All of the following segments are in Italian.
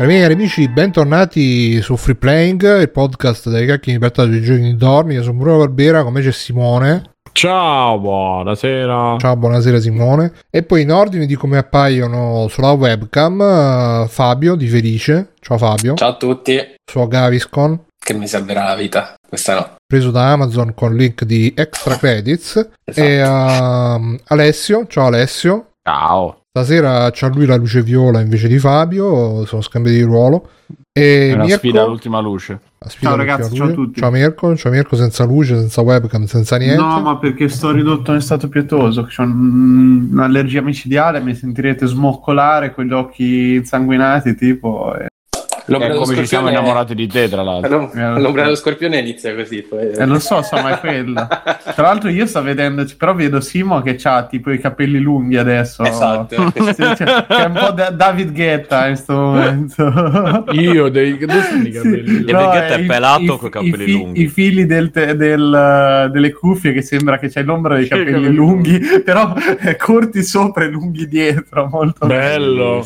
Cari miei amici, bentornati su Free Playing, il podcast dei cacchi di libertà dei giochi dintorni. Io sono Bruno Barbera, con me c'è Simone. Ciao, buonasera. Ciao, buonasera Simone. E poi in ordine di come appaiono sulla webcam, Fabio di Felice. Ciao Fabio. Ciao a tutti. Su Gaviscon. Che mi salverà la vita, questa no. Preso da Amazon con link di Extra Credits. Esatto. E Alessio. Ciao Alessio. Ciao. Stasera c'ha lui la luce viola invece di Fabio, sono scambiati di ruolo. E È una Mirko, sfida all'ultima luce. Ciao ragazzi, ciao a tutti. Ciao Mirko senza luce, senza webcam, senza niente. No, ma perché sto ridotto in stato pietoso, ho un'allergia micidiale, mi sentirete smoccolare con gli occhi insanguinati tipo L'ombra dello come ci siamo scorpione- innamorati di te, tra l'altro. L'ombra dello scorpione inizia così. Poi... lo so, ma è quella. Tra l'altro io sto vedendo, però vedo Simo che ha tipo i capelli lunghi adesso. Esatto. C'è un po' David Guetta in questo momento. Io dei capelli. David Guetta è pelato coi capelli lunghi. I fili delle cuffie che sembra che c'è l'ombra dei capelli lunghi, però corti sopra e lunghi dietro, molto Bello.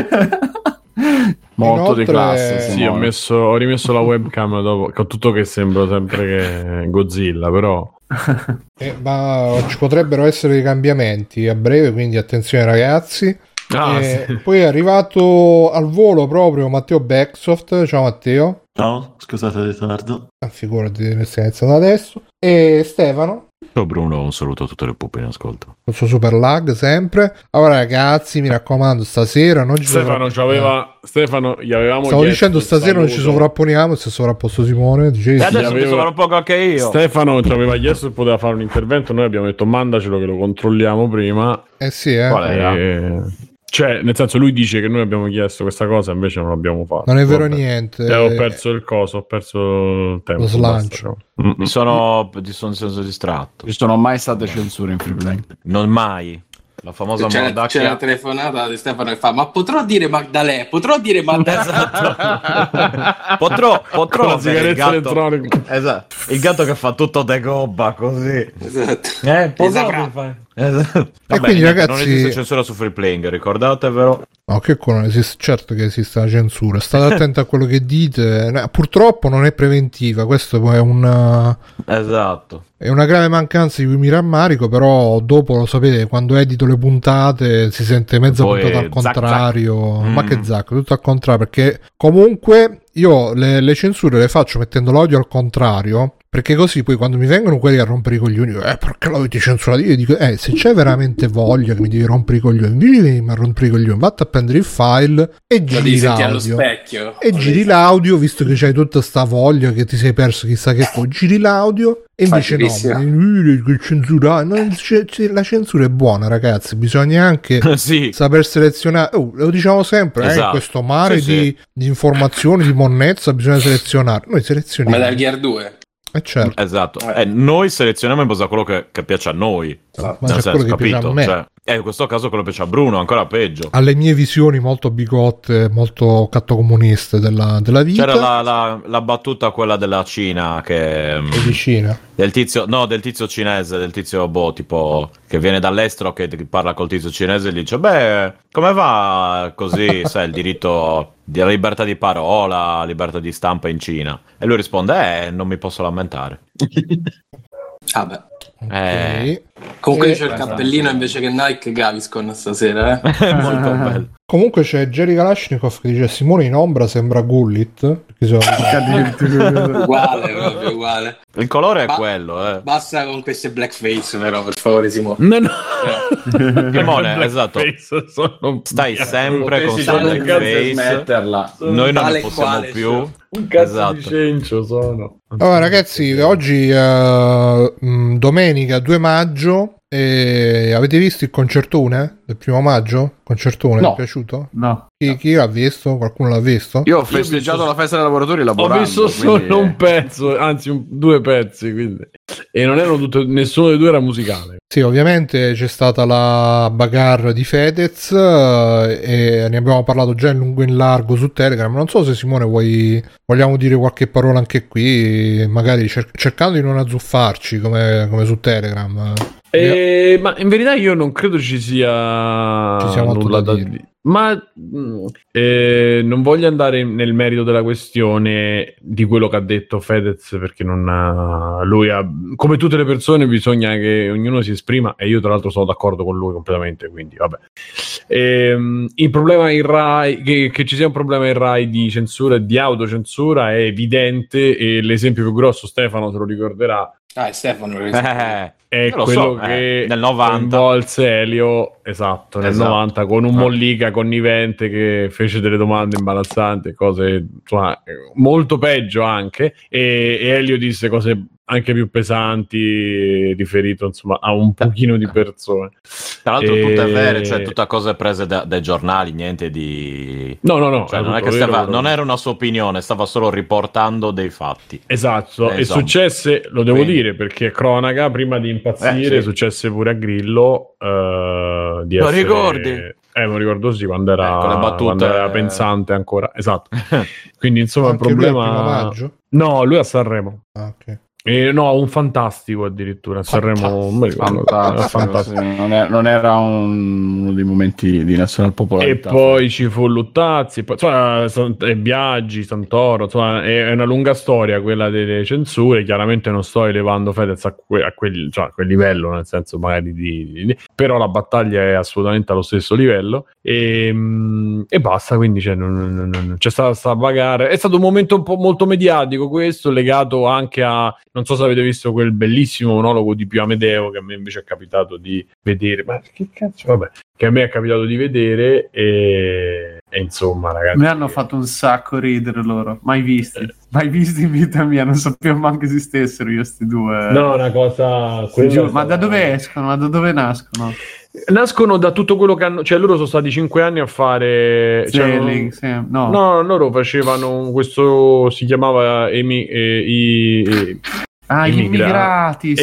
Molto Inoltre- di classe. Sì, ho rimesso la webcam dopo, con tutto che sembro sempre che Godzilla, però Ma ci potrebbero essere dei cambiamenti a breve, quindi attenzione ragazzi. sì. Poi è arrivato al volo proprio Matteo Backsoft. Ciao Matteo. Ciao, scusate il ritardo. Figurati, ne stiamo iniziando adesso. E Stefano, Ciao Bruno, un saluto a tutte le pupe in ascolto. il suo super lag sempre. Allora ragazzi, mi raccomando, stasera non ci Stefano gli avevamo Stavo chiesto dicendo stasera non ci saluto. sovrapponiamo. Si è sovrapposto Simone. Dicevi, E adesso Gli mi avevo- sovrappongo anche io. Stefano ci aveva chiesto se poteva fare un intervento, noi abbiamo detto mandacelo che lo controlliamo prima. sì, Qual era? Cioè, nel senso, lui dice che noi abbiamo chiesto questa cosa, invece non l'abbiamo fatto. non è vero Vabbè. niente. Ho perso il coso, ho perso il tempo. Lo slancio. basta. Mi sono distratto. Ci sono mai state censure in Free Play? Non mai. La famosa C'è la Mordacchia. telefonata di Stefano che fa: ma potrò dire Magdalè? Potrò dire Magdalè? Esatto. potrò Con la avere il sigaretta gatto. elettronica. Esatto. Il gatto che fa tutto de gobba così. Esatto. Esatto. Vabbè, quindi, niente, ragazzi- non esiste censura su Free Playing, ricordatevelo. No, che non esiste, certo che esiste la censura. State attenti a quello che dite. Purtroppo non è preventiva. Questo è una Esatto. grave mancanza di cui mi rammarico. Però dopo lo sapete, quando edito le puntate si sente mezza Poi puntata al zac, contrario. zac. Ma che zacco, tutto al contrario. Perché comunque io le censure le faccio mettendo l'audio al contrario. Perché così poi quando mi vengono quelli a rompere i coglioni, perché l'avete censurato? Io dico, se c'è veramente voglia che mi devi rompere i coglioni, invece di venirmi a rompere i coglioni, vatti a prendere il file e Lo giri devi sentire allo l'audio. specchio. E giri l'audio, visto che c'hai tutta sta voglia che ti sei perso chissà che cosa, giri l'audio e invece Facilissimo. che censura. La censura è buona, ragazzi, bisogna anche Sì. saper selezionare. Lo diciamo sempre, in Esatto. questo mare Sì, di informazioni, di monnezza, bisogna selezionare. Noi selezioniamo. Metal Gear 2. Certo. Esatto. Noi selezioniamo in base a quello che piace a noi. Ma Nel c'è senso, quello che piace capito? a me. Cioè, in questo caso quello che piace a Bruno, ancora peggio. Alle mie visioni molto bigotte, molto cattocomuniste della vita. C'era la battuta quella della Cina che è vicina. del tizio cinese, del tizio tipo che viene dall'estero, che parla col tizio cinese e gli dice: beh, come va così, sai, il diritto di libertà di parola, libertà di stampa in Cina? E lui risponde: non mi posso lamentare. Vabbè. Ok. Comunque io c'ho il cappellino invece che Nike Gaviscon stasera. Molto bello. Comunque c'è Jerry Kalashnikov che dice: Simone in ombra sembra Gullit. Uguale, proprio uguale. Il colore è Ma- quello, Basta con queste blackface, però, per favore, Simone. No. Simone, esatto. Stai sempre con sta blackface. Smetterla. Noi non Tale ne possiamo quale più. sono. Un cazzo Esatto. di cencio sono. Allora ragazzi, oggi domenica 2 maggio avete visto il concertone del 1 maggio? Concertone, No. vi è piaciuto? No. Chi l'ha visto? Qualcuno l'ha visto? Io ho festeggiato la festa dei lavoratori Ho lavorando. visto quindi- solo un pezzo, anzi due pezzi, quindi. E non erano nessuno dei due era musicale. Sì, ovviamente c'è stata la bagarre di Fedez e ne abbiamo parlato già in lungo e in largo su Telegram. Non so se Simone vogliamo dire qualche parola anche qui, magari cercando di non azzuffarci come su Telegram. Ma in verità io non credo ci sia Ci sia molto nulla da da dire. dire. Ma non voglio andare nel merito della questione di quello che ha detto Fedez, perché lui ha, come tutte le persone, bisogna che ognuno si esprima, e io tra l'altro sono d'accordo con lui completamente, quindi vabbè. Il problema in Rai, che ci sia un problema in Rai di censura e di autocensura è evidente, e l'esempio più grosso, Stefano te lo ricorderà, Stefano è quello che nel 90 coinvolse Elio, esatto, nel 90, con un Mollica connivente che fece delle domande imbarazzanti, cose insomma, molto peggio anche, e Elio disse cose anche più pesanti, riferito insomma a un pochino di persone. Tra l'altro tutte vere, cioè tutte cose prese dai giornali, niente di... No, cioè, non è che non era una sua opinione, stava solo riportando dei fatti. Esatto, e successe, lo devo dire perché è cronaca, prima di impazzire successe pure a Grillo di lo essere... ricordi? Me lo ricordo, sì, quando era, con le battute, quando era pensante ancora, esatto. Quindi insomma il Anche lui problema... al Primo Maggio? No, lui a Sanremo. Ok. No, un fantastico addirittura a Sanremo, Fantastico. Sì. Non era uno dei momenti di nazional popolarità. E poi ci fu Luttazzi, poi, e Biaggi, Santoro, insomma, è una lunga storia quella delle censure. Chiaramente non sto elevando Fedez a quel livello, nel senso magari però la battaglia è assolutamente allo stesso livello, e basta. Quindi c'è stata questa bagarre. È stato un momento un po' molto mediatico questo, legato anche a... Non so se avete visto quel bellissimo monologo di Pio Amedeo, che a me invece è capitato di vedere. Ma che cazzo? Vabbè, che a me è capitato di vedere, e insomma, ragazzi. Mi hanno fatto un sacco ridere loro, mai visti in vita mia, non sapevo manco esistessero io sti due. No, una cosa... Ma da dove escono? Ma da dove nascono? Nascono da tutto quello che hanno, cioè loro sono stati 5 anni a fare, no, loro facevano questo, si chiamava Immigratis.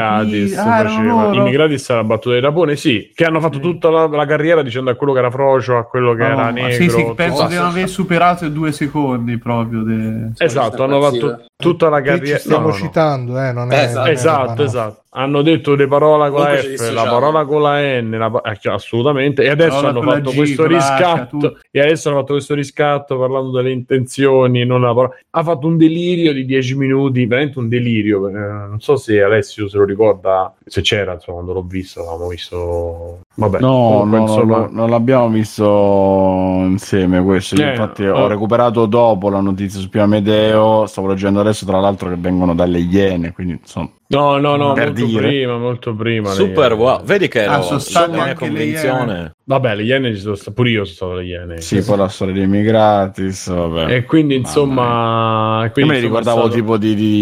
Immigratis era la battuta di Rapone, sì, che hanno fatto tutta la carriera dicendo a quello che era frocio, a quello che era negro. Sì, penso di non aver superato i 2 secondi proprio. Esatto, hanno fatto tutta la carriera. Ci stiamo citando, non è... Esatto. Hanno detto le parole con la F, la parola con la N, assolutamente, e adesso hanno fatto questo riscatto. E adesso hanno fatto questo riscatto parlando delle intenzioni, non la parola. Ha fatto un delirio di 10 minuti, veramente un delirio. Non so se Alessio se lo ricorda, se c'era, insomma, quando l'ho visto, l'avevamo visto. Vabbè, non l'abbiamo visto insieme questo. Io infatti ho recuperato dopo la notizia su Pio Amedeo, stavo leggendo adesso tra l'altro che vengono dalle Iene, quindi insomma. No, molto prima. Super wow, vedi che ero la mia convinzione. Vabbè, le Iene pure io sono stato alle Iene. Sì, poi la storia dei immigratis, vabbè. E quindi insomma, io me ne ricordavo tipo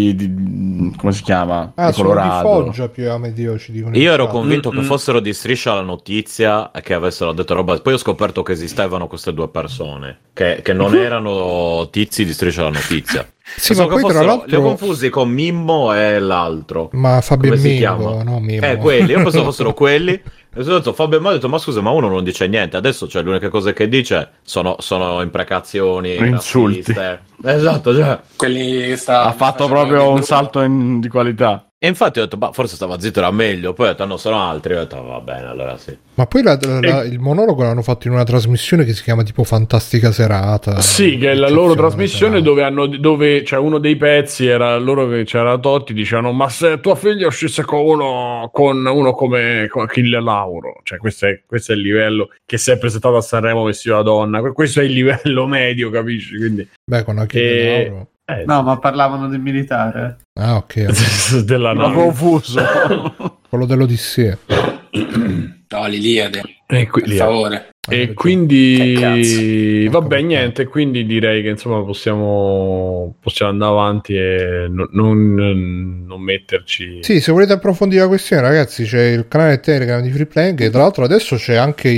di come si chiama? Di Colorado. Di Foggia più Amedeo, ci dicono. Io ero convinto che fossero di Striscia la Notizia e che avessero detto roba. Poi ho scoperto che esistevano queste due persone che non erano tizi di Striscia la Notizia. Sì, ma poi tra l'altro li ho confusi con Mimmo e l'altro. Ma Fabio Come si Mingo, chiama? no, Mimmo. Quelli, io pensavo fossero quelli. E ho detto Fabio, ma ho detto, ma scusa, ma uno non dice niente. Adesso cioè, le uniche cose che dice sono imprecazioni, insulti. razziste. Esatto, cioè. Quelli ha fatto proprio un salto di qualità. E infatti ho detto, forse stava zitto, era meglio. Poi ho detto, no, sono altri. Ho detto, va bene, allora sì. Ma poi il monologo l'hanno fatto in una trasmissione che si chiama tipo Fantastica Serata. Sì, che è la loro trasmissione dove c'è uno dei pezzi, era loro che c'era Totti, dicevano, ma se tua figlia uscisse con uno come Achille Lauro, cioè questo è il livello, che si è presentato a Sanremo vestito da donna, questo è il livello medio, capisci? Quindi, beh, con Achille Lauro. No, ma parlavano del militare. Ah, ok. Della no, confuso. Quello dell'Odissea. No, l'Iliade. Per favore. E quindi vabbè, niente, quindi direi che insomma possiamo andare avanti e non metterci. Sì, se volete approfondire la questione, ragazzi, c'è il canale Telegram di Freeplaying, e tra l'altro adesso c'è anche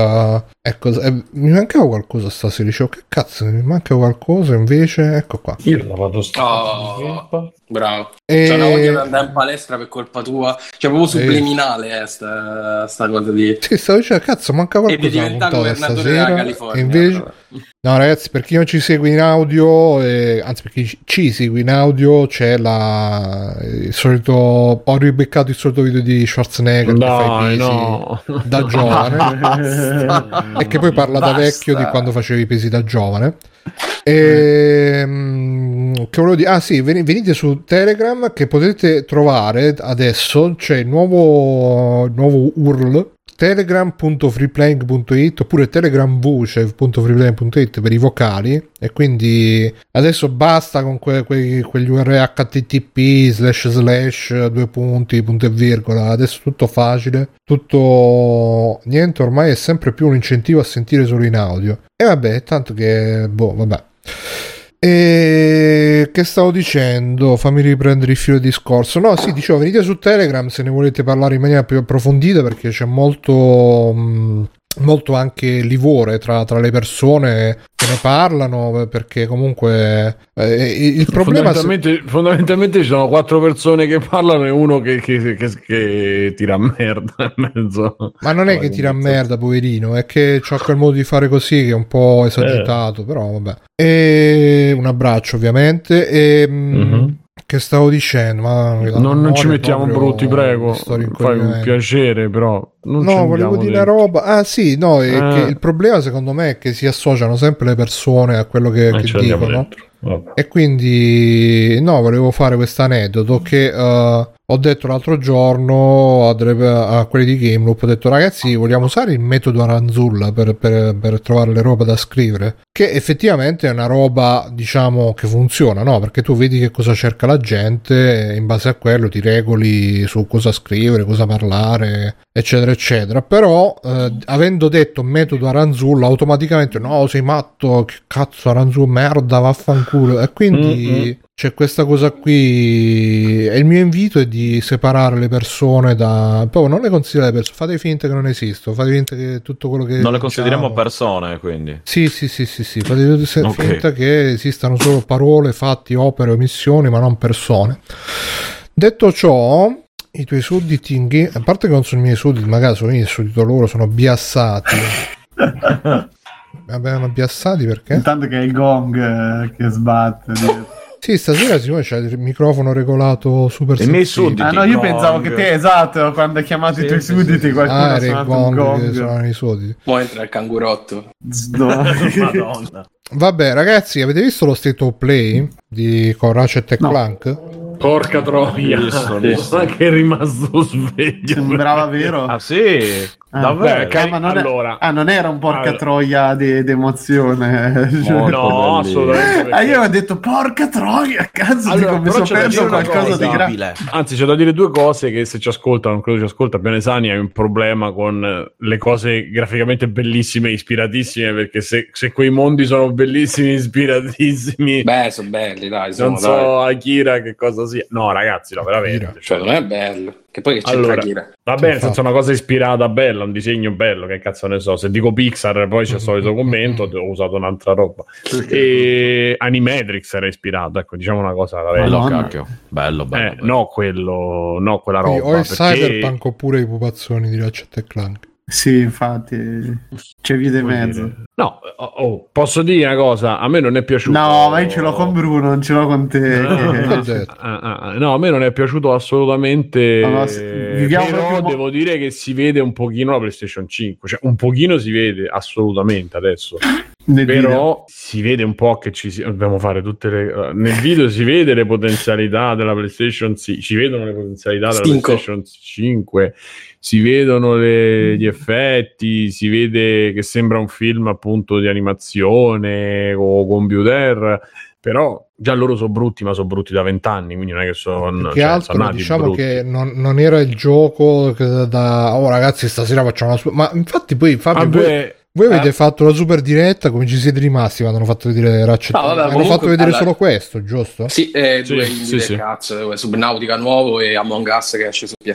mi mancava qualcosa stasera, dicevo che cazzo, mi manca qualcosa, invece ecco qua. Io l'ho fatto bravo. Cioè, una volta che andare in palestra per colpa tua, cioè proprio subliminale sta cosa di... Sì, stavo dicendo, cazzo, manca qualcosa. E puntata stasera. E invece, no, ragazzi, per chi non ci segue in audio, anzi, per chi ci segue in audio, c'è il solito. Ho ribeccato il solito video di Schwarzenegger che fa i pesi da giovane e che poi parla da vecchio di quando facevi i pesi da giovane. Che volevo dire, sì, venite su Telegram, che potete trovare adesso, c'è il nuovo URL telegram.freeplaying.it oppure telegramvoce.freeplaying.it per i vocali, e quindi adesso basta con quegli URL http / due punti, punto e virgola, adesso tutto facile, tutto niente, ormai è sempre più un incentivo a sentire solo in audio. E vabbè, tanto che vabbè. E che stavo dicendo? Fammi riprendere il filo di discorso. No, sì, dicevo, venite su Telegram se ne volete parlare in maniera più approfondita, perché c'è molto anche livore tra le persone che ne parlano, perché comunque il problema fondamentalmente ci sono 4 persone che parlano e uno che tira merda in mezzo. Ma non è che tira merda, poverino, è che c'ha quel modo di fare così che è un po' esagitato, però vabbè. E un abbraccio ovviamente. Che stavo dicendo? Ma non ci mettiamo brutti, prego. Fai un piacere, però. Volevo dire una roba. Ah, sì, no, che il problema secondo me è che si associano sempre le persone a quello che dicono. E quindi, volevo fare questo aneddoto che ho detto l'altro giorno a quelli di GameLoop, ho detto: ragazzi, vogliamo usare il metodo Aranzulla per trovare le robe da scrivere, che effettivamente è una roba, diciamo, che funziona, no? Perché tu vedi che cosa cerca la gente e in base a quello ti regoli su cosa scrivere, cosa parlare, eccetera eccetera. Però avendo detto metodo Aranzulla, automaticamente no, sei matto, che cazzo Aranzulla, merda, vaffanculo. E quindi c'è questa cosa qui, e il mio invito è di separare le persone proprio non le considerate persone, fate finta che non esistono, fate finta che tutto quello che non le consideriamo persone, quindi sì, fate finta che esistano solo parole, fatti, opere, omissioni, ma non persone. Detto ciò, i tuoi sudditi, a parte che non sono i miei sudditi, magari sono i sudditi loro, sono biassati. Vabbè, ma biassati perché? Intanto che è il gong che sbatte. Sì, stasera siccome c'è il microfono regolato super i miei sudditi. Ah no, io pensavo che te, esatto, quando hai chiamato i tuoi sudditi qualcuno ha suonato un gong. Sono i sudditi. Poi entra il cangurotto. Madonna. Vabbè, ragazzi, avete visto lo State of Play con Ratchet & Clank? Porca troia, ma che è rimasto sveglio. Sembrava vero. Ah sì? Davvero? Ma non era un porca troia di emozione. No, assolutamente. Io ho detto porca troia, cazzo, mi sono perso qualcosa di grave. Anzi, c'è da dire due cose che se ci ascoltano, non credo ci ascolta Pianesani, hai un problema con le cose graficamente bellissime e ispiratissime, perché se quei mondi sono bellissimi e ispiratissimi, sono belli, dai. Non so Akira che cosa sia. No, ragazzi, no, veramente. Cioè, non è bello. Che poi che c'entra Akira? Va bene, senza una cosa ispirata bella, un disegno bello, che cazzo ne so. Se dico Pixar, poi c'è il solito commento, ho usato un'altra roba. E Animatrix era ispirato, ecco, diciamo una cosa da bello, cacchio. Bello. No, quella roba. O il Cyberpunk oppure i pupazzoni di Ratchet & Clank. Sì, infatti c'è via di mezzo. No, posso dire una cosa, a me non è piaciuto. No, ma io ce l'ho con Bruno, non ce l'ho con te. No, a me non è piaciuto assolutamente. Però devo dire che si vede un pochino la PlayStation 5, cioè un pochino si vede assolutamente adesso. Però si vede un po' che dobbiamo fare nel video si vede le potenzialità della PlayStation, si vedono le potenzialità della PlayStation 5, si vedono gli effetti, si vede che sembra un film appunto di animazione o computer, però già loro sono brutti, ma sono brutti da 20 anni, quindi non è che sono che altro, diciamo brutti. Che non era il gioco ragazzi stasera facciamo ma infatti poi Fabio voi avete fatto la super diretta, come ci siete rimasti quando hanno fatto vedere Ratchet? Hanno fatto vedere solo questo, giusto? Sì, due indie del cazzo, Subnautica nuovo e Among Us che esce su PS5.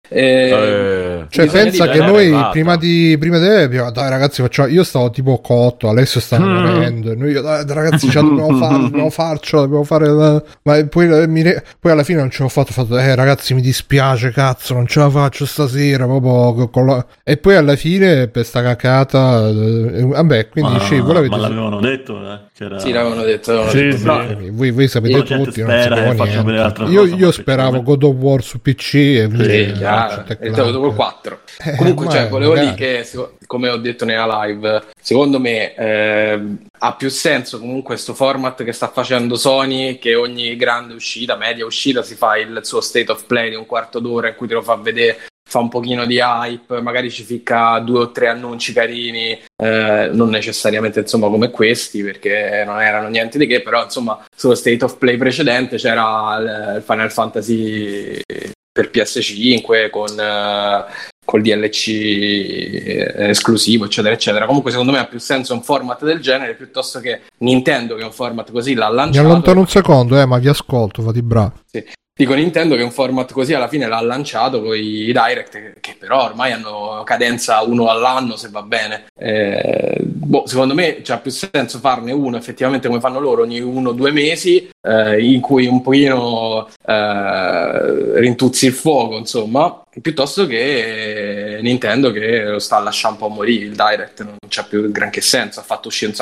Cioè pensa che noi prima di abbiamo dai ragazzi facciamo, io stavo tipo cotto, Alessio stava morendo e noi dai ragazzi ce la dobbiamo farcela, dobbiamo fare ma poi alla fine non ce l'ho fatto ragazzi mi dispiace cazzo non ce la faccio stasera proprio e poi alla fine per sta cacata vabbè quindi ma l'avevano detto sì l'avevano detto sì. Voi sapete tutti io speravo God of War su PC e col 4 comunque volevo dire che come ho detto nella live secondo me ha più senso comunque questo format che sta facendo Sony, che ogni grande uscita, media uscita si fa il suo state of play di un quarto d'ora in cui te lo fa vedere, fa un pochino di hype, magari ci ficca 2 o 3 annunci carini, non necessariamente insomma come questi perché non erano niente di che, però insomma sullo state of play precedente c'era il Final Fantasy per PS5 col DLC esclusivo eccetera eccetera. Comunque secondo me ha più senso un format del genere piuttosto che Nintendo che è un format così l'ha lanciato. Mi allontano un secondo ma vi ascolto, fate bravo. Sì. Dico Nintendo che un format così alla fine l'ha lanciato con i Direct che però ormai hanno cadenza uno all'anno se va bene. Secondo me c'ha più senso farne uno effettivamente come fanno loro ogni 1 o 2 mesi in cui un pochino rintuzzi il fuoco insomma, piuttosto che Nintendo che lo sta lasciando un po' morire. Il Direct non c'ha più granché senso, ha fatto uscire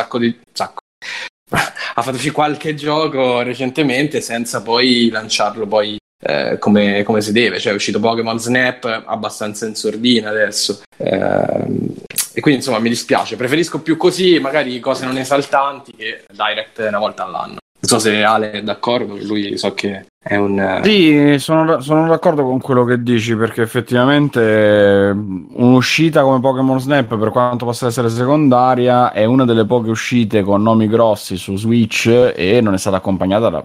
ha fatto uscire qualche gioco recentemente senza poi lanciarlo poi come si deve, cioè è uscito Pokémon Snap abbastanza in sordina adesso e quindi insomma mi dispiace, preferisco più così magari cose non esaltanti che Direct una volta all'anno. Non so se Ale è d'accordo, lui so che è un... Sì, sono d'accordo con quello che dici, perché effettivamente un'uscita come Pokémon Snap, per quanto possa essere secondaria, è una delle poche uscite con nomi grossi su Switch e non è stata accompagnata da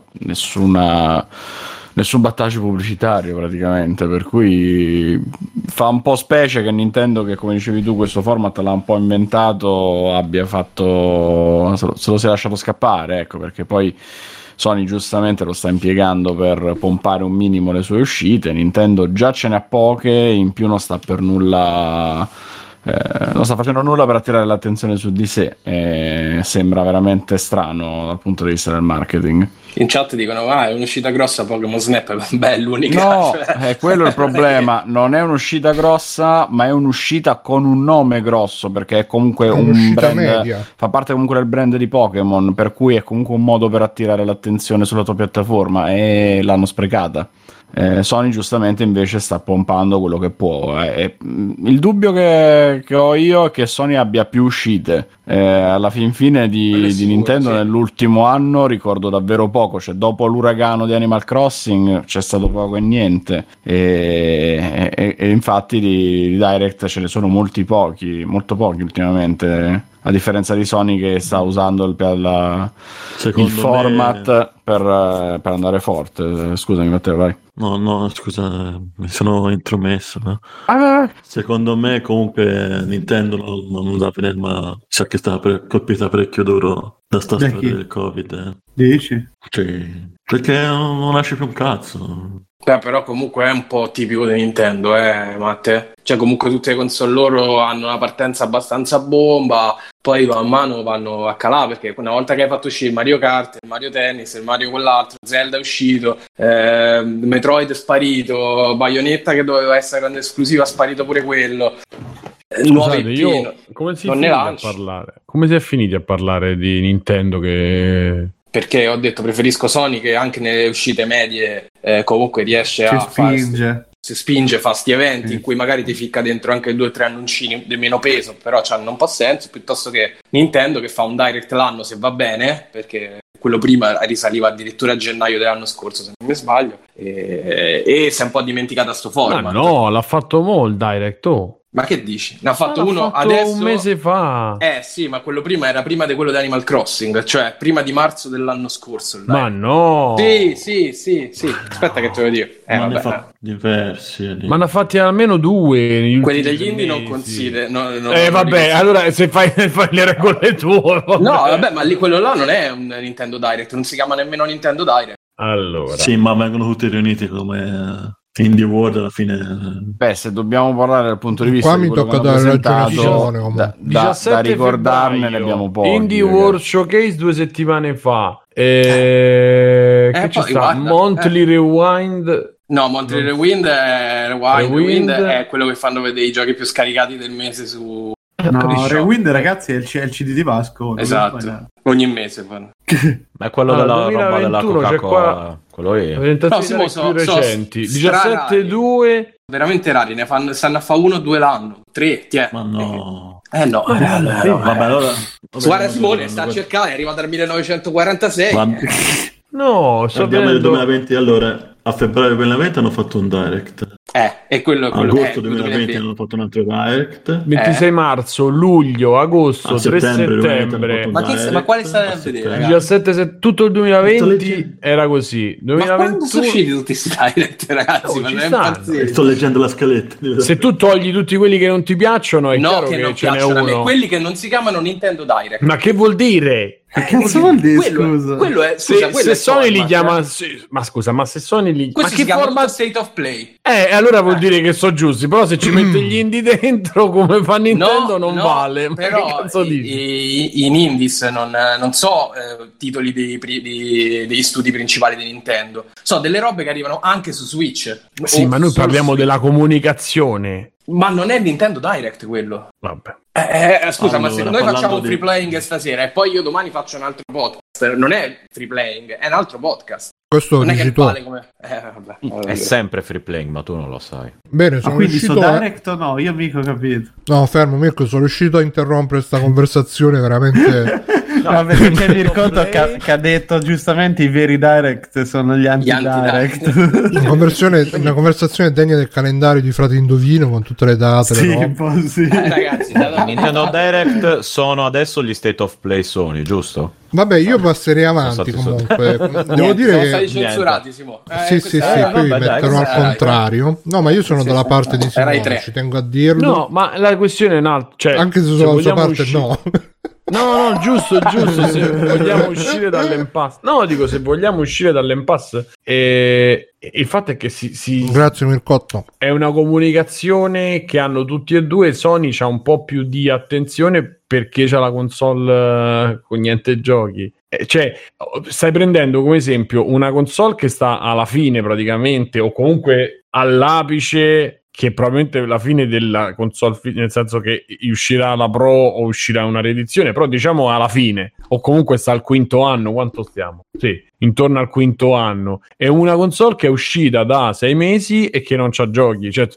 nessun battaggio pubblicitario praticamente, per cui fa un po' specie che Nintendo, che come dicevi tu questo format l'ha un po' inventato, abbia fatto, se lo sia lasciato scappare, ecco, perché poi Sony giustamente lo sta impiegando per pompare un minimo le sue uscite, Nintendo già ce ne ha poche, in più non sta per nulla non sta facendo nulla per attirare l'attenzione su di sé, sembra veramente strano dal punto di vista del marketing. In chat dicono è un'uscita grossa Pokémon Snap, beh è l'unica. No, è quello il problema, non è un'uscita grossa ma è un'uscita con un nome grosso, perché è comunque un brand media. Fa parte comunque del brand di Pokémon, per cui è comunque un modo per attirare l'attenzione sulla tua piattaforma e l'hanno sprecata. Sony giustamente invece sta pompando quello che può. Il dubbio che ho io è che Sony abbia più uscite alla fin fine di Nintendo, sì. Nell'ultimo anno ricordo davvero poco, cioè dopo l'uragano di Animal Crossing c'è stato poco e niente, e infatti di Direct ce ne sono molto pochi ultimamente, a differenza di Sony che sta usando il format per andare forte. Scusami Matteo, vai. No, scusa, mi sono intromesso. No? Secondo me comunque Nintendo non da vedere, ma sa che sta colpita parecchio duro da sta storia del Covid. Dici? Sì, perché non esce più un cazzo. Però comunque è un po' tipico di Nintendo, Matte? Cioè comunque tutte le console loro hanno una partenza abbastanza bomba, poi man mano vanno a calare, perché una volta che hai fatto uscire il Mario Kart, il Mario Tennis, il Mario quell'altro, Zelda è uscito, Metroid è sparito, Bayonetta che doveva essere grande esclusiva è sparito pure quello. Scusate, come si è finiti a parlare di Nintendo che... Perché ho detto preferisco Sony che anche nelle uscite medie comunque riesce si spinge, fa sti eventi in cui magari ti ficca dentro anche 2 o 3 annuncini di meno peso, però hanno un po' senso, piuttosto che Nintendo che fa un Direct l'anno se va bene, perché quello prima risaliva addirittura a gennaio dell'anno scorso se non mi sbaglio, e si è un po' dimenticata sto format. Ma no, l'ha fatto il Direct, Ma che dici? Ne ha fatto uno adesso un mese fa. Sì, ma quello prima era prima di quello di Animal Crossing, cioè prima di marzo dell'anno scorso. Ma no! Sì. Aspetta che te lo dico. Ma ne ha fatti diversi. Ma ne ha fatti almeno 2. Quelli degli indie non consideri. Vabbè, allora se fai le regole tue. Vabbè. No, vabbè, ma quello là non è un Nintendo Direct, non si chiama nemmeno Nintendo Direct. Allora. Sì, ma vengono tutti riuniti come Indie World alla fine. Beh, se dobbiamo parlare dal punto di vista qua mi tocca dare ragione da ricordarne, ne abbiamo pochi. Indie World Showcase 2 settimane fa. Che ci sta? Guarda, Monthly Rewind. No, Monthly Rewind è quello che fanno vedere i giochi più scaricati del mese su. No, Rewind, ragazzi, è il CD di Vasco. Esatto, ogni mese fanno. Ma è quello della roba della Coca-Cola. Quello è. Presentazioni più recenti. 17-2. Veramente rari, stanno a fare 1 o 2 l'anno. 3, ti è. Ma no. No. Vabbè, allora. Guarda, Simone sta a cercare, è arrivato dal 1946. No, abbiamo il 2020, allora. A febbraio 2020 hanno fatto un direct. E quello agosto 2020 hanno fatto un altro direct. 26 marzo, luglio, agosto, 3 settembre. Ma quale state a vedere? 17 tutto il 2020 era così. 2021... Ma quando sono usciti tutti questi direct, ragazzi? Sto leggendo la scaletta. Se tu togli tutti quelli che non ti piacciono, è chiaro che non ce n'è uno. Quelli che non si chiamano Nintendo Direct. Ma che vuol dire? Che cazzo vuol dire? Quello è se Sony li chiama, ma scusa, ma se Sony li questo ma che forma State of Play? Allora vuol dire che sono giusti, però se ci metti gli indie dentro come fa Nintendo non vale. Però che cazzo dici? In indies non so titoli degli studi principali di Nintendo, so delle robe che arrivano anche su Switch. Sì, ma noi parliamo della comunicazione. Ma non è Nintendo Direct quello. Vabbè. Scusa, allora, ma se noi facciamo un free playing stasera e poi io domani faccio un altro podcast, non è free playing, è un altro podcast. Questo non è che tu. vale come... vabbè. È sempre free playing, ma tu non lo sai. Bene, sono quindi riuscito su Direct no, io mica ho capito. No, fermo Mirko, sono riuscito a interrompere questa conversazione veramente. No, perché mi ricordo che ha detto giustamente i veri Direct sono gli anti-Direct. Una conversazione degna del calendario di Frate Indovino con tutte le date. Sì, le un po' sì. Ragazzi, Nintendo Direct sono adesso gli State of Play Sony, giusto? Vabbè, io passerei avanti comunque. Devo dire siamo che stati censurati, Simo. Sì, qui mi metterò al contrario. No, ma io sono dalla parte di Simone, ci tengo a dirlo. No, ma la questione è un'altra, cioè, anche se sono dalla sua parte no. No, giusto, se vogliamo uscire dall'impasse. No, dico, se vogliamo uscire dall'impasse, il fatto è che Grazie Mircotto. È una comunicazione che hanno tutti e due. Sony c'ha un po' più di attenzione perché c'ha la console con niente giochi. Cioè, stai prendendo come esempio una console che sta alla fine praticamente, o comunque all'apice, che probabilmente la fine della console, nel senso che uscirà la Pro o uscirà una riedizione, però diciamo alla fine, o comunque sta al quinto anno. Quanto stiamo? Sì, intorno al quinto anno. È una console che è uscita da 6 mesi e che non c'ha giochi, cioè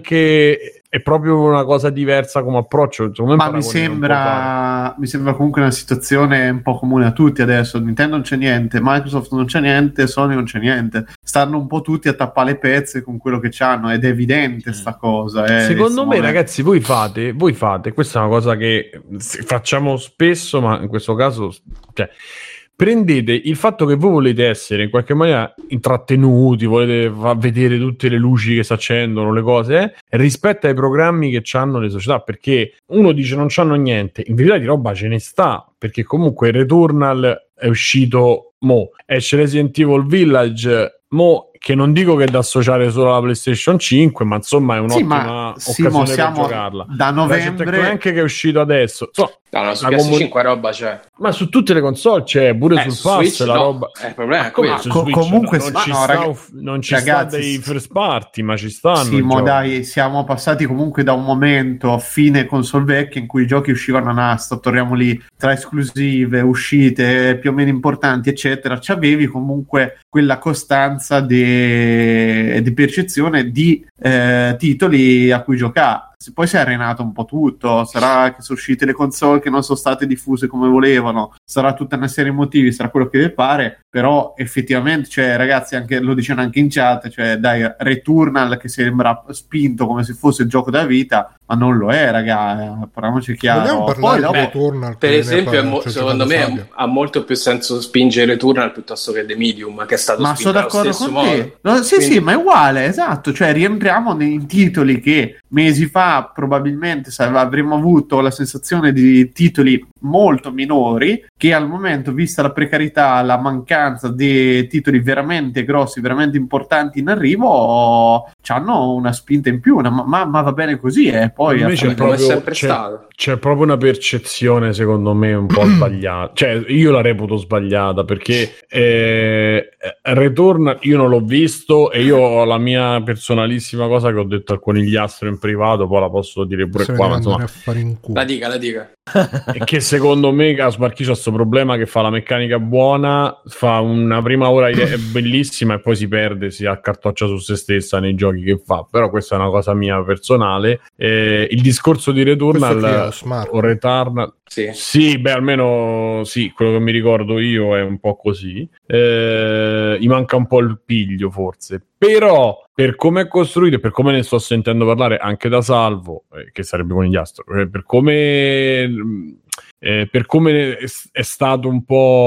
è proprio una cosa diversa come approccio. Ma mi sembra comunque una situazione un po' comune a tutti adesso. Nintendo non c'è niente, Microsoft non c'è niente, Sony non c'è niente. Stanno un po' tutti a tappare le pezze con quello che c'hanno, ed è evidente sta cosa. Secondo me, ragazzi, voi fate, questa è una cosa che facciamo spesso, ma in questo caso, cioè, prendete il fatto che voi volete essere in qualche maniera intrattenuti, volete far vedere tutte le luci che si accendono, le cose, rispetto ai programmi che hanno le società, perché uno dice non c'hanno niente, in verità di roba ce ne sta, perché comunque Returnal è uscito mo, esce Resident Evil Village mo, che non dico che è da associare solo alla PlayStation 5, ma insomma è un'ottima occasione per giocarla. Da novembre anche che è uscito adesso. No, su PS5 roba c'è. Ma su tutte le console c'è, pure sul Pass Switch, la no. roba. Il problema è quello. Comunque non ci sta dei first party, ma ci stanno. Sì, ma dai, siamo passati comunque da un momento a fine console vecchie in cui i giochi uscivano a nastro, torniamo lì, tra esclusive, uscite più o meno importanti, eccetera. C'avevi comunque quella costanza di percezione di titoli a cui giocare. Poi si è arenato un po' tutto, sarà che sono uscite le console che non sono state diffuse come volevano, sarà tutta una serie di motivi, sarà quello che vi pare, però effettivamente, cioè ragazzi, anche lo dicevano anche in chat, cioè dai, Returnal che sembra spinto come se fosse il gioco della vita, ma non lo è, raga, parliamoci chiaro. Poi Returnal, per esempio, secondo me ha molto più senso spingere Returnal piuttosto che The Medium, che è stato ma spinto sono d'accordo allo stesso con te. modo. Sì, ma è uguale, esatto, cioè rientriamo in titoli che mesi fa probabilmente avremmo avuto la sensazione di titoli molto minori, che al momento, vista la precarietà, la mancanza di titoli veramente grossi, veramente importanti in arrivo, hanno una spinta in più, ma va bene così, e poi c'è proprio una percezione secondo me un po' sbagliata, cioè io la reputo sbagliata, perché Returnal io non l'ho visto e io ho la mia personalissima cosa che ho detto al conigliastro in privato, poi la posso dire pure qua, ma insomma la dica è che secondo me Marchi c'ha questo problema che fa la meccanica buona, fa una prima ora bellissima e poi si perde, si accartoccia su se stessa nei giochi che fa, però questa è una cosa mia personale. Il discorso di Returnal o Returnal sì, beh, almeno sì, quello che mi ricordo io è un po' così. Gli manca un po' il piglio forse, però per come è costruito e per come ne sto sentendo parlare anche da Salvo, che sarebbe conigliastro, per come è stato un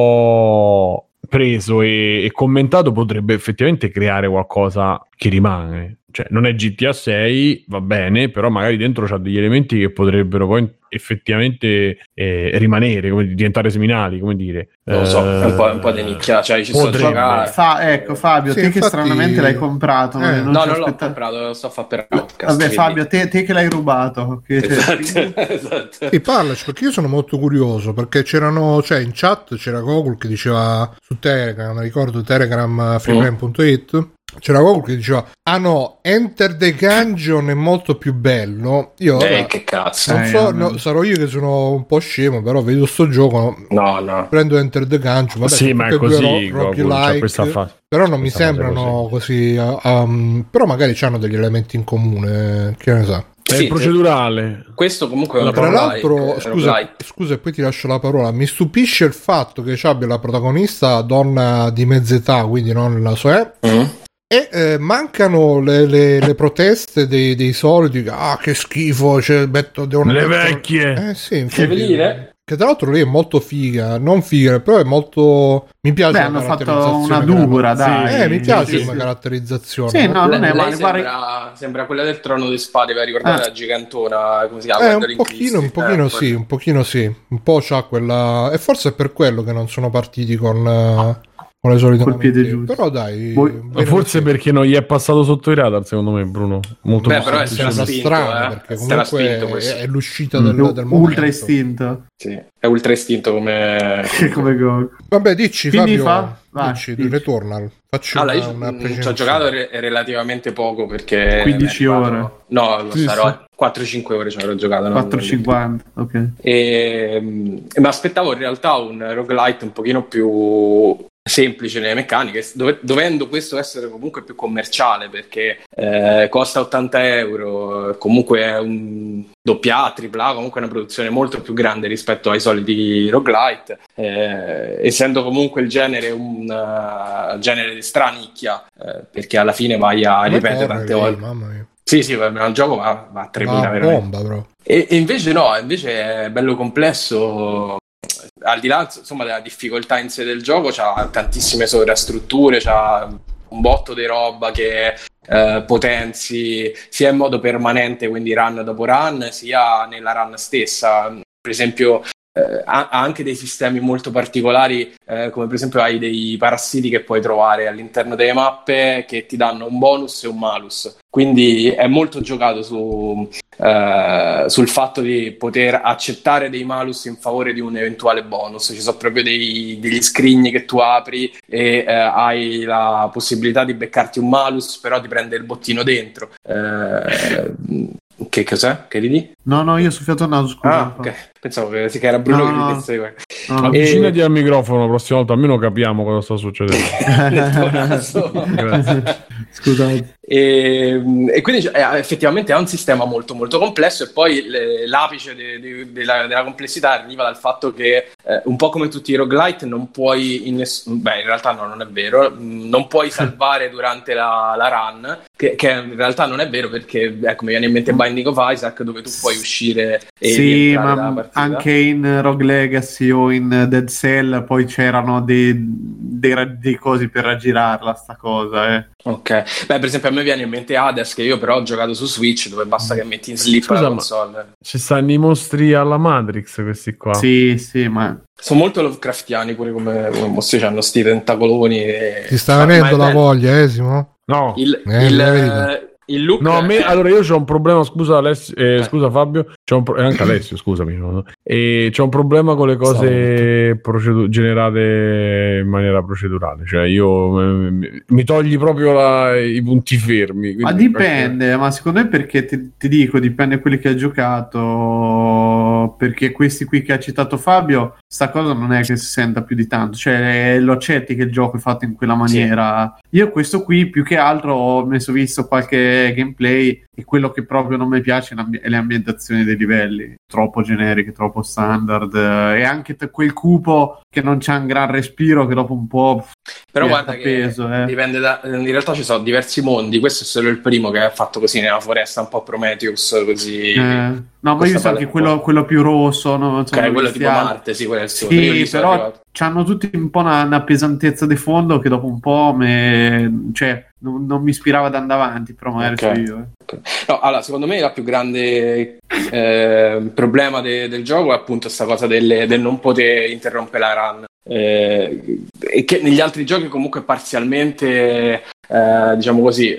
po' preso e commentato, potrebbe effettivamente creare qualcosa che rimane. Cioè, non è GTA 6, va bene, però magari dentro c'ha degli elementi che potrebbero poi effettivamente rimanere, come diventare seminali, come dire. Non lo so, è un po' di nicchia, cioè ci sto giocando. Ecco Fabio, te che stranamente l'hai comprato. Non l'ho comprato, lo sto a fare per podcast. Vabbè Fabio, te che l'hai rubato. Esatto. Sì, parlaci, perché io sono molto curioso, perché cioè in chat c'era Gogol che diceva su Telegram, ricordo Telegram freeplane.it, c'era qualcuno che diceva no, Enter the Gungeon è molto più bello. Io che cazzo, non so, sarò io che sono un po' scemo, però vedo sto gioco, no, prendo Enter the Gungeon, vabbè, sì, ma è così, però non mi sembrano così, però magari hanno degli elementi in comune, che ne sa. È sì, procedurale. Questo comunque è un tra l'altro, scusa, e poi ti lascio la parola. Mi stupisce il fatto che ci abbia la protagonista donna di mezza età, quindi non la sua e mancano le proteste dei soliti. Che schifo, cioè, le vecchie. Sì, infatti, che tra l'altro lei è molto figa, non figa, però è molto, mi piace. Hanno fatto una dura, dai. Mi piace come caratterizzazione. Sì, no, non è male. Sembra quella del Trono di Spade, per ricordare la gigantona, come si chiama? Un pochino sì, un po' c'ha quella, e forse è per quello che non sono partiti con le solite però dai, forse perché non gli è passato sotto i radar, secondo me, Bruno. Molto però è strano, perché comunque è l'uscita del momento. Ultra istinto. Sì, è ultra istinto come Go. Vabbè, dici Fabio, dici. Returnal. Allora, io ci ho giocato relativamente poco, perché 15 ore. No, sarò 4-5 ore ci avrò giocato. 4-50, ok. E mi aspettavo in realtà un roguelite un pochino più semplice nelle meccaniche, dovendo questo essere comunque più commerciale, perché costa 80 euro, comunque è un AA, AAA, comunque una produzione molto più grande rispetto ai soliti roguelite, essendo comunque il genere un genere di stranicchia, perché alla fine vai a ripetere tante volte. Mamma mia. Sì, per me un gioco va a 3000 veramente. Bomba, bro. E invece è bello complesso. Al di là, insomma, della difficoltà in sé del gioco, c'ha tantissime sovrastrutture, c'ha un botto di roba che potenzi sia in modo permanente, quindi run dopo run, sia nella run stessa. Per esempio ha anche dei sistemi molto particolari, come per esempio hai dei parassiti che puoi trovare all'interno delle mappe che ti danno un bonus e un malus, quindi è molto giocato sul fatto di poter accettare dei malus in favore di un eventuale bonus. Ci sono proprio degli scrigni che tu apri e hai la possibilità di beccarti un malus, però ti prende il bottino dentro. Che cos'è? Che ridi? No, io ho soffiato il naso, scusa. Ok. Pensavo che era Bruno che ridesse quello. Avvicinati al microfono la prossima volta, almeno capiamo cosa sta succedendo. Scusate. E quindi effettivamente ha un sistema molto molto complesso, e poi l'apice della complessità arriva dal fatto che un po' come tutti i roguelite non puoi in realtà no, non è vero, non puoi salvare durante la run, che in realtà non è vero, perché ecco, mi viene in mente Binding of Isaac, dove tu puoi uscire e rientrare dalla partita. Anche in Rogue Legacy o in Dead Cell poi c'erano dei cosi per raggirarla sta cosa. Ok, per esempio a me viene in mente Hades, che io però ho giocato su Switch, dove basta che metti in sleep la console. Ci stanno i mostri alla Matrix questi qua. Sì, ma sono molto Lovecraftiani pure come mostri, hanno sti tentacoloni ti sta venendo la voglia, Esimo? No, il look allora io c'ho un problema, scusa Alessio, scusa Fabio, anche Alessio, scusami, e c'ho un problema con le cose generate in maniera procedurale, cioè io mi togli proprio i punti fermi. Ma dipende, ma secondo me perché ti dico, dipende quelli che hai giocato, perché questi qui che ha citato Fabio, sta cosa non è che si senta più di tanto, cioè lo accetti che il gioco è fatto in quella maniera. Sì. Io questo qui più che altro ho visto qualche gameplay, e quello che proprio non mi piace è le ambientazioni dei livelli, troppo generiche, troppo standard, e anche quel cupo che non c'ha un gran respiro, che dopo un po' però guarda peso, che dipende in realtà ci sono diversi mondi, questo è solo il primo che è fatto così nella foresta, un po' Prometheus così. No, ma io so che quello più rosso, no? Ok, quello tipo Marte, sì, quello è il suo. Sì, però c'hanno tutti un po' una pesantezza di fondo che dopo un po' non mi ispirava ad andare avanti, però magari sono io. Okay. No, allora, secondo me il più grande problema del gioco è appunto questa cosa del non poter interrompere la run, e che negli altri giochi comunque parzialmente diciamo così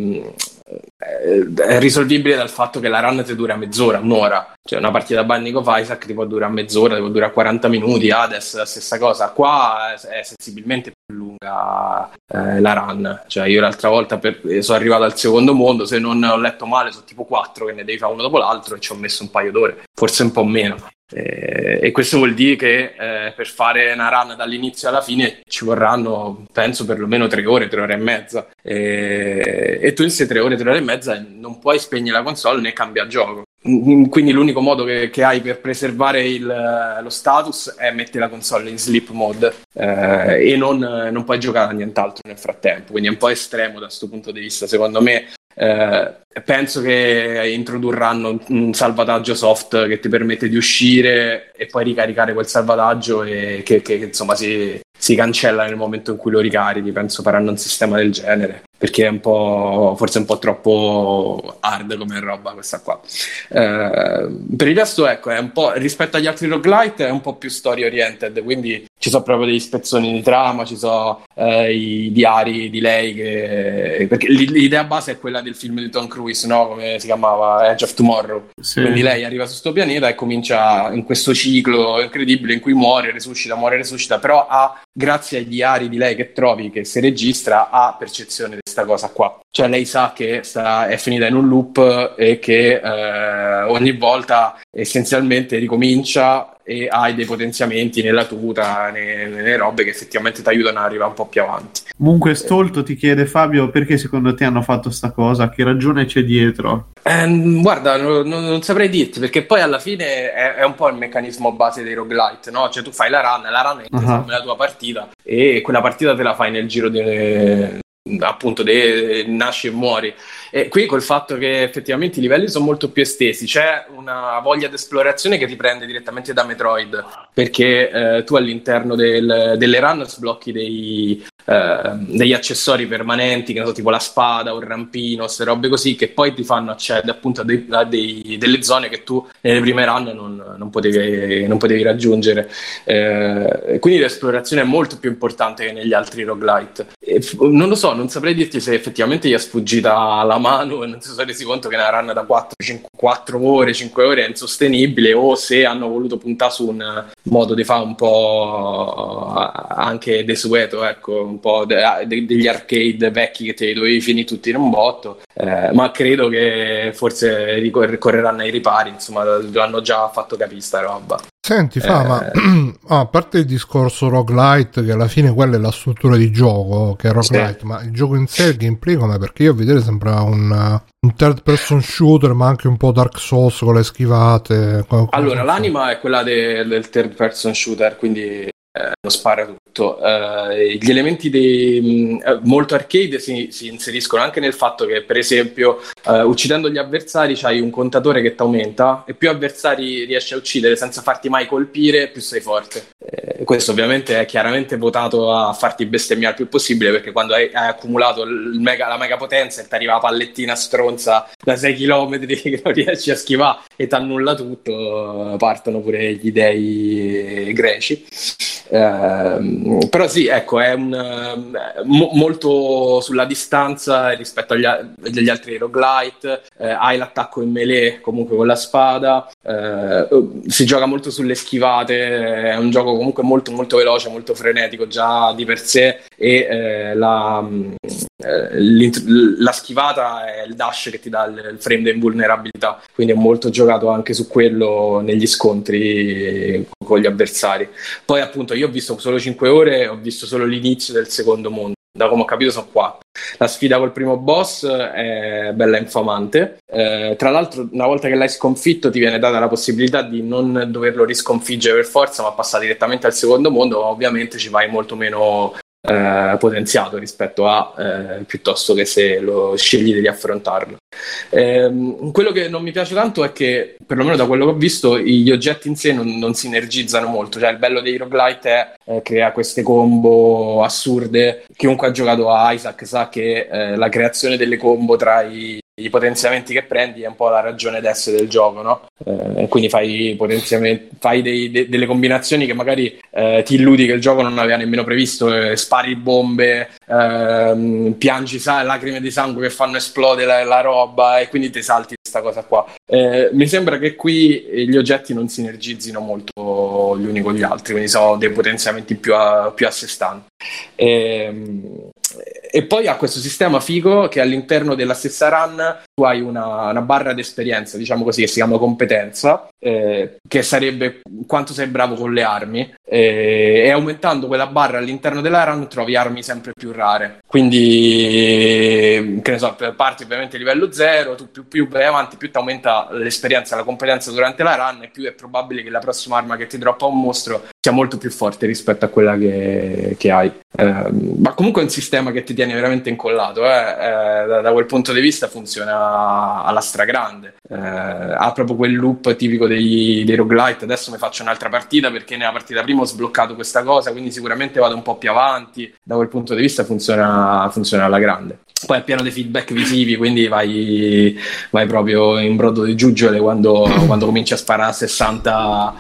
è risolvibile dal fatto che la run ti dura mezz'ora, un'ora, cioè una partita Binding of Isaac ti può durare mezz'ora, ti può durare 40 minuti, Hades la stessa cosa, qua è sensibilmente più lunga la run, cioè io l'altra volta sono arrivato al secondo mondo, se non ho letto male sono tipo 4 che ne devi fare uno dopo l'altro, e ci ho messo un paio d'ore, forse un po' meno. E questo vuol dire che per fare una run dall'inizio alla fine ci vorranno, penso, perlomeno 3 ore e mezza, e tu in queste 3 ore e mezza non puoi spegnere la console né cambiare gioco, quindi l'unico modo che hai per preservare lo status è mettere la console in sleep mode, e non puoi giocare a nient'altro nel frattempo, quindi è un po' estremo da questo punto di vista, secondo me. Penso che introdurranno un salvataggio soft che ti permette di uscire e poi ricaricare quel salvataggio, e che insomma si cancella nel momento in cui lo ricarichi. Penso faranno un sistema del genere, perché è forse un po' troppo hard come roba questa qua. Per il resto, ecco, è un po', rispetto agli altri roguelite, è un po' più story oriented, quindi ci sono proprio degli spezzoni di trama, ci sono i diari di lei, perché l'idea base è quella del film di Tom Cruise, no? Come si chiamava? Edge of Tomorrow. Sì. Quindi lei arriva su sto pianeta e comincia in questo ciclo incredibile in cui muore, resuscita, però grazie ai diari di lei che trovi, che si registra, ha percezione di questa cosa qua. Cioè lei sa che è finita in un loop e che ogni volta essenzialmente ricomincia, e hai dei potenziamenti nella tuta, nelle robe che effettivamente ti aiutano ad arrivare un po' più avanti. Comunque Stolto ti chiede, Fabio, perché secondo te hanno fatto sta cosa? Che ragione c'è dietro? Guarda, non saprei dirti, perché poi alla fine è un po' il meccanismo base dei roguelite, no? Cioè tu fai la run è come la tua partita, e quella partita te la fai nel giro appunto nasci e muori. E qui col fatto che effettivamente i livelli sono molto più estesi, c'è una voglia di esplorazione che ti prende direttamente da Metroid, perché tu all'interno delle run sblocchi degli accessori permanenti, che ne so, tipo la spada o il rampino, queste robe così, che poi ti fanno accedere appunto a delle zone che tu nelle prime run non potevi raggiungere, quindi l'esplorazione è molto più importante che negli altri roguelite. Non lo so, non saprei dirti se effettivamente gli è sfuggita la mano e non si sono resi conto che una run da 4 ore, 5 ore è insostenibile, o se hanno voluto puntare su un modo di fare un po' anche desueto, ecco, un po' degli arcade vecchi che te li dovevi finire tutti in un botto, ma credo che forse ricorreranno ai ripari, insomma, lo hanno già fatto capire sta roba. Senti, ma a parte il discorso roguelite, che alla fine quella è la struttura di gioco, che è roguelite, sì. Ma il gioco in sé, il gameplay com'è? Perché io a vedere sembra un third person shooter, ma anche un po' Dark Souls con le schivate. Allora, l'anima è quella del third person shooter, quindi non spara tutto. Gli elementi molto arcade si inseriscono anche nel fatto che, per esempio, uccidendo gli avversari c'hai un contatore che ti aumenta, e più avversari riesci a uccidere senza farti mai colpire, più sei forte. Questo ovviamente è chiaramente votato a farti bestemmiare il più possibile, perché quando hai accumulato la mega potenza e ti arriva la pallettina stronza da 6 km che non riesci a schivare e ti annulla tutto, partono pure gli dei greci. Però sì, ecco, è molto sulla distanza rispetto agli altri roguelite. Hai l'attacco in melee comunque con la spada, si gioca molto sulle schivate, è un gioco comunque molto molto veloce, molto frenetico già di per sé, e la schivata è il dash che ti dà il frame di invulnerabilità, quindi è molto giocato anche su quello negli scontri con gli avversari. Poi appunto io ho visto solo 5 ore, ho visto solo l'inizio del secondo mondo, da come ho capito sono 4. La sfida col primo boss è bella infamante, tra l'altro una volta che l'hai sconfitto ti viene data la possibilità di non doverlo risconfiggere per forza, ma passare direttamente al secondo mondo, ma ovviamente ci vai molto meno potenziato rispetto a piuttosto che se lo scegli di affrontarlo. Quello che non mi piace tanto è che, perlomeno da quello che ho visto, gli oggetti in sé non sinergizzano molto. Cioè, il bello dei roguelite è crea queste combo assurde. Chiunque ha giocato a Isaac sa che la creazione delle combo tra i potenziamenti che prendi è un po' la ragione d'essere del gioco, no? Quindi fai delle combinazioni che magari ti illudi che il gioco non aveva nemmeno previsto, spari bombe, piangi lacrime di sangue che fanno esplodere la roba, e quindi ti salti questa cosa qua. Mi sembra che qui gli oggetti non sinergizzino molto gli uni con gli altri, quindi sono dei potenziamenti più a sé stanti. E poi ha questo sistema figo che all'interno della stessa run tu hai una barra di esperienza, diciamo così, che si chiama competenza, che sarebbe quanto sei bravo con le armi, e aumentando quella barra all'interno della run trovi armi sempre più rare. Quindi, che ne so, parti ovviamente a livello 0, tu più vai avanti, più ti aumenta l'esperienza, la competenza durante la run, e più è probabile che la prossima arma che ti droppa un mostro sia molto più forte rispetto a quella che hai. Ma comunque è un sistema che ti tiene veramente incollato, da quel punto di vista funziona alla stragrande. Ha proprio quel loop tipico dei roguelite. Adesso mi faccio un'altra partita perché nella partita prima ho sbloccato questa cosa, quindi sicuramente vado un po' più avanti. Da quel punto di vista funziona alla grande. Poi è pieno dei feedback visivi, quindi vai proprio in brodo di giuggiole quando cominci a sparare 60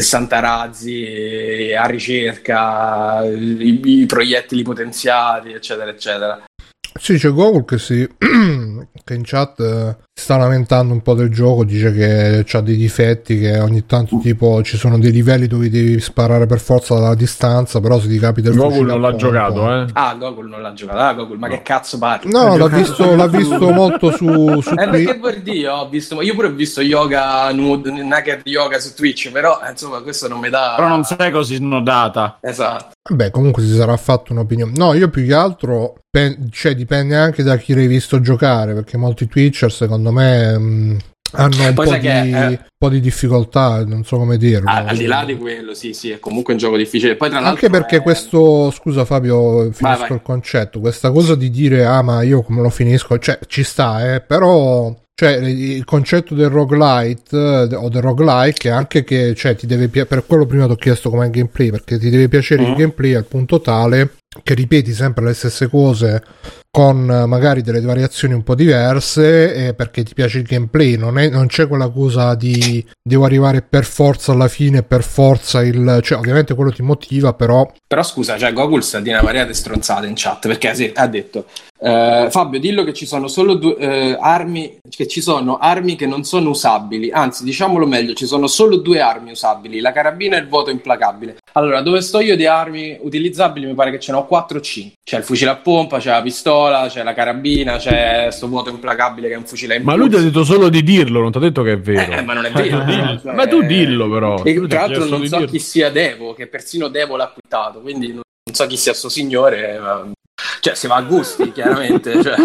razzi a ricerca, i proiettili potenziati, eccetera eccetera. Sì, c'è Google che in chat si sta lamentando un po' del gioco, dice che c'ha dei difetti, che ogni tanto tipo ci sono dei livelli dove devi sparare per forza dalla distanza, però se ti capita il Google non l'ha giocato, Google non l'ha giocato, Google, ma no. Che cazzo parli? No, l'ha visto molto su perché vuol dire, io pure ho visto yoga naked yoga su Twitch, però insomma questo non mi dà. Però non sei così snodata. Esatto. Vabbè, comunque si sarà fatto un'opinione. No, io più che altro dipende anche da chi l'hai visto giocare, perché molti Twitcher secondo me hanno un po' di difficoltà, non so come dirlo. Al di là di quello, sì, è comunque un gioco difficile. Poi tra l'altro anche perché questo, scusa Fabio, finisco il concetto, questa cosa di dire ma io come lo finisco, cioè ci sta, però cioè il concetto del roguelite o del roguelike è anche che ti deve per quello prima ti ho chiesto com'è il gameplay, perché ti deve piacere il gameplay al punto tale che ripeti sempre le stesse cose con magari delle variazioni un po' diverse, perché ti piace il gameplay, non c'è quella cosa di devo arrivare per forza alla fine, per forza cioè ovviamente quello ti motiva, però scusa, Google sta di una marea di stronzate in chat, perché ha detto Fabio, dillo che ci sono solo due armi, che ci sono armi che non sono usabili, anzi diciamolo meglio, ci sono solo 2 armi usabili, la carabina e il vuoto implacabile. Allora, dove sto io di armi utilizzabili mi pare che ce ne ho 4 o 5. C'è il fucile a pompa, c'è la pistola, c'è la carabina, c'è sto vuoto implacabile che è un fucile a impulso. Ma lui ti ha detto solo di dirlo, non ti ha detto che è vero. Ma non è vero. Cioè, ma tu dillo però. E tra l'altro non so chi sia Devo, che persino Devo l'ha acquistato, quindi non so chi sia sto signore. Cioè, si va a gusti, chiaramente. Cioè,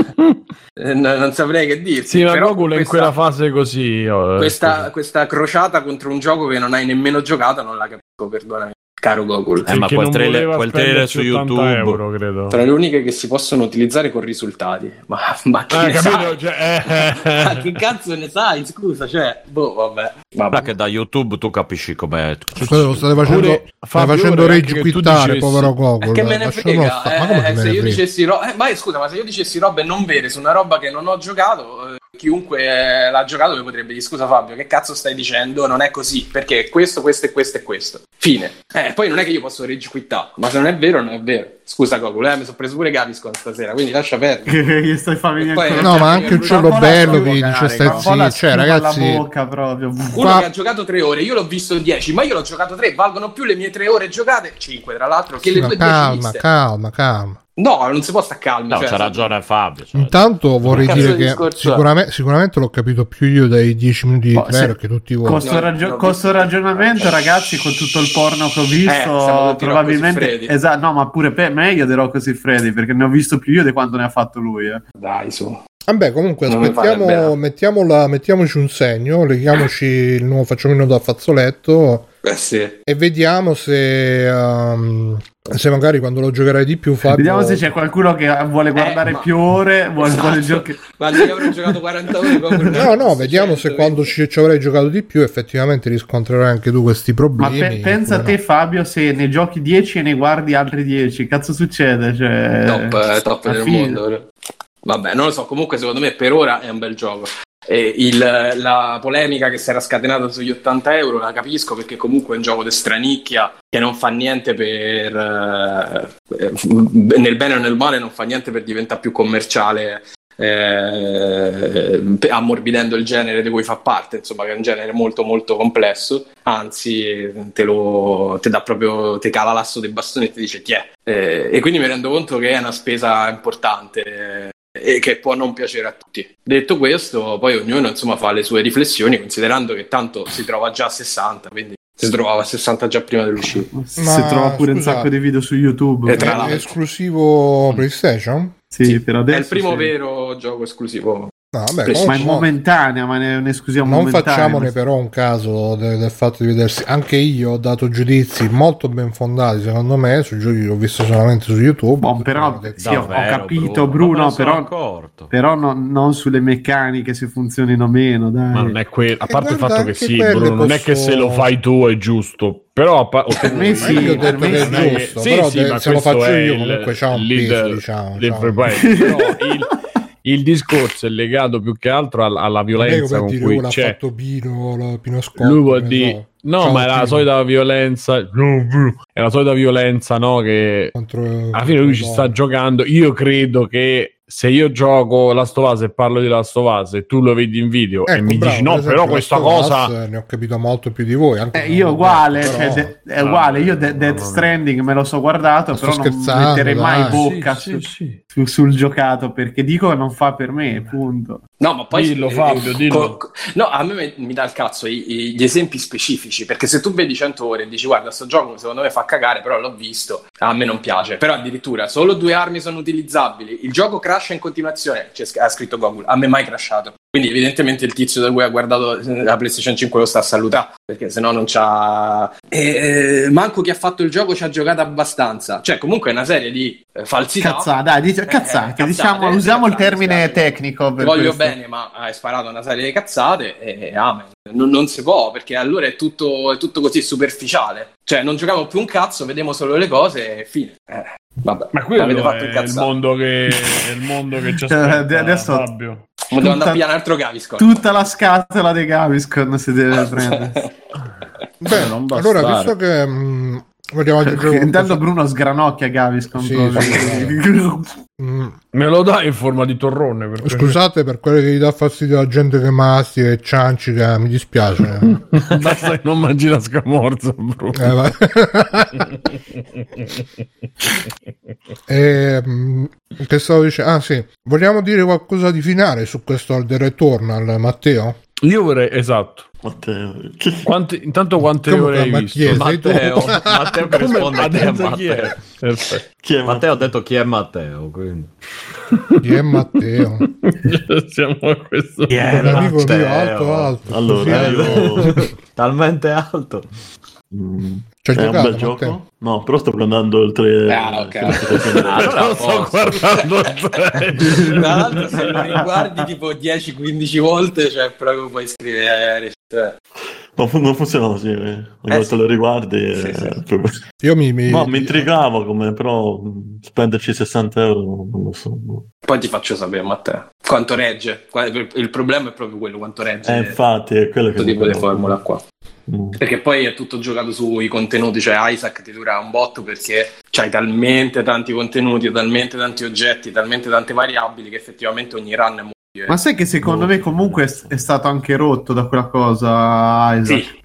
non saprei che dirti. Sì, ma Gogol è in quella fase così. Questa crociata contro un gioco che non hai nemmeno giocato, non la capisco, perdonami. Caro Gogol, ma quel trailer su YouTube euro, credo. Tra le uniche che si possono utilizzare con risultati, ma che ne sai? Ma che cazzo ne sai? Scusa, cioè, vabbè. Ma che da YouTube tu capisci com'è. Lo state facendo reggiquittare, povero Gogol. Che me ne frega? Se io dicessi ma scusa, ma se io dicessi robe non vere su una roba che non ho giocato, chiunque l'ha giocato mi potrebbe dire: scusa Fabio, che cazzo stai dicendo? Non è così, perché questo e questo. Fine. Poi non è che io posso reggiquittare, ma se non è vero, non è vero. Scusa Gogol, mi sono preso pure Gaviscon stasera, quindi lascia perdere. Gli stai no, ma anche un cielo bello vi dice stai zitto, cioè ragazzi, bocca proprio. Uno che ha giocato 3 ore, io l'ho visto 10, ma io l'ho giocato 3, valgono più le mie 3 ore giocate, 5 tra l'altro, che le tue 10 viste. Calma. No, non si può stare calmi. No, c'ha ragione Fabio. Intanto vorrei dire che sicuramente l'ho capito più io dai 10 minuti di trailer che tutti voi. Questo ragionamento, ragazzi, con tutto il porno che ho visto, probabilmente no, ma pure meglio di Rocco Siffredi, perché ne ho visto più io di quanto ne ha fatto lui. Dai, su. Vabbè, comunque mettiamoci un segno, leghiamoci il nuovo, facciamo il nodo a fazzoletto. Sì. E vediamo se magari quando lo giocherai di più, Fabio... Vediamo se c'è qualcuno che vuole guardare più ore, vuole giocare. Ma io avrei giocato 40 ore. No, vediamo se quando ci avrai giocato di più effettivamente riscontrerai anche tu questi problemi. Ma pensa a te, Fabio, se ne giochi 10 e ne guardi altri 10, cazzo succede? Cioè, top del mondo. Vabbè, non lo so, comunque secondo me per ora è un bel gioco. La polemica che si era scatenata sugli 80 euro la capisco, perché comunque è un gioco di stranicchia che non fa niente nel bene o nel male, non fa niente per diventare più commerciale, ammorbidendo il genere di cui fa parte, insomma, che è un genere molto molto complesso, anzi te dà proprio, te cala l'asso dei bastoni e ti dice tiè, e quindi mi rendo conto che è una spesa importante e che può non piacere a tutti. Detto questo, poi ognuno insomma fa le sue riflessioni, considerando che tanto si trova già a 60, quindi si trovava a 60 già prima dell'uscita. Si trova pure un sacco di video su YouTube. È esclusivo PlayStation? Sì, per adesso è il primo vero gioco esclusivo. No, vabbè, ma è momentanea, ma è un'esclusiva non momentanea. Facciamone però un caso del fatto di vedersi. Anche io ho dato giudizi molto ben fondati, secondo me, su giochi che ho visto solamente su YouTube. Però sì, ho capito, Bruno, però non sulle meccaniche, se funzionino meno, dai. Ma non è a parte il fatto che sì, Bruno, non è che se lo fai tu è giusto. Però per me sì, io ho detto che è giusto, però se lo faccio io comunque c'ha un peso, diciamo. Però il discorso è legato più che altro alla violenza con cui c'è fatto Pino Scott, lui vuol dire ma è la solita violenza, è la solita violenza, no, che alla fine lui ci sta giocando. Io credo che se io gioco Last of Us e parlo di Last of Us e tu lo vedi in video e mi dici no, però questa cosa ne ho capito molto più di voi, io uguale, è uguale, io Death Stranding me lo so guardato, però non metterei mai bocca sul giocato, perché dico che non fa per me, punto. No, ma poi dillo Fabio, dillo. No, a me mi dà il cazzo gli esempi specifici, perché se tu vedi 100 ore e dici guarda, sto gioco secondo me fa cagare, però l'ho visto, a me non piace, però addirittura solo 2 armi sono utilizzabili, il gioco crasha in continuazione, ha scritto Google, a me mai crashato. Quindi evidentemente il tizio da cui ha guardato la PlayStation 5 lo sta a salutare, perché sennò non c'ha... manco chi ha fatto il gioco ci ha giocato abbastanza. Cioè comunque è una serie di falsità. Cazzate, diciamo, usiamo il termine tecnico. Per voglio bene, ma hai sparato una serie di cazzate e amen. Non si può, perché allora è tutto così superficiale. Cioè non giochiamo più un cazzo, vediamo solo le cose e fine. Vabbè, ma quello avete fatto è il mondo che ci aspetta, adesso Fabio. Devo andare a pigliare un altro Gaviscon. Tutta la scatola dei Gaviscon si deve prendere. Beh, allora, visto che Vogliamo aggiungere intanto Bruno sgranocchia Gaviscon. Sì. Me lo dai in forma di torrone? Perché... Scusate per quello che gli dà fastidio la gente che mastica e ciancica, mi dispiace. Basta che non mangi la scamorza, Bruno. Che stavo dicendo? Ah sì, vogliamo dire qualcosa di finale su questo The Returnal, Matteo? Io vorrei, esatto. Matteo, intanto quante ore hai visto? Matteo che risponde chi è? Chi è Matteo? Ha detto chi è Matteo, quindi. Chi è Matteo? Siamo a questo. Chi è Amico mio, Matteo? alto. allora io Talmente alto. C'è è un giocato, bel gioco? Matteo? No, però sto guardando il 3. Allora Non sto guardando te. Tra l'altro se lo riguardi tipo 10-15 volte, cioè proprio puoi scrivere. Non funziona così. Ogni volta lo riguardi. Io mi intrigavo come, però spenderci 60 euro non lo so. Poi ti faccio sapere, Matteo, quanto regge. Il problema è proprio quello, quanto regge. Infatti è quello che questo tipo di formula qua. Mm. Perché poi è tutto giocato sui contenuti, cioè Isaac ti dura un botto perché c'hai talmente tanti contenuti, talmente tanti oggetti, talmente tante variabili che effettivamente ogni run è molto. Ma sai che secondo me comunque è stato anche rotto da quella cosa, Isaac,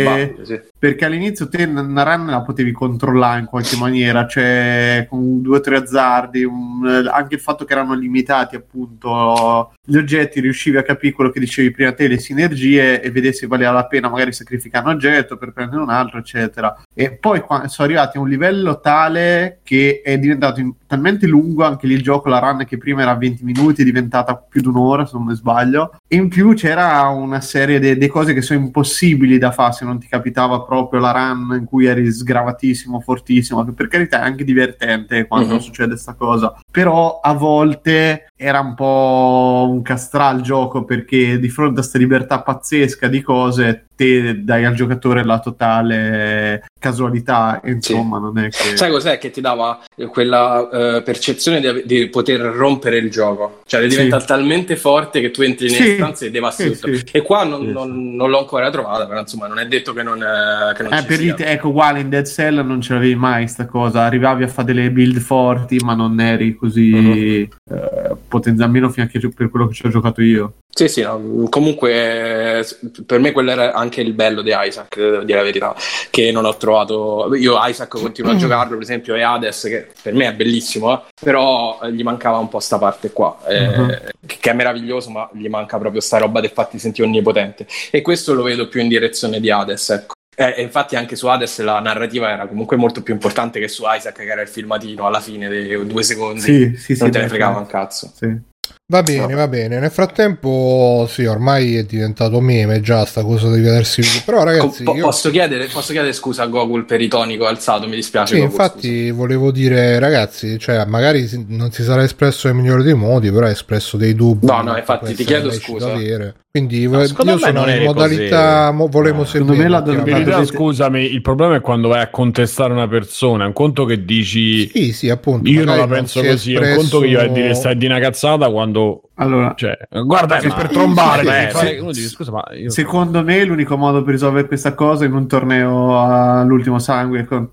perché all'inizio te una run la potevi controllare in qualche maniera, cioè con 2 o 3 azzardi, anche il fatto che erano limitati appunto gli oggetti, riuscivi a capire quello che dicevi prima te, le sinergie, e vedere se valeva la pena magari sacrificare un oggetto per prendere un altro, eccetera. E poi sono arrivati a un livello tale che è diventato talmente lungo anche lì il gioco, la run che prima era 20 minuti è diventata più di un'ora, se non mi sbaglio, e in più c'era una serie di cose che sono impossibili da fare se non ti capitava proprio la run in cui eri sgravatissimo, fortissimo, che per carità è anche divertente quando succede sta cosa, però a volte era un po' un castrà il gioco, perché di fronte a questa libertà pazzesca di cose te dai al giocatore la totale casualità, insomma. Non è che... Sai cos'è che ti dava quella percezione di poter rompere il gioco, cioè diventa talmente forte che tu entri nelle stanze e devasti tutto. E qua non l'ho ancora trovata, però insomma non è detto che non ci per sia. ecco, uguale in Dead Cell non ce l'avevi mai sta cosa, arrivavi a fare delle build forti ma non eri così potenzialmente, almeno fino a che per quello che ci ho giocato io. Sì, no, comunque per me quello era anche il bello di Isaac, devo dire la verità, che non ho trovato. Io Isaac continuo a giocarlo, per esempio, e Hades, che per me è bellissimo, però gli mancava un po' sta parte qua, che è meraviglioso, ma gli manca proprio sta roba del fatti sentire onnipotente, e questo lo vedo più in direzione di Hades, ecco. E infatti anche su Hades la narrativa era comunque molto più importante che su Isaac, che era il filmatino alla fine dei 2 secondi, non te ne fregava un cazzo. Va bene. Nel frattempo, sì, ormai è diventato meme già sta cosa di vedersi video. Però, ragazzi, posso chiedere scusa a Gogol per i tonico alzato, mi dispiace. Sì, Gogol, infatti, scusa. Volevo dire, ragazzi, cioè, magari non si sarà espresso nel migliore dei modi, però ha espresso dei dubbi. No, infatti, ti chiedo scusa. Quindi io sono in modalità volevo seguire. Scusami, il problema è quando vai a contestare una persona. È un conto che dici sì, appunto, io non la penso così, è un conto che io vai a dire stai di una cazzata quando cioè, guarda che per trombare scusa, ma secondo me l'unico modo per risolvere questa cosa in un torneo all'ultimo sangue con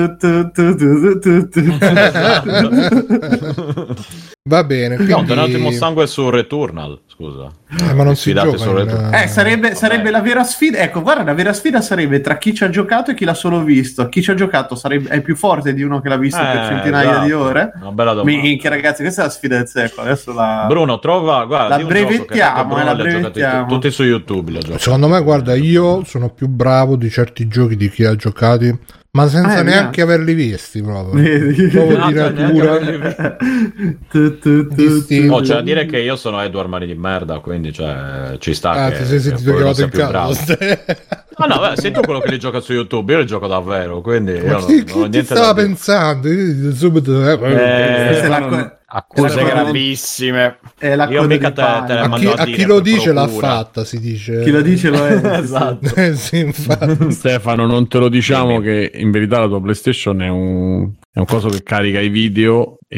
va bene, quindi... un ultimo sangue su Returnal, scusa. Ma non si gioca sarebbe la vera sfida. Ecco, guarda, la vera sfida sarebbe tra chi ci ha giocato e chi l'ha solo visto. Chi ci ha giocato è più forte di uno che l'ha visto per centinaia di ore. Una bella domanda. Minchia, ragazzi, questa è la sfida del secolo. Adesso Bruno, guarda, la brevettiamo, tutti su YouTube. Secondo me, guarda, io sono più bravo di certi giochi di chi ha giocati, ma senza neanche averli visti proprio. C'è da dire che io sono Edward Mani di merda, quindi cioè ci sta ti sei sentito chiamato in casa. No, sei tu quello che li gioca su YouTube, io li gioco davvero, quindi io non ho niente stava pensando subito accuse gravissime. Io mica te le mando a chi lo dice l'ha fatta, si dice. Chi lo dice lo è. Esatto. Sì, infatti. Stefano, non te lo diciamo che in verità la tua PlayStation è un coso che carica i video e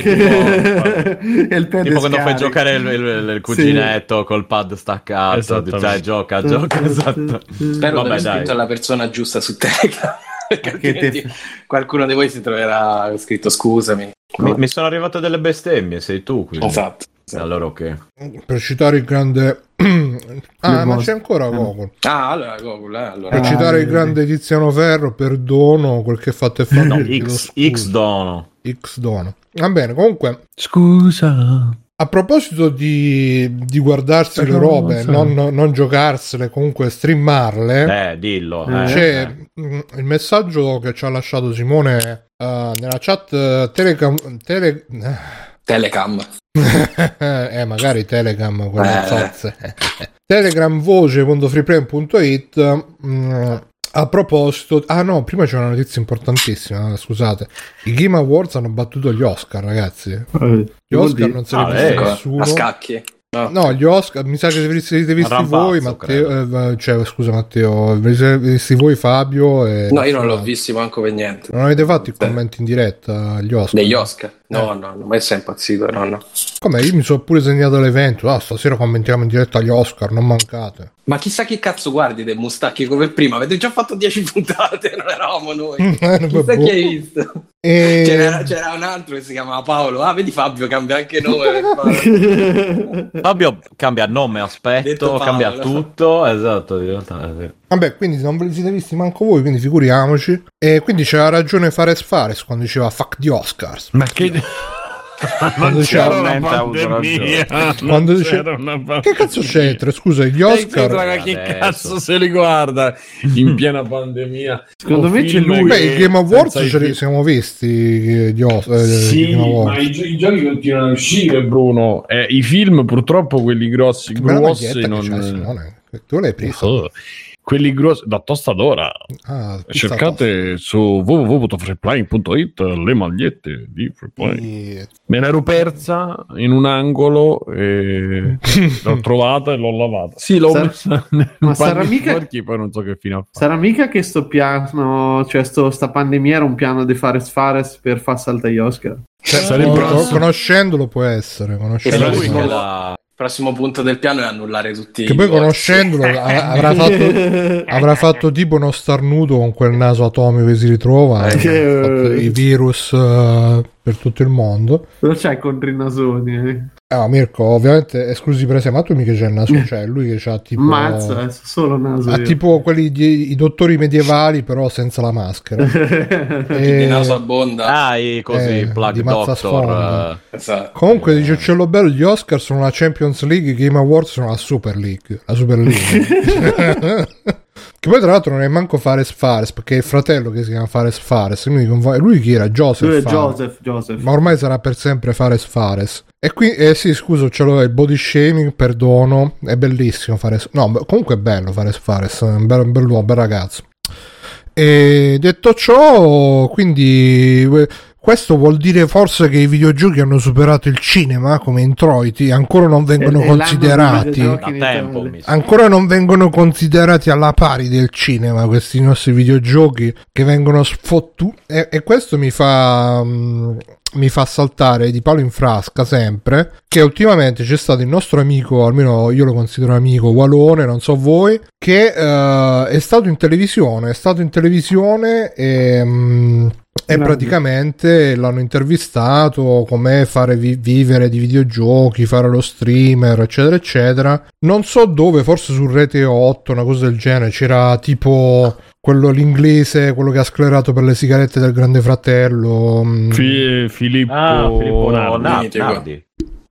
tipo quando fai giocare il cuginetto col pad staccato, gioca esatto. Spero di aver scritto alla persona giusta su Telegram. Qualcuno di voi si troverà scritto scusami. Mi sono arrivate delle bestemmie, sei tu. Quindi. Esatto. Allora ok. Per citare il grande... ma c'è ancora Gogol. Allora Gogol, allora. Per citare il grande Tiziano Ferro, perdono quel che fatto è fatto. No, X dono. Va bene, comunque... Scusa. A proposito di guardarsi le robe, non giocarsele, comunque streamarle, dillo. C'è il messaggio che ci ha lasciato Simone nella chat Telecam. Magari Telegram, quelle zozze. Telegram voce.freeplay.it. A proposito, no, prima c'è una notizia importantissima, scusate. I Game Awards hanno battuto gli Oscar, ragazzi. Gli Oscar non se ne visto nessuno. A scacchi. No, gli Oscar, mi sa che vi siete visti voi, Matteo. Scusa Matteo, vi siete visti voi, Fabio? No, io non l'ho visti manco per niente. Non avete fatto i commenti in diretta agli Oscar? Degli Oscar? No, ma sei impazzito, no. Come? Io mi sono pure segnato l'evento. Stasera commentiamo in diretta agli Oscar, non mancate. Ma chissà che cazzo guardi dei mustacchi come prima. Avete già fatto 10 puntate, non eravamo noi. Chissà chi hai visto. C'era un altro che si chiamava Paolo. Vedi Fabio cambia anche nome. Fabio cambia nome, aspetto, cambia tutto. Esatto. Vabbè, quindi non ve li siete visti manco voi, quindi figuriamoci. E quindi c'era ragione Fares quando diceva fuck the Oscars. Ma che... quando c'era una pandemia, che cazzo c'entra? Scusa, gli Oscar che cazzo se li guarda in piena pandemia? Secondo me c'è lui. I Game Awards ce li siamo visti gli Game Awards. Ma i giochi continuano a uscire, Bruno, i film purtroppo quelli grossi non... tu l'hai preso? Quelli grossi da Tostadora. Cercate su www.freeplay.it le magliette di Freeplay. Me l'ero persa in un angolo e l'ho trovata e l'ho lavata. Sì, l'ho messa ma sarà mica sporchi, poi non so che fine ha fatto. Sarà mica che sto piano, cioè sta pandemia era un piano di Fares per far saltare gli Oscar. Conoscendolo può essere. Prossimo punto del piano è annullare tutti. Che poi conoscendolo avrà fatto tipo uno starnuto con quel naso atomico che si ritrova i virus per tutto il mondo. Però c'hai contro i nasoni. Mirko, ovviamente esclusi per esempio, ma tu mica c'è il naso, cioè lui che c'ha tipo solo naso tipo quelli i dottori medievali però senza la maschera. Il naso a bonda. Così Plug Doctor. Esatto. Comunque dice Uccello Bello, gli Oscar sono la Champions League, i Game Awards sono la Super League. Che poi tra l'altro non è manco Fares perché è il fratello che si chiama Fares, lui chi era? Joseph. Ma ormai sarà per sempre Fares. E qui sì, scusa, ce l'ho, il body shaming, perdono, è bellissimo Fares. No, comunque è bello Fares, è un bel ragazzo. E detto ciò, quindi questo vuol dire forse che i videogiochi hanno superato il cinema come introiti, ancora non vengono considerati ancora non vengono considerati alla pari del cinema questi nostri videogiochi che vengono sfottuti, e questo mi fa saltare di palo in frasca sempre che ultimamente c'è stato il nostro amico, almeno io lo considero amico, Walone, non so voi, che è stato in televisione e praticamente l'hanno intervistato come fare vivere di videogiochi, fare lo streamer, eccetera eccetera. Non so dove, forse su Rete 8, una cosa del genere, c'era tipo l'inglese, quello che ha sclerato per le sigarette del Grande Fratello, Filippo Nardi.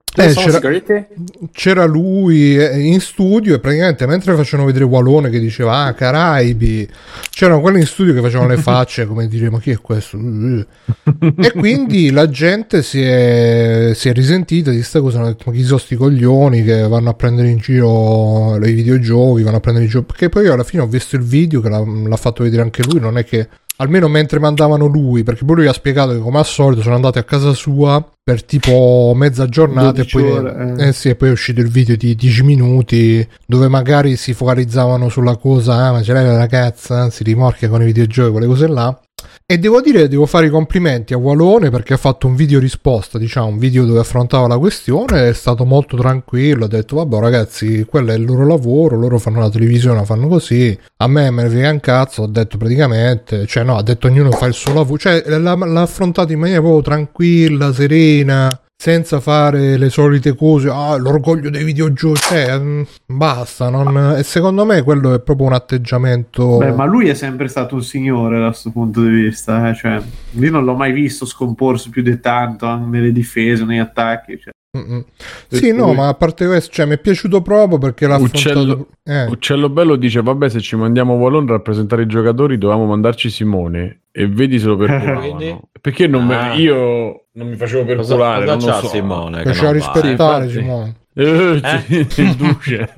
C'era lui in studio e praticamente mentre facevano vedere Walone che diceva Caraibi, c'erano quelli in studio che facevano le facce come dire ma chi è questo? E quindi la gente si è risentita di sta cosa, hanno detto ma chi sono sti coglioni che vanno a prendere in giro i videogiochi, perché poi io alla fine ho visto il video che l'ha fatto vedere anche lui, non è che almeno mentre mandavano lui, perché poi lui ha spiegato che come al solito sono andati a casa sua per tipo mezza giornata e poi, e poi è uscito il video di 10 minuti dove magari si focalizzavano sulla cosa ma ce l'hai la ragazza, si rimorchia con i videogiochi, quelle cose là. E devo fare i complimenti a Walone perché ha fatto un video risposta, diciamo, un video dove affrontava la questione, è stato molto tranquillo, ha detto vabbè ragazzi, quello è il loro lavoro, loro fanno la televisione, fanno così, a me ne frega un cazzo, ho detto praticamente, cioè no, ha detto ognuno fa il suo lavoro, cioè l'ha affrontato in maniera proprio tranquilla, serena, senza fare le solite cose, l'orgoglio dei videogiochi, basta, e secondo me quello è proprio un atteggiamento. Beh, ma lui è sempre stato un signore da questo punto di vista, cioè io non l'ho mai visto scomporsi più di tanto nelle difese, negli attacchi, cioè. Sì, no, ma a parte questo, cioè mi è piaciuto proprio perché l'ha affrontato. Uccello Bello dice vabbè, se ci mandiamo Walon a rappresentare i giocatori dovevamo mandarci Simone e vedi se lo perculavano. Perché io non mi facevo perculare, non lo so. Simone faceva rispettare Simone. Duce.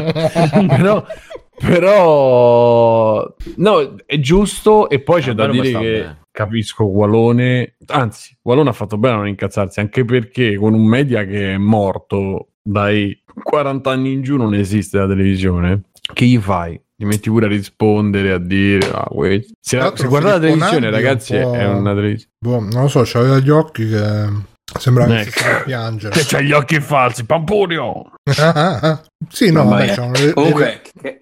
però no, è giusto. E poi c'è da dire che capisco Walone, anzi Walone ha fatto bene a non incazzarsi, anche perché con un media che è morto dai 40 anni in giù non esiste la televisione, che gli fai? Ti metti pure a rispondere, a dire se guardate la televisione, ragazzi, è una televisione. Non lo so, c'aveva gli occhi che sembrava che stesse a piangere. Che c'ha gli occhi falsi, Pampurio. Sì, no, comunque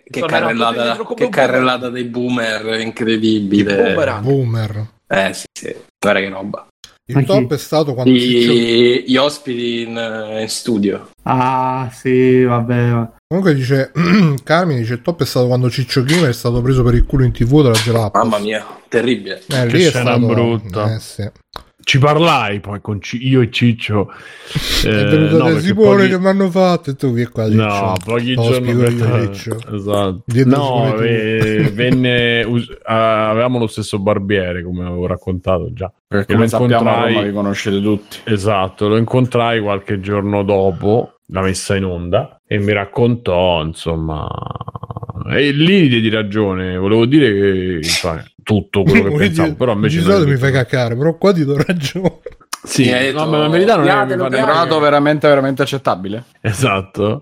che carrellata dei boomer incredibile. Boomer. Sì, guarda che roba. Il top è stato quando gli ospiti in studio. Sì, vabbè. Comunque dice Carmine, il top è stato quando Ciccio Gamer è stato preso per il culo in TV dalla Gelappa. Mamma mia, terribile. Lì è stato brutta. Sì. Ci parlai poi con io e Ciccio. È venuto Simone che mi hanno fatto e tu vi qua. No, pochi giorni esatto. No, venne avevamo lo stesso barbiere, come avevo raccontato già. Perché lo incontrai, ma li conoscete tutti. Esatto, lo incontrai qualche giorno dopo la messa in onda e mi raccontò, insomma, e lì diedi ragione, volevo dire che tutto quello che pensavo, però invece mi fai cacare, però qua ti do ragione. Sì, no, ma la verità non è sembrato veramente veramente accettabile. Esatto.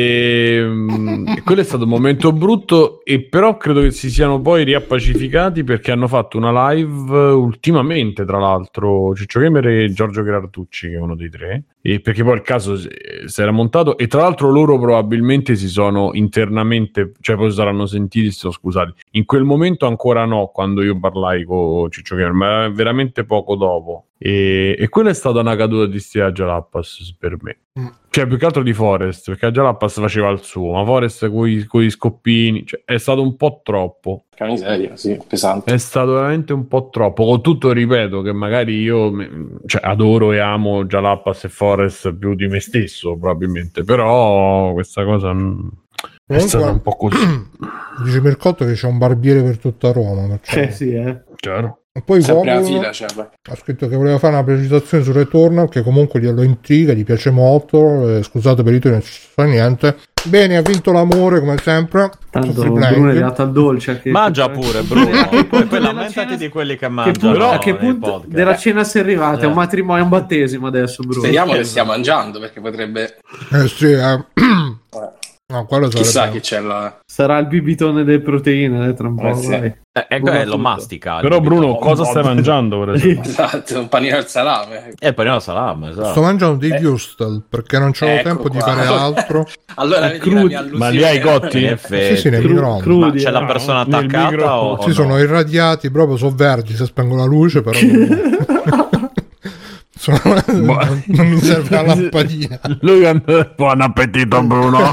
E quello è stato un momento brutto, e però credo che si siano poi riappacificati perché hanno fatto una live ultimamente, tra l'altro Ciccio Gamer e Giorgio Gherartucci, che è uno dei tre, e perché poi il caso si era montato, e tra l'altro loro probabilmente si sono internamente, cioè poi saranno sentiti, si sono scusati. In quel momento ancora no, quando io parlai con Ciccio Gamer, ma veramente poco dopo. E quella è stata una caduta di stile a Jalappas per me. Cioè più che altro di Forest, perché a Jalappas faceva il suo, ma Forest con gli scoppini, cioè, è stato un po' troppo. Che miseria, sì, pesante. È stato veramente un po' troppo. Con tutto, ripeto, che magari io adoro e amo Jalappas e Forest più di me stesso probabilmente, però questa cosa è stata un po' così. Dice Mercotto che c'è un barbiere per tutta Roma. Chiaro. E poi ha scritto che voleva fare una precisazione su Returnal, che comunque glielo intriga, gli piace molto. Scusate per i titoli, non ci fa niente. Bene, ha vinto l'amore come sempre. Tanto Bruno è dato al dolce. Mangia pure Bruno. Poi lamentati di quelli che mangiano. Però a che punto della cena sei arrivata? È un matrimonio, è un battesimo adesso, Bruno. Speriamo che stia mangiando, perché potrebbe no, quello chissà che c'è là. Sarà il bibitone delle proteine tra un po'. Lo mastica. Però Bruno, cosa stai mangiando per esempio? Esatto, un panino al salame. Il panino al salame, esatto. Sto mangiando dei Würstel perché non c'ho tempo di fare altro. Allora ma li hai cotti? Sì, nel microonde. C'è la persona attaccata o sì, sono irradiati, proprio sono verdi se spengo la luce, però non mi serve la lampadina. Buon appetito, Bruno.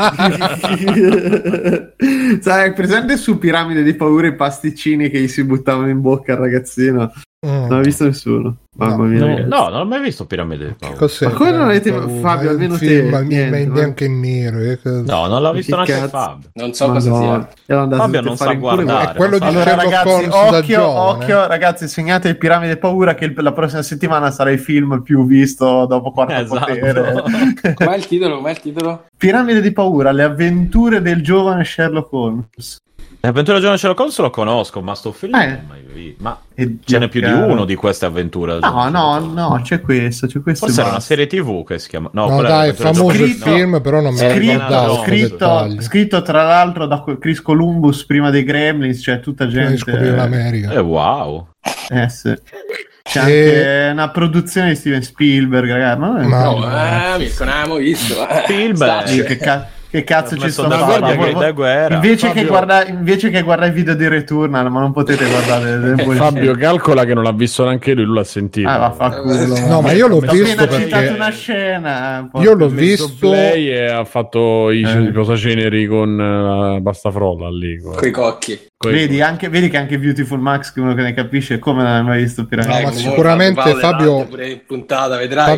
Sai, presente su Piramide di Paura i pasticcini che gli si buttavano in bocca al ragazzino? Non l'ha visto nessuno. Mamma mia, no, non ho mai visto Piramide di Paura. Cos'è? Ma come non avete, Fabio, almeno te? Neanche in nero. No, non l'ha visto neanche Fabio. Non so cosa sia. Fabio non sa guardare. È quello di ragazzi, occhio, ragazzi, segnate il Piramide di Paura che la prossima settimana sarà il film più visto dopo Quarto Potere. Com'è il titolo? Piramide di Paura, le avventure del giovane Sherlock Holmes. L'avventura di Giorno Sherlock Holmes lo conosco, ma sto film non l'ho mai visto. Ma ce n'è più di uno di queste avventure? No, c'è questo. Forse era una serie TV che si chiama... No, dai, è famoso il film, però non me lo ricordo. Scritto tra l'altro da Chris Columbus prima dei Gremlins, cioè tutta gente... scoprire l'America. Wow. Sì. C'è anche una produzione di Steven Spielberg, ragazzi. Non abbiamo visto. Spielberg. Che cazzo ci sto facendo? Invece che guardare i video di Returnal, ma non potete guardare Fabio calcola che non l'ha visto neanche lui l'ha sentito. No, ma io l'ho visto perché citato una scena. Io l'ho visto play e ha fatto i posaceneri con Bastafrolla lì con i cocchi. Vedi che anche Beautiful Max, che uno che ne capisce, come non ha mai visto Piranha. No, ma sicuramente Fabio puntata vedrai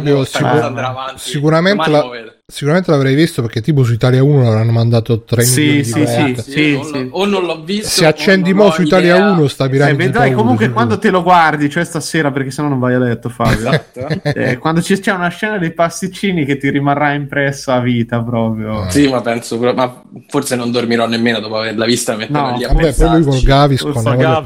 sicuramente l'avrei visto, perché tipo su Italia 1 l'hanno mandato 3 milioni di volte. Sì. O non l'ho visto. Se accendi mo su Italia 1 sta Piranha. Vedrai comunque quando te lo guardi, cioè stasera, perché sennò non vai a letto, Fabio. Quando c'è una scena dei pasticcini che ti rimarrà impressa a vita proprio. Sì, ma penso, ma forse non dormirò nemmeno dopo averla vista. No, vabbè, poi lui con Gaviscon.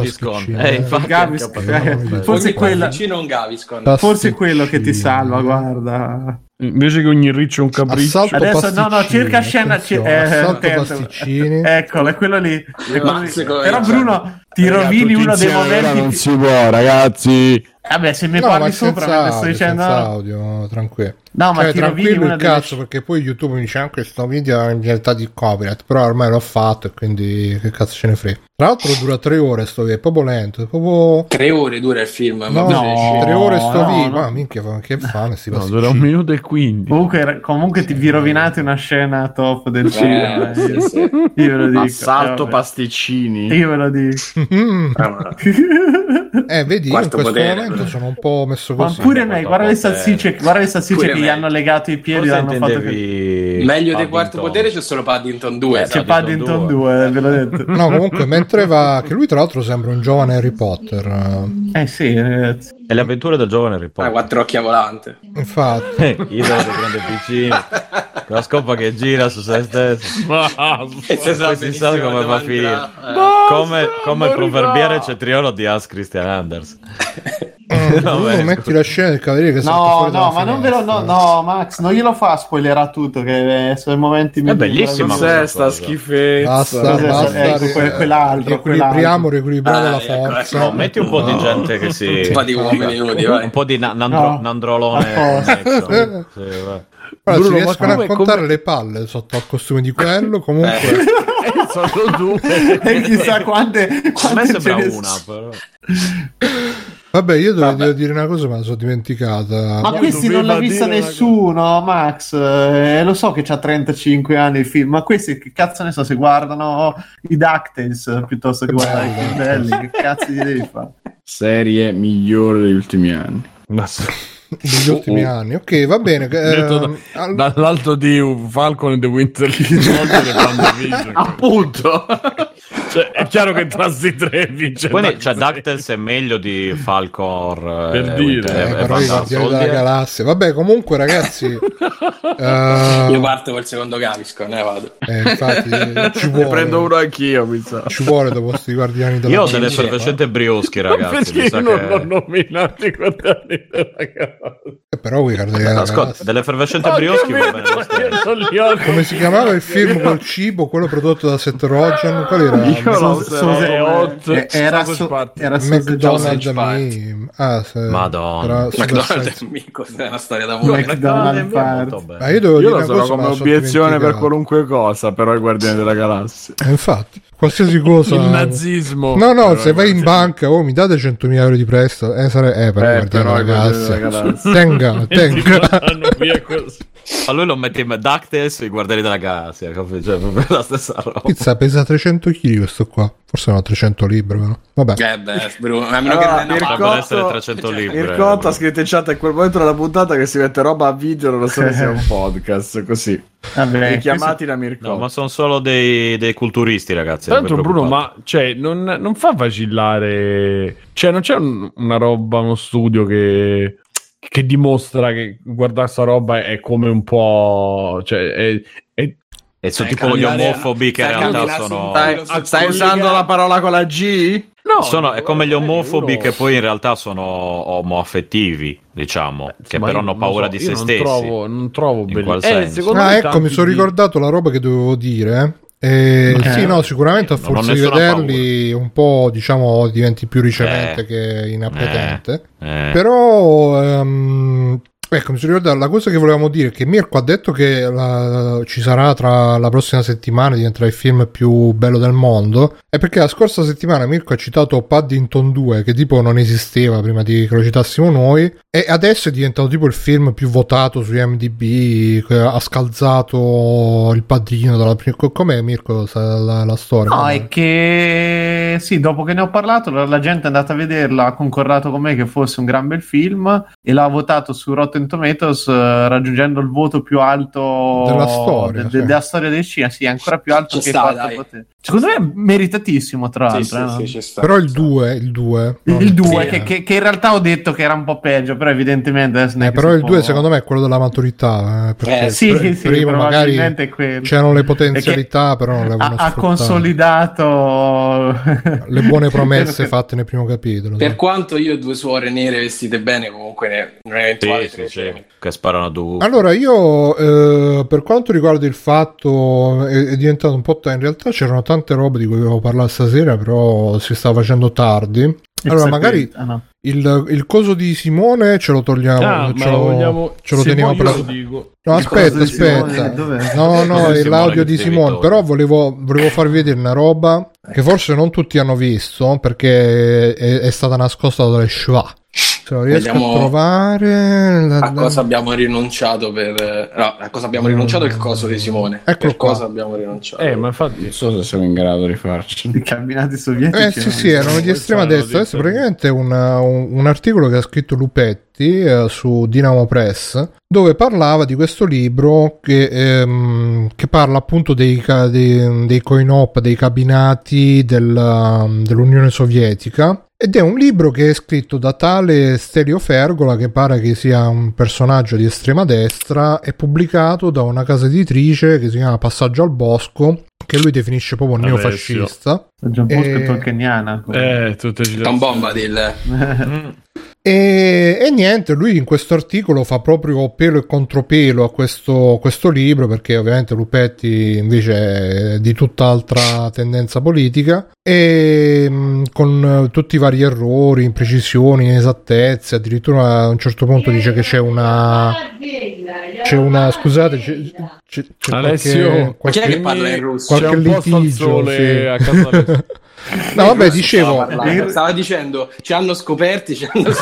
Forse quello quello che ti salva, guarda. Invece che ogni riccio un capriccio. Adesso cerca scena pasticcini. Eccolo, è quello lì. Però Bruno ti rovini uno dei momenti. Non si può, ragazzi. Vabbè, se mi parli sopra, mi sto dicendo audio, tranquillo. No, ma ti tranquillo il cazzo, perché poi YouTube mi dice anche questo video è in realtà di copyright, però ormai l'ho fatto e quindi che cazzo ce ne frega. Tra l'altro dura 3 ore sto video, è proprio lento, è proprio 3 ore dura il film. No, 3 ore sto video, ma minchia, che fame sti pasticcini. Dura 1 minuto e 15. Comunque vi rovinate una scena top del film. Io ve lo dico. Assalto pasticcini. Io ve lo dico. Vedi, io in questo momento sono un po' messo così. Ma pure me, guarda le salsicce che gli hanno legato i piedi, l'hanno fatto meglio del Quarto Potere c'è solo Paddington 2. C'è Paddington 2, ve l'ho detto. No, comunque mentre va, che lui tra l'altro sembra un giovane Harry Potter. Sì, ragazzi. È le avventure del giovane Harry Potter. 4 occhi a volante. Infatti. Io devo prendere piccino, con la scopa che gira su se stesso. Si sa come va a finire. Come il proverbiere cetriolo di Hans Christian Andersen. Metti la scena del cavaliere che no, ma non ve lo no, Max, non glielo fa spoilerà tutto, che sono i momenti è bellissima sta schifezza. Basta, quell'altro riequilibriamo la forza. No, metti un po' di gente che si un po' di uomini nudi, un po' di nandrolone. Allora, si riescono a contare le palle sotto al costume di quello, comunque sono 2 e chissà quante a me sembra una però. Vabbè, io devo dire una cosa, ma la sono dimenticata. Ma questi non l'ha vista nessuno, Max. Lo so che c'ha 35 anni il film, ma questi che cazzo ne so se guardano i DuckTales piuttosto che guardare i film belli. Che cazzo gli devi fare? Serie migliore degli ultimi anni. Negli ultimi anni, ok, va bene. Dall'alto di Falcon e The Winter Soldier appunto. Cioè, è chiaro che tra sti 3 vince. Quindi DuckTales è meglio di Falcon per dire, però i Guardiani della Galassia. Vabbè, comunque ragazzi, io parto col secondo Gaviscon, vado. Infatti ci vuole. Ne prendo uno anch'io, mi sa. Ci vuole dopo sti Guardiani della Galassia. Io ho delle effervescenti brioschi, ragazzi. Perché non ho nominato i Guardiani della Galassia? Però delle effervescenti brioschi va bene lo stesso. Come si chiamava il film col cibo, quello prodotto da Seth Rogen? Qual era? Era McDonald's Madonna. McDonald's è una storia d'amore. Ma io devo dire una come obiezione per qualunque cosa, però i Guardiani della Galassia. Infatti, qualsiasi cosa. Il nazismo. No, se vai in banca, mi date 100.000 euro di prestito, però i Guardiani della Galassia. Tenga. A lui lo metti in DuckTales e i Guardiani della Galassia, cioè proprio la stessa roba. Pizza pesa 300 kg questo qua, forse no, 300 libbre però. Vabbè. Bruno, a meno che non dovrebbero essere 300 libbre. Il conto ha scritto in chat a quel momento della puntata che si mette roba a video, non so se sia un podcast così. Vabbè, chiamati da Mirko. No, ma sono solo dei culturisti, ragazzi. Tra l'altro, Bruno, ma cioè, non fa vacillare, cioè non c'è una roba, uno studio che dimostra che guardare sta roba è come un po', cioè è E sono tipo gli omofobi che in realtà sono... Stai usando la parola con la G? No, è come gli omofobi che poi in realtà sono omoaffettivi, diciamo, che però hanno paura di se stessi. Non trovo bellissimo. Ecco, mi sono ricordato la roba che dovevo dire. Sì, no, sicuramente a forza di vederli un po', diciamo, diventi più ricevente che inappetente. Però ecco, mi sono ricordato la cosa che volevamo dire, che Mirko ha detto che ci sarà tra la prossima settimana, diventerà il film più bello del mondo, è perché la scorsa settimana Mirko ha citato Paddington 2, che tipo non esisteva prima di che lo citassimo noi, e adesso è diventato tipo il film più votato su IMDb, ha scalzato il Padrino dalla prima... Com'è, Mirko, la storia? No, è che sì, dopo che ne ho parlato la gente è andata a vederla, ha concordato con me che fosse un gran bel film e l'ha votato su Rotten Tomatoes, raggiungendo il voto più alto della storia, della storia del cinema. Sì, ancora più alto che secondo me è meritatissimo, tra l'altro. Sì, però il 2 che in realtà ho detto che era un po' peggio, però evidentemente però il 2 secondo me è quello della maturità, perché sì, prima magari c'erano le potenzialità, però non le avevano ha consolidato le buone promesse fatte nel primo capitolo. Per quanto io e due suore nere vestite bene, comunque in un eventuale che sparano a due. Allora io per quanto riguarda il fatto è diventato un po' in realtà c'erano tante robe di cui volevo parlare stasera, però si sta facendo tardi. Allora magari il coso di Simone ce lo togliamo, ce lo teniamo per no, aspetta no è l'audio di Simone, però volevo farvi vedere una roba che forse non tutti hanno visto perché è stata nascosta dalle schwa. Se lo riesco a trovare a cosa abbiamo rinunciato a cosa abbiamo rinunciato il coso di Simone. Ecco cosa abbiamo rinunciato. Ma infatti non so se siamo in grado di farci i camminati sovietici. Sì, erano di estrema destra. Adesso praticamente un articolo che ha scritto Lupetti su Dinamo Press, dove parlava di questo libro che parla appunto dei coin-op, dei cabinati dell'Unione Sovietica. Ed è un libro che è scritto da tale Stelio Fergola, che pare che sia un personaggio di estrema destra, e pubblicato da una casa editrice che si chiama Passaggio al Bosco, che lui definisce proprio neofascista. Passaggio al Bosco è tolkieniana. Tom Bombadil. E niente, lui in questo articolo fa proprio pelo e contropelo a questo libro, perché ovviamente Lupetti invece è di tutt'altra tendenza politica, e con tutti i vari errori, imprecisioni, inesattezze. Addirittura a un certo punto dice che c'è una scusate, c'è Alessio, qualche, chi è che parla in russo? Qualche litigio a casa. No, vabbè, dicevo, stava dicendo ci hanno scoperti.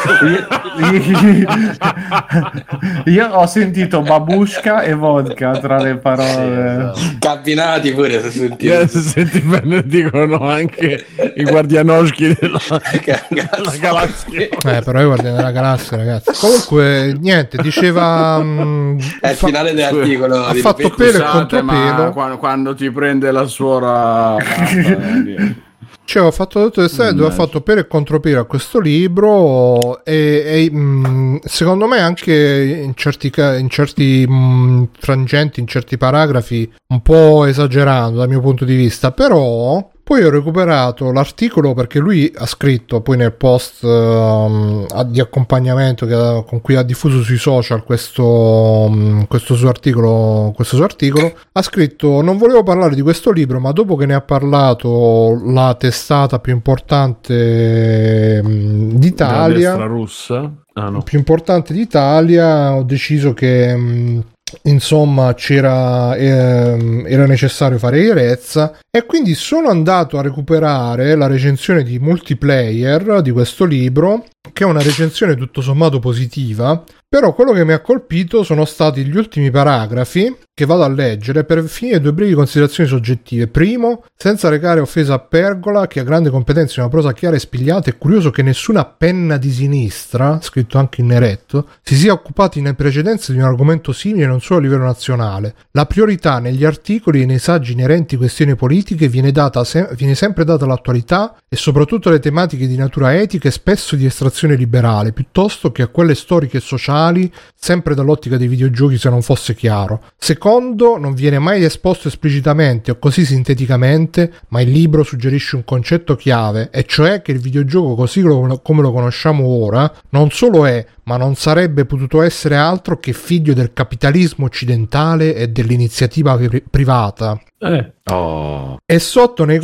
Io ho sentito babushka e vodka tra le parole. Cabinati pure se senti bene, dicono anche i guardianoschi della galassia. Però i guardiani della galassia, ragazzi. Comunque niente, diceva è il finale dell'articolo. Ha fatto pelo e contropelo quando ti prende la suora. Cioè, ho fatto tutto il set, ho fatto per e contropelo a questo libro e secondo me anche in certi frangenti, in certi paragrafi un po' esagerando dal mio punto di vista, però poi ho recuperato l'articolo perché lui ha scritto poi nel post di accompagnamento con cui ha diffuso sui social questo suo articolo, ha scritto: non volevo parlare di questo libro, ma dopo che ne ha parlato la testata più importante d'Italia, la destra russa, più importante d'Italia, ho deciso che insomma era necessario fare chiarezza, e quindi sono andato a recuperare la recensione di Multiplayer di questo libro, che è una recensione tutto sommato positiva. Però quello che mi ha colpito sono stati gli ultimi paragrafi, che vado a leggere per finire due brevi considerazioni soggettive. Primo, senza recare offesa a Pergola, che ha grande competenza in una prosa chiara e spigliata, è curioso che nessuna penna di sinistra, scritto anche in neretto, si sia occupati in precedenza di un argomento simile non solo a livello nazionale. La priorità negli articoli e nei saggi inerenti a questioni politiche viene sempre data all'attualità e soprattutto alle tematiche di natura etica e spesso di estrazione un'interpretazione liberale, piuttosto che a quelle storiche e sociali, sempre dall'ottica dei videogiochi, se non fosse chiaro. Secondo, non viene mai esposto esplicitamente o così sinteticamente, ma il libro suggerisce un concetto chiave, e cioè che il videogioco così come lo conosciamo ora non solo è, ma non sarebbe potuto essere altro che figlio del capitalismo occidentale e dell'iniziativa privata. E sotto nei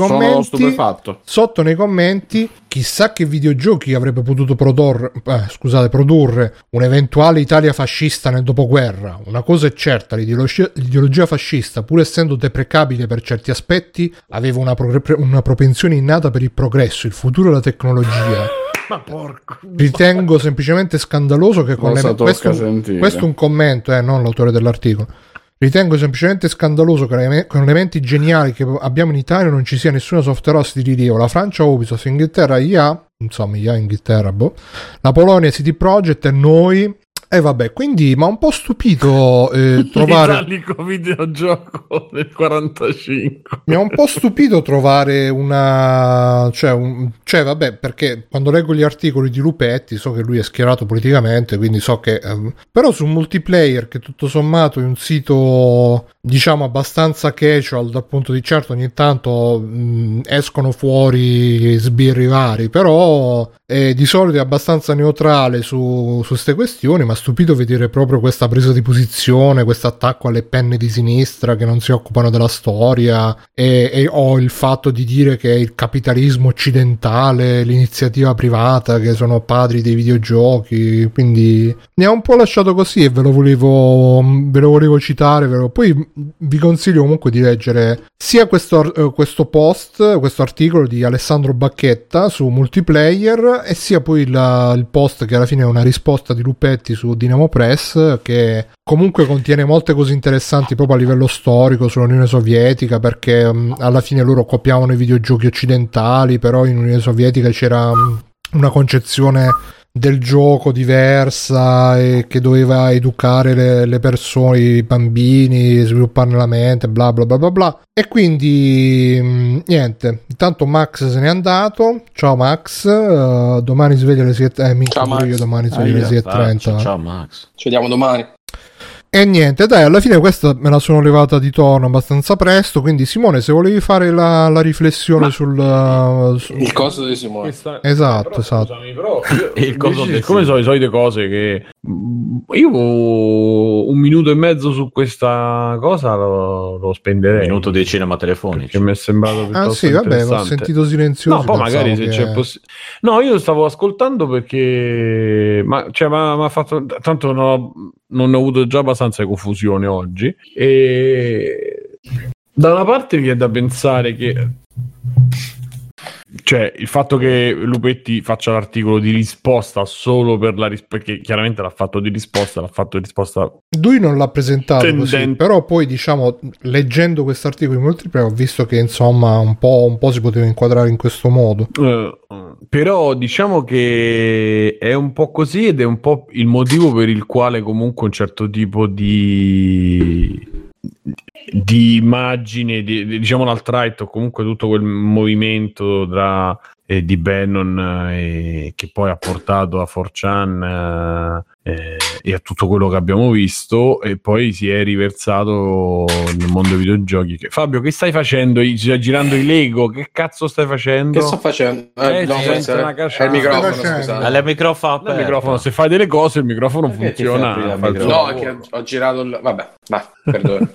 commenti chissà che videogiochi avrebbe potuto produrre un'eventuale Italia fascista nel dopoguerra. Una cosa è certa, l'ideologia fascista, pur essendo deprecabile per certi aspetti, aveva una propensione innata per il progresso, il futuro e la tecnologia. Ma porco. Ritengo semplicemente scandaloso che questo è un commento, non l'autore dell'articolo. Ritengo semplicemente scandaloso che con elementi geniali che abbiamo in Italia non ci sia nessuna software house di rilievo. La Francia Ubisoft, Inghilterra IA, la Polonia CD Projekt e noi. E vabbè, quindi mi ha un po' stupito trovare l'italico videogioco del 45. Mi ha un po' stupito trovare una vabbè, perché quando leggo gli articoli di Lupetti so che lui è schierato politicamente, quindi so che però su Multiplayer, che tutto sommato è un sito diciamo abbastanza casual dal punto di certo ogni tanto escono fuori sbirri vari, però di solito è abbastanza neutrale su queste questioni. Ma stupito vedere proprio questa presa di posizione, questo attacco alle penne di sinistra che non si occupano della storia o il fatto di dire che è il capitalismo occidentale, l'iniziativa privata che sono padri dei videogiochi. Quindi mi ha un po' lasciato così e ve lo volevo citare. Poi vi consiglio comunque di leggere sia questo articolo di Alessandro Bacchetta su Multiplayer, e sia poi il post che alla fine è una risposta di Lupetti su Dynamo Press, che comunque contiene molte cose interessanti proprio a livello storico sull'Unione Sovietica, perché alla fine loro copiavano i videogiochi occidentali, però in Unione Sovietica c'era una concezione del gioco diversa e che doveva educare le persone, i bambini, svilupparne la mente, bla bla bla bla bla. E quindi niente, intanto Max se n'è andato. Ciao Max, domani sveglia alle 7. Ciao Max. Io domani sveglio alle 6:30. Ciao Max, ci vediamo domani. E niente, dai, alla fine questa me la sono levata di tono abbastanza presto. Quindi Simone, se volevi fare la riflessione il coso di Simone. Esatto. Il coso come sono le solite cose che io 1 minuto e mezzo su questa cosa lo spenderei. 1 minuto dei cinema telefonici, che mi è sembrato piuttosto interessante. Ho sentito silenzioso. No, poi magari se c'è no, io stavo ascoltando perché ma ha fatto tanto non ho avuto già abbastanza confusione oggi, e da una parte mi è da pensare che il fatto che Lupetti faccia l'articolo di risposta solo per perché chiaramente l'ha fatto di risposta lui non l'ha presentato così, però poi diciamo leggendo questo articolo di Multiplayer ho visto che insomma un po' si poteva inquadrare in questo modo, però diciamo che è un po' così, ed è un po' il motivo per il quale comunque un certo tipo di immagine, diciamo l'alt-right o comunque tutto quel movimento di Bannon che poi ha portato a 4chan e a tutto quello che abbiamo visto, e poi si è riversato nel mondo dei videogiochi. Fabio, che stai facendo? Girando i Lego? Che cazzo stai facendo? Che sto facendo? È il microfono, scusate. Il microfono, se fai delle cose il microfono funziona. No, è che ho girato vabbè, perdono.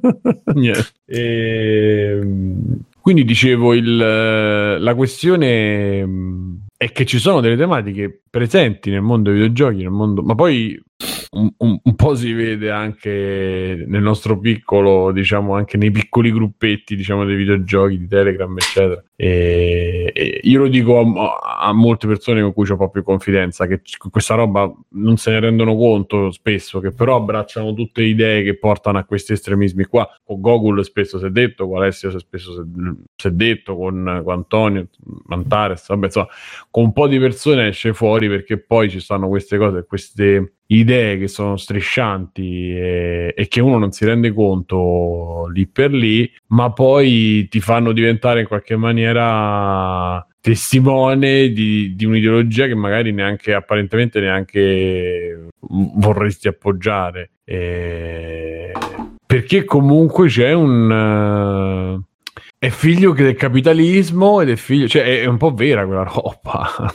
Quindi dicevo, la questione è che ci sono delle tematiche presenti nel mondo dei videogiochi, ma poi un po' si vede anche nel nostro piccolo, diciamo anche nei piccoli gruppetti, diciamo, dei videogiochi di Telegram eccetera, e io lo dico a molte persone con cui ho un po' più confidenza, che questa roba non se ne rendono conto spesso, che però abbracciano tutte le idee che portano a questi estremismi qua. Con Gogol spesso si è detto, con Alessio spesso si è detto, con Antonio Mantares, vabbè, insomma, con un po' di persone esce fuori, perché poi ci stanno queste cose, queste idee che sono striscianti e che uno non si rende conto lì per lì, ma poi ti fanno diventare in qualche maniera testimone di un'ideologia che magari neanche apparentemente neanche vorresti appoggiare, perché comunque c'è è figlio del capitalismo ed è figlio, cioè è un po' vera quella roba.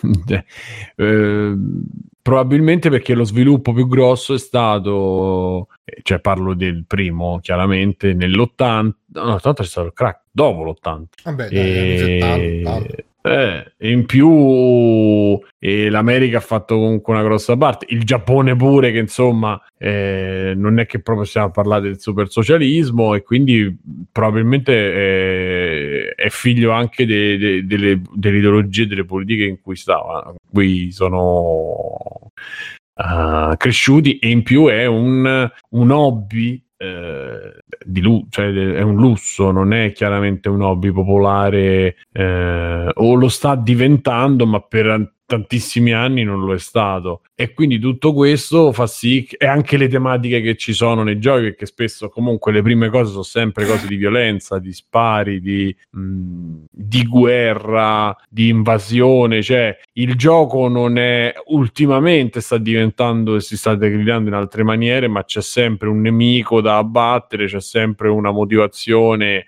Probabilmente perché lo sviluppo più grosso è stato, cioè parlo del primo chiaramente nell'80, no, l'80 c'è stato il crack dopo l'80. Vabbè, dai, 70. In più l'America ha fatto comunque una grossa parte, il Giappone pure, che insomma non è che proprio stiamo a parlare del super socialismo, e quindi probabilmente è figlio anche delle ideologie, delle politiche in cui sono cresciuti, e in più è un hobby cioè è un lusso, non è chiaramente un hobby popolare, o lo sta diventando, ma per tantissimi anni non lo è stato, e quindi tutto questo fa sì e anche le tematiche che ci sono nei giochi, perché spesso comunque le prime cose sono sempre cose di violenza, di spari, di guerra, di invasione, cioè il gioco non è, ultimamente sta diventando e si sta declinando in altre maniere, ma c'è sempre un nemico da abbattere, c'è sempre una motivazione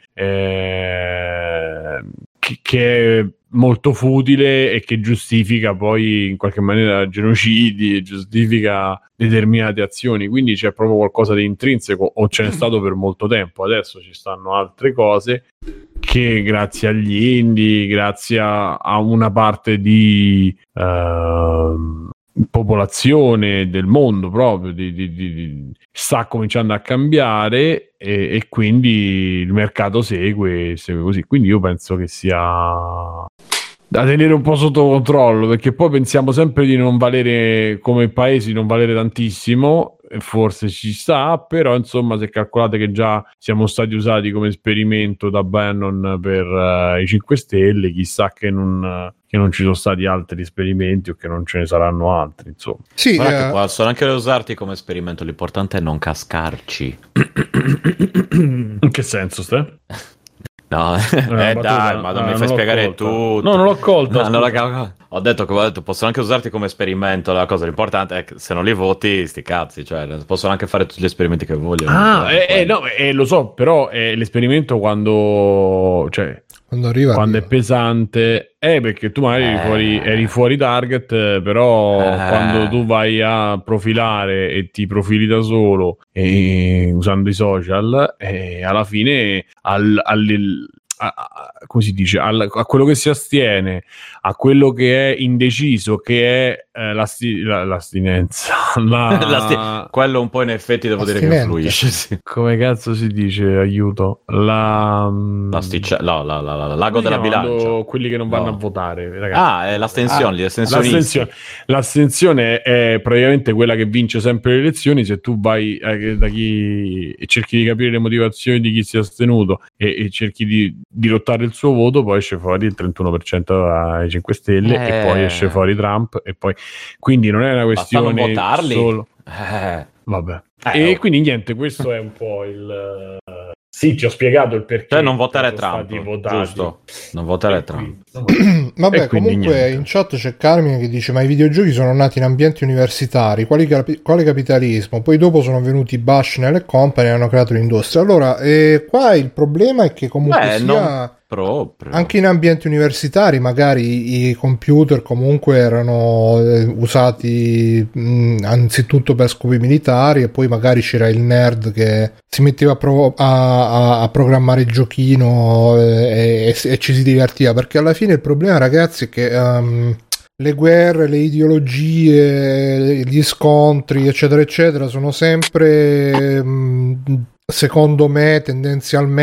che è molto futile e che giustifica poi in qualche maniera genocidi e giustifica determinate azioni, quindi c'è proprio qualcosa di intrinseco, o ce n'è stato per molto tempo. Adesso ci stanno altre cose che grazie agli indie, grazie a una parte di popolazione del mondo proprio sta cominciando a cambiare, e quindi il mercato segue così. Quindi io penso che sia da tenere un po' sotto controllo, perché poi pensiamo sempre di non valere come paesi, non valere tantissimo, e forse ci sta, però insomma se calcolate che già siamo stati usati come esperimento da Bannon per i 5 Stelle, chissà che non ci sono stati altri esperimenti o che non ce ne saranno altri, insomma. Sì, che possono anche usarti come esperimento, l'importante è non cascarci. In che senso stai? No, dai, ma non mi fai spiegare tutto. No, non l'ho colto. Ho detto che possono anche usarti come esperimento, la cosa l'importante è che se non li voti, sti cazzi, cioè possono anche fare tutti gli esperimenti che vogliono. Lo so, però l'esperimento quando è pesante, perché tu magari eri fuori target, però quando tu vai a profilare e ti profili da solo usando i social, alla fine come si dice, a quello che si astiene, a quello che è indeciso, che è l'astinenza, quello un po' in effetti devo dire che influisce, sì. Come cazzo si dice, aiuto, l'ago della bilancia, quelli che non vanno a votare, ragazzi. È l'astensione. L'astensione è praticamente quella che vince sempre le elezioni. Se tu vai da chi e cerchi di capire le motivazioni di chi si è astenuto e cerchi di dirottare il suo voto, poi esce fuori il 31% ai 5 Stelle e poi esce fuori Trump, e poi quindi non è una questione solo vabbè. E quindi niente, questo è un po' il sì, ti ho spiegato il perché. Cioè non votare Trump, giusto? Non votare Trump. Vabbè, comunque in chat c'è Carmine che dice: ma i videogiochi sono nati in ambienti universitari, quale capitalismo? Poi dopo sono venuti Bushnell e company e hanno creato l'industria. Allora, qua il problema è che comunque anche in ambienti universitari magari i computer comunque erano usati anzitutto per scopi militari, e poi magari c'era il nerd che si metteva a programmare il giochino e ci si divertiva, perché alla fine il problema, ragazzi, è che le guerre, le ideologie, gli scontri eccetera eccetera sono sempre secondo me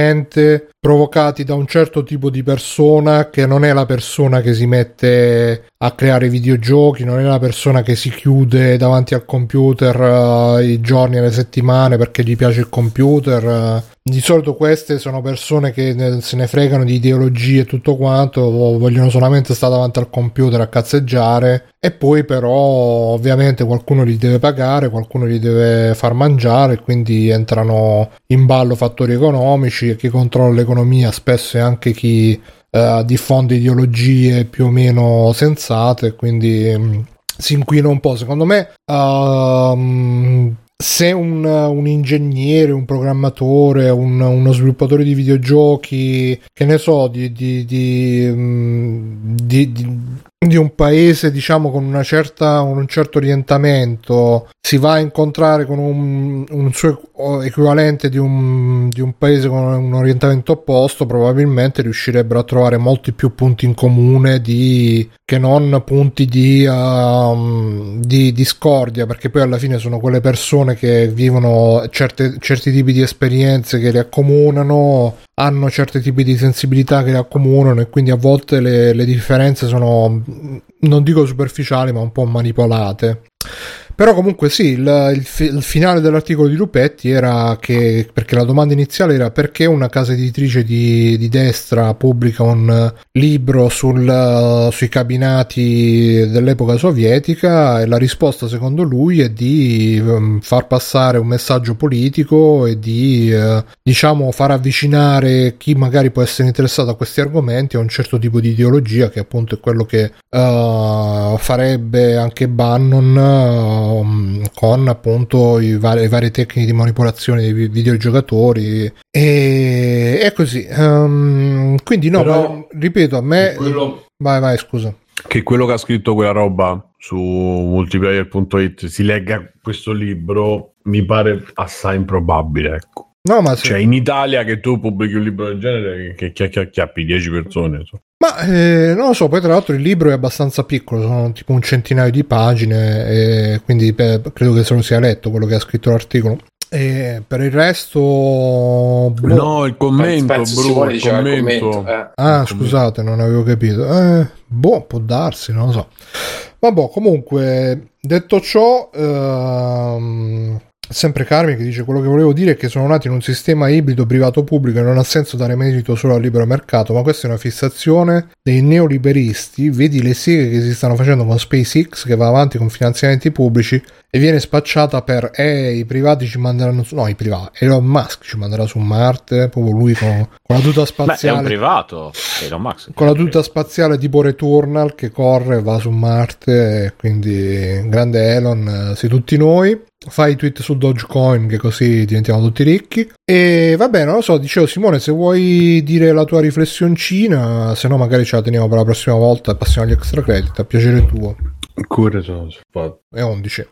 tendenzialmente provocati da un certo tipo di persona, che non è la persona che si mette a creare videogiochi, non è una persona che si chiude davanti al computer i giorni e le settimane perché gli piace il computer. Di solito queste sono persone che se ne fregano di ideologie e tutto quanto, vogliono solamente stare davanti al computer a cazzeggiare, e poi però ovviamente qualcuno li deve pagare, qualcuno li deve far mangiare, quindi entrano in ballo fattori economici, e chi controlla l'economia spesso è anche chi diffonde ideologie più o meno sensate, quindi si inquina un po'. Secondo me se un ingegnere, un programmatore, uno sviluppatore di videogiochi, che ne so, di un paese, diciamo, con un certo orientamento, si va a incontrare con un suo equivalente di un paese con un orientamento opposto, probabilmente riuscirebbero a trovare molti più punti in comune che non punti di discordia, perché poi alla fine sono quelle persone che vivono certi tipi di esperienze che le accomunano, hanno certi tipi di sensibilità che le accomunano, e quindi a volte le differenze sono, non dico superficiali, ma un po' manipolate. Però comunque sì, il finale dell'articolo di Lupetti era che, perché la domanda iniziale era perché una casa editrice di destra pubblica un libro sui cabinati dell'epoca sovietica, e la risposta secondo lui è di far passare un messaggio politico e di diciamo far avvicinare chi magari può essere interessato a questi argomenti a un certo tipo di ideologia, che appunto è quello che farebbe anche Bannon con appunto le varie tecniche di manipolazione dei videogiocatori, e così. Quindi no, però, ma, ripeto, a me vai scusa, che quello che ha scritto quella roba su multiplayer.it si legga questo libro mi pare assai improbabile, ecco. No, ma cioè in Italia che tu pubblichi un libro del genere che acchiappi 10 persone, so. Ma non lo so, poi tra l'altro il libro è abbastanza piccolo, sono tipo un centinaio di pagine, e quindi credo che se lo sia letto quello che ha scritto l'articolo. E per il resto no, il commento, Bruno, il commento. Scusate, non avevo capito. Può darsi, non lo so. Vabbè, comunque, detto ciò, sempre Carmi che dice: quello che volevo dire è che sono nati in un sistema ibrido privato-pubblico e non ha senso dare merito solo al libero mercato, ma questa è una fissazione dei neoliberisti. Vedi le seghe che si stanno facendo con SpaceX, che va avanti con finanziamenti pubblici e viene spacciata per i privati ci manderanno su, no, i privati, Elon Musk ci manderà su Marte, proprio lui con la tuta spaziale. Beh, è un privato, Elon Musk, con la tuta spaziale tipo Returnal, che corre e va su Marte, e quindi grande Elon, sei tutti noi. Fai tweet su Dogecoin, che così diventiamo tutti ricchi. E vabbè, non lo so, dicevo, Simone, se vuoi dire la tua riflessioncina, se no magari ce la teniamo per la prossima volta e passiamo agli extra credit, a piacere tuo. Ancora sono fatto. È 11.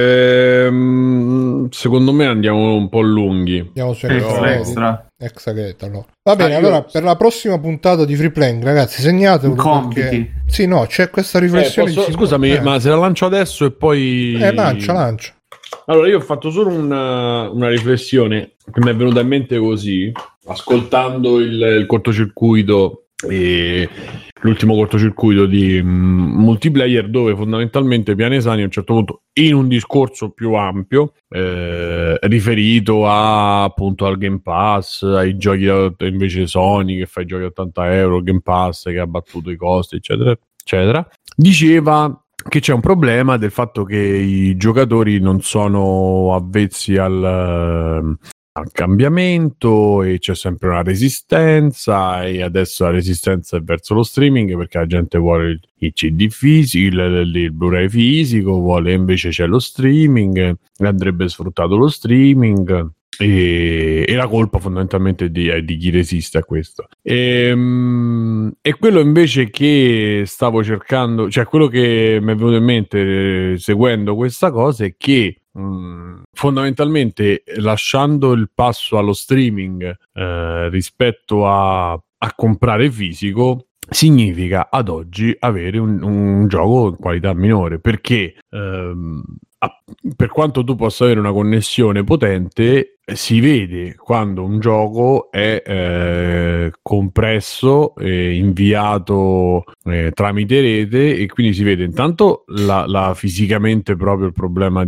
Secondo me andiamo un po' lunghi. Andiamo su extra credit, allora. Va bene, allora per la prossima puntata di Free Playing, ragazzi, segnatelo perché... Sì, no, c'è questa riflessione. Scusami, ma se la lancio adesso e poi lancia. Allora, io ho fatto solo una riflessione che mi è venuta in mente così, ascoltando il cortocircuito, e l'ultimo cortocircuito di multiplayer, dove fondamentalmente Pianesani a un certo punto, in un discorso più ampio, riferito appunto al Game Pass, ai giochi invece Sony che fa i giochi a €80, Game Pass che ha battuto i costi, eccetera, eccetera, diceva che c'è un problema del fatto che i giocatori non sono avvezzi al cambiamento, e c'è sempre una resistenza, e adesso la resistenza è verso lo streaming perché la gente vuole il CD fisico, il Blu-ray fisico, vuole, invece c'è lo streaming, andrebbe sfruttato lo streaming. E la colpa fondamentalmente è di chi resiste a questo, e quello invece che stavo cercando, cioè quello che mi è venuto in mente seguendo questa cosa, è che fondamentalmente, lasciando il passo allo streaming rispetto a comprare fisico, significa ad oggi avere un gioco in qualità minore, perché per quanto tu possa avere una connessione potente, si vede quando un gioco è compresso e inviato tramite rete, e quindi si vede intanto fisicamente proprio il problema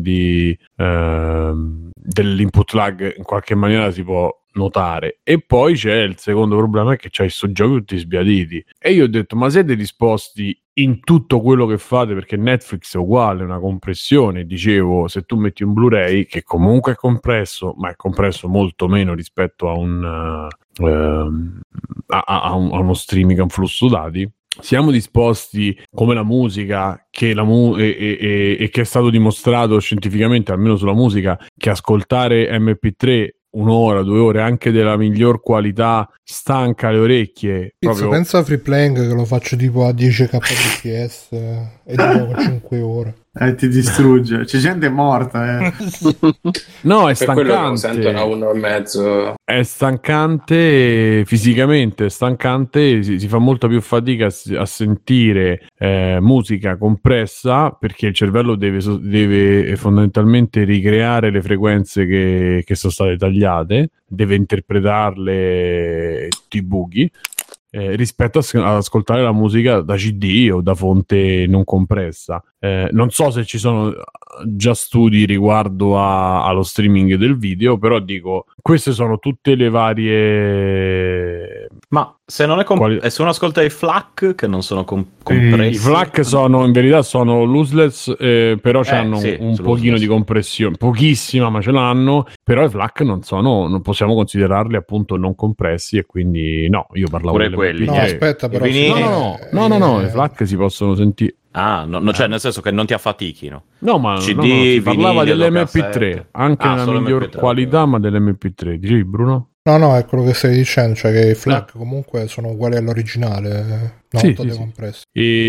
dell'input lag, in qualche maniera si può notare, e poi c'è il secondo problema, che c'hai sto giochi tutti sbiaditi, e io ho detto: ma siete disposti in tutto quello che fate, perché Netflix è uguale, una compressione, dicevo, se tu metti un Blu-ray che comunque è compresso, ma è compresso molto meno rispetto a uno streaming, a un flusso dati, siamo disposti, come la musica, che che è stato dimostrato scientificamente, almeno sulla musica, che ascoltare MP3 un'ora, 2 ore, anche della miglior qualità, stanca le orecchie. Proprio... Pensa a Free Playing, che lo faccio tipo a 10 kbps e gioco 5 ore. Ti distrugge, c'è gente morta. No, è per quello che lo stancante. sentono a 1,5. È stancante fisicamente, è stancante, si fa molta più fatica a sentire musica compressa, perché il cervello deve fondamentalmente ricreare le frequenze che sono state tagliate, deve interpretarle tutti i buchi, rispetto ad ascoltare la musica da CD o da fonte non compressa. Non so se ci sono già studi riguardo allo streaming del video, però dico, queste sono tutte le varie... Ma se non è se uno ascolta i FLAC, che non sono compressi, i FLAC sono, in verità, sono lossless, però hanno un pochino di compressione, pochissima, ma ce l'hanno. Però i FLAC non possiamo considerarli appunto non compressi, e quindi no, io parlavo pure quelli. No, aspetta, però no, i FLAC si possono sentire. Ah, no, cioè nel senso che non ti affatichino. No, ma CD, si parlava dell'MP3, cassette. anche nella miglior MP3, qualità, ma dell'MP3. Dicevi, Bruno? No, è quello che stai dicendo, cioè che i FLAC comunque sono uguali all'originale, decompressi.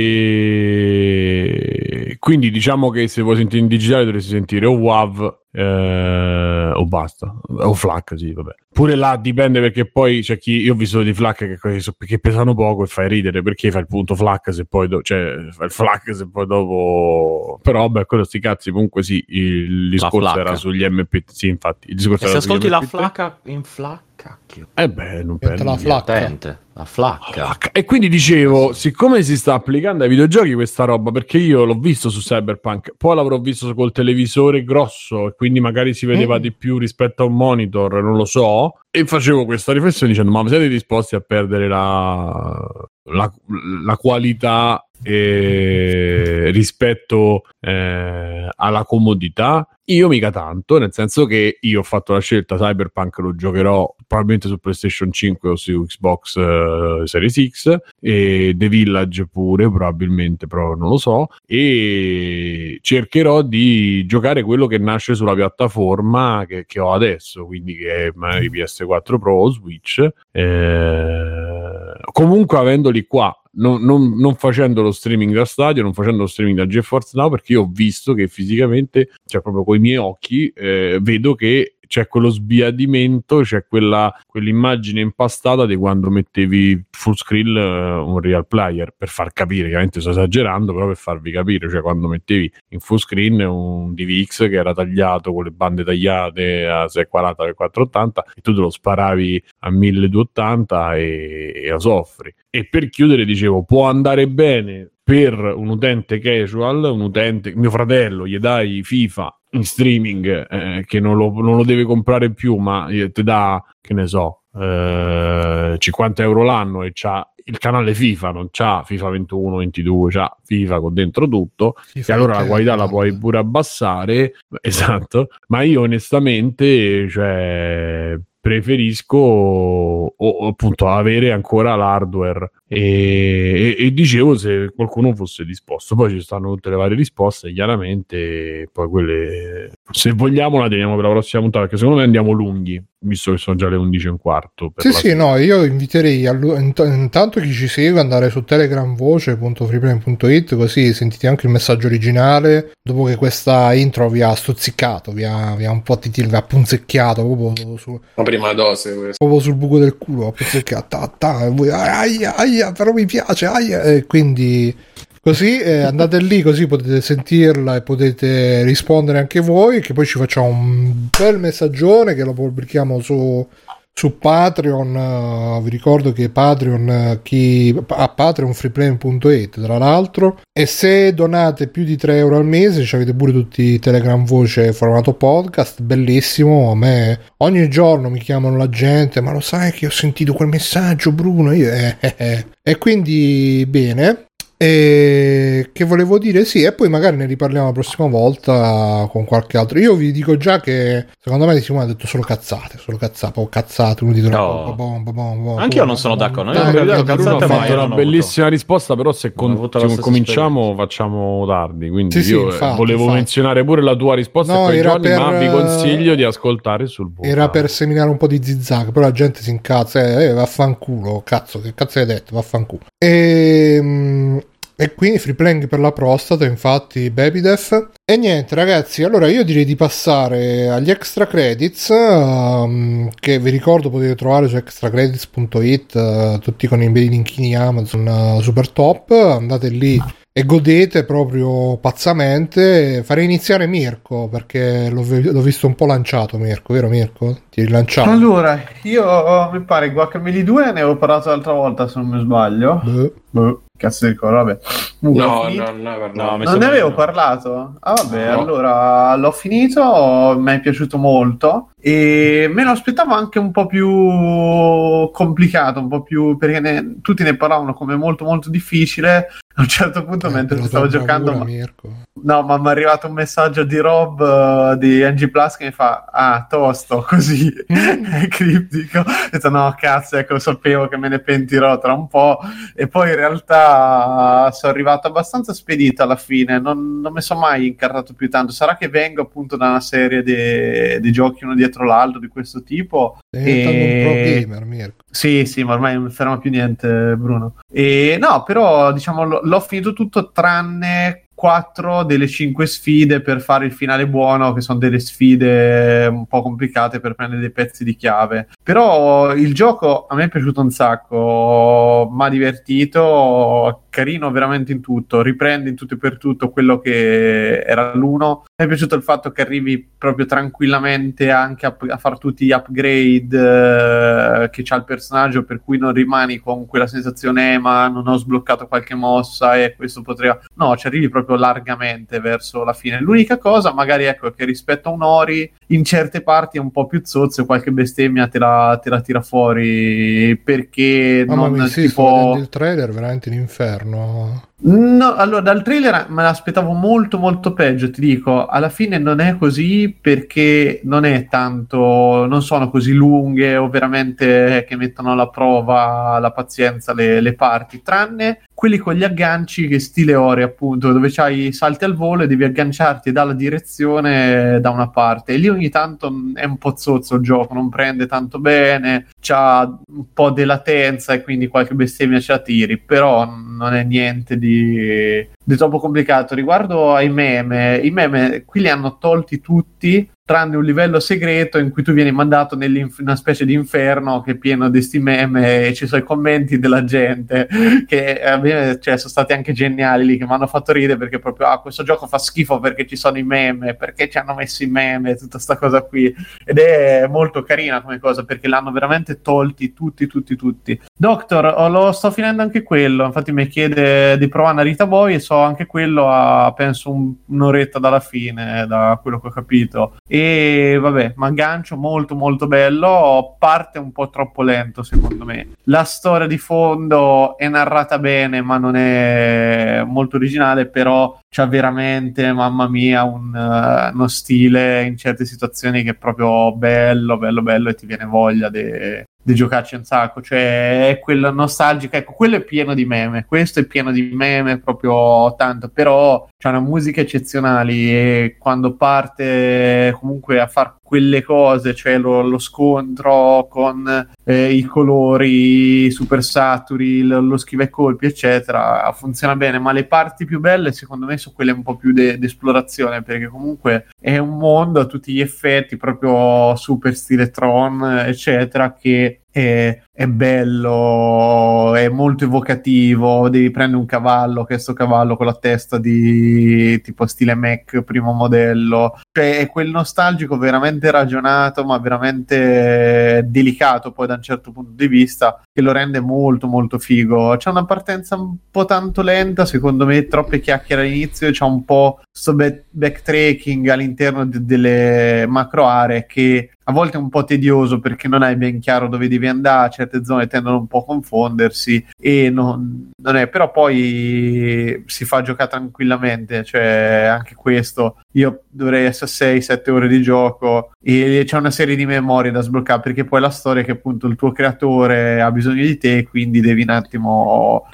E quindi diciamo che se vuoi sentire in digitale dovresti sentire o WAV o basta, o FLAC, sì, vabbè. Pure là dipende, perché poi c'è io ho visto dei FLAC che pesano poco e fai ridere, perché fai il punto FLAC se poi fai il FLAC se poi dopo, però vabbè, quello sti cazzi. Comunque sì, il discorso era sugli MP, sì, infatti il discorso era se ascolti la FLAC in FLAC, cacchio, non prende la flacca. La flacca. E quindi dicevo, siccome si sta applicando ai videogiochi questa roba, perché io l'ho visto su Cyberpunk, poi l'avrò visto col televisore grosso, e quindi magari si vedeva di più rispetto a un monitor, non lo so, e facevo questa riflessione dicendo: ma siete disposti a perdere la qualità rispetto alla comodità? Io mica tanto, nel senso che io ho fatto la scelta, Cyberpunk lo giocherò probabilmente su PlayStation 5 o su Xbox Series X, e The Village pure probabilmente, però non lo so, e cercherò di giocare quello che nasce sulla piattaforma che ho adesso, quindi che è magari PS4 Pro o Switch, comunque avendoli qua, non facendo lo streaming da stadio, non facendo lo streaming da GeForce Now, perché io ho visto che fisicamente, cioè proprio coi miei occhi, vedo che c'è quello sbiadimento, c'è quell'immagine impastata di quando mettevi full screen un real player, per far capire, chiaramente sto esagerando, però per farvi capire, cioè quando mettevi in full screen un DivX che era tagliato con le bande tagliate a 640 x 480 e tu te lo sparavi a 1280 e lo soffri. E per chiudere dicevo, può andare bene per un utente casual, un utente, mio fratello, gli dai FIFA in streaming, che non lo deve comprare più, ma ti dà, che ne so, 50 euro l'anno e c'ha il canale FIFA, non c'ha FIFA 21, 22, c'ha FIFA con dentro tutto, FIFA, e allora la qualità la puoi pure abbassare, esatto, ma io onestamente, cioè, preferisco appunto avere ancora l'hardware, e dicevo, se qualcuno fosse disposto. Poi ci stanno tutte le varie risposte, chiaramente, poi quelle, se vogliamo, la teniamo per la prossima puntata, perché secondo me andiamo lunghi. visto che sono già le 11:15. Sì, no, io inviterei intanto chi ci segue ad andare su telegramvoce.freeplane.it, così sentite anche il messaggio originale, dopo che questa intro vi ha stuzzicato, vi ha un po' vi ha punzecchiato proprio la prima dose questa. Proprio sul buco del culo, ha punzecchiato, e voi aia, però mi piace, e quindi così andate lì, così potete sentirla e potete rispondere anche voi, che poi ci facciamo un bel messaggione che lo pubblichiamo su Patreon. Vi ricordo che Patreon, chi ha Patreon freeplane.it tra l'altro, e se donate più di 3 euro al mese avete pure tutti i Telegram Voce formato podcast, bellissimo. A me ogni giorno mi chiamano la gente, ma lo sai che ho sentito quel messaggio, Bruno? E quindi bene. E che volevo dire, sì, e poi magari ne riparliamo la prossima volta con qualche altro. Io vi dico già che secondo me Simone ha detto solo cazzate, uno di anche io non sono d'accordo. Bruno ha fatto una bellissima risposta, però se cominciamo facciamo tardi, quindi volevo menzionare pure la tua risposta, ma vi consiglio di ascoltare sul vocale. Era per seminare un po' di zigzag, però la gente si incazza, vaffanculo, cazzo, che cazzo hai detto, vaffanculo. E quindi free playing per la prostata, infatti, Babydef. E niente ragazzi, allora io direi di passare agli extra credits, che vi ricordo potete trovare su extracredits.it, tutti con i bei linkini Amazon super top. Andate lì e godete proprio pazzamente. Farei iniziare Mirko, perché l'ho visto un po' lanciato. Mirko, vero Mirko? Ti rilanciamo. Allora, io mi pare Guacamelee 2 ne avevo parlato l'altra volta, se non mi sbaglio. Cazzo di ricordo, vabbè. Non ne avevo parlato. Vabbè, no. Allora l'ho finito, mi è piaciuto molto e me lo aspettavo anche un po' più complicato, un po' più, perché tutti ne parlavano come molto molto difficile. A un certo punto mentre stavo giocando no, ma mi è arrivato un messaggio di Rob di NG Plus che mi fa tosto, così è criptico. Ho detto no cazzo, ecco, sapevo che me ne pentirò tra un po', e poi in realtà sono arrivato abbastanza spedito alla fine, non mi sono mai incartato più tanto. Sarà che vengo appunto da una serie di giochi uno dietro l'altro di questo tipo. Stai diventando un pro gamer, Mirko. Sì, ma ormai non mi ferma più niente, Bruno. E no, però diciamo l'ho finito tutto tranne 4 delle 5 sfide per fare il finale buono, che sono delle sfide un po' complicate per prendere dei pezzi di chiave. Però il gioco a me è piaciuto un sacco, mi ha divertito, carino veramente in tutto, riprende in tutto e per tutto quello che era l'1. Mi è piaciuto il fatto che arrivi proprio tranquillamente anche a fare tutti gli upgrade che c'ha il personaggio, per cui non rimani con quella sensazione ma non ho sbloccato qualche mossa e questo potrebbe... No, ci arrivi proprio largamente verso la fine. L'unica cosa magari ecco che rispetto a un Ori in certe parti è un po' più zozzo e qualche bestemmia te la tira fuori, perché tipo il trailer veramente l'inferno. No, allora dal trailer me l'aspettavo molto molto peggio, ti dico. Alla fine non è così, perché non è tanto, non sono così lunghe o veramente che mettono alla prova la pazienza le parti, tranne quelli con gli agganci che stile Ori appunto, dove c'hai salti al volo e devi agganciarti dalla direzione da una parte, e lì ogni tanto è un po' zozzo il gioco, non prende tanto bene, c'ha un po' di latenza e quindi qualche bestemmia ce la tiri, però non è niente di troppo complicato. Riguardo ai meme, i meme qui li hanno tolti tutti tranne un livello segreto in cui tu vieni mandato una specie di inferno che è pieno di sti meme, e ci sono i commenti della gente che sono stati anche geniali lì, che mi hanno fatto ridere, perché proprio questo gioco fa schifo perché ci sono i meme, perché ci hanno messo i meme, tutta sta cosa qui, ed è molto carina come cosa perché l'hanno veramente tolti tutti. Doctor, lo sto finendo anche quello, infatti mi chiede di provare Narita Boy e so anche quello a penso un'oretta dalla fine, da quello che ho capito. E vabbè, ma aggancio molto molto bello, parte un po' troppo lento secondo me. La storia di fondo è narrata bene ma non è molto originale, però c'ha veramente, mamma mia, uno stile in certe situazioni che è proprio bello e ti viene voglia di giocarci un sacco, cioè è quello nostalgico, ecco, quello è pieno di meme, questo è pieno di meme proprio tanto, però c'ha una musica eccezionali e quando parte comunque a far quelle cose, cioè lo scontro con i colori super saturi, lo schiva e colpi eccetera, funziona bene, ma le parti più belle secondo me sono quelle un po' più d'esplorazione, perché comunque è un mondo a tutti gli effetti proprio super stile Tron eccetera, che è bello, è molto evocativo. Devi prendere un cavallo, che è sto cavallo con la testa di tipo stile Mac primo modello, cioè è quel nostalgico veramente ragionato ma veramente delicato poi da un certo punto di vista, che lo rende molto molto figo. C'è una partenza un po' tanto lenta secondo me, troppe chiacchiere all'inizio, c'è un po' sto backtracking all'interno delle macro aree che a volte è un po' tedioso perché non hai ben chiaro dove devi andare, certe zone tendono un po' a confondersi e non è, però poi si fa giocare tranquillamente, cioè anche questo io dovrei essere 6-7 ore di gioco e c'è una serie di memorie da sbloccare, perché poi la storia è che appunto il tuo creatore ha bisogno di te, quindi devi un attimo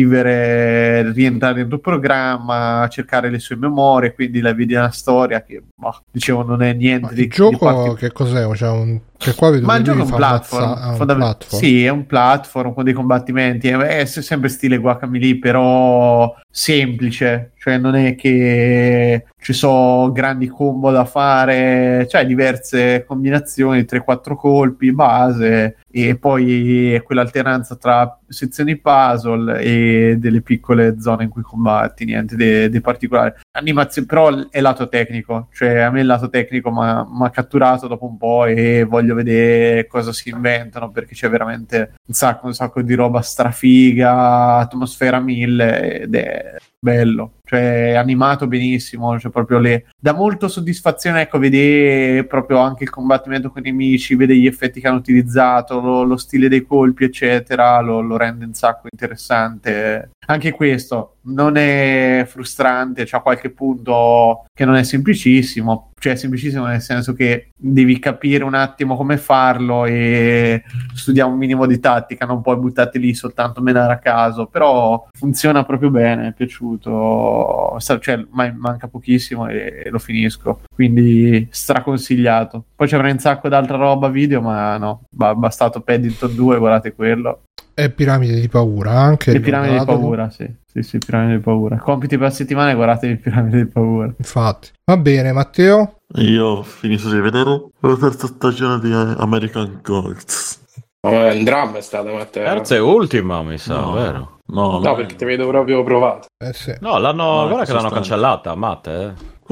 rivivere, rientrare dentro il programma, cercare le sue memorie, quindi la vedi una storia che dicevo non è niente di gioco che cos'è? Cioè che qua vedo ma il gioco è un platform, sì, è un platform con dei combattimenti, è sempre stile Guacamelee però semplice, cioè non è che ci sono grandi combo da fare, cioè diverse combinazioni, 3-4 colpi base e poi è quell'alternanza tra sezioni puzzle e delle piccole zone in cui combatti, niente di particolare. Animazione però è lato tecnico, cioè a me il lato tecnico mi ha catturato dopo un po' e voglio vedere cosa si inventano, perché c'è veramente un sacco di roba strafiga, atmosfera 1000 ed è bello, cioè animato benissimo, cioè proprio dà molto soddisfazione, ecco, vedere proprio anche il combattimento con i nemici, vedere gli effetti che hanno utilizzato, lo stile dei colpi eccetera, lo rende un sacco interessante. Anche questo non è frustrante, c'ha qualche punto che non è semplicissimo, cioè è semplicissimo nel senso che devi capire un attimo come farlo e studiare un minimo di tattica, non puoi buttarti lì soltanto menare a caso, però funziona proprio bene, è piaciuto, cioè manca pochissimo e lo finisco, quindi straconsigliato. Poi c'avrà un sacco d'altra roba video, ma no, bastato Paddington 2, guardate quello. E Piramide di Paura anche. Le Piramidi di Paura, sì, Piramidi di Paura. Compiti per settimana, guardate le Piramidi di Paura. Infatti. Va bene, Matteo? Io ho finito di vedere la terza stagione di American Gods. Un dramma è stata, Matteo. Terza e ultima, mi sa, vero? No, perché ti vedo proprio provato. Sì. No, guarda che l'hanno cancellata, Matte.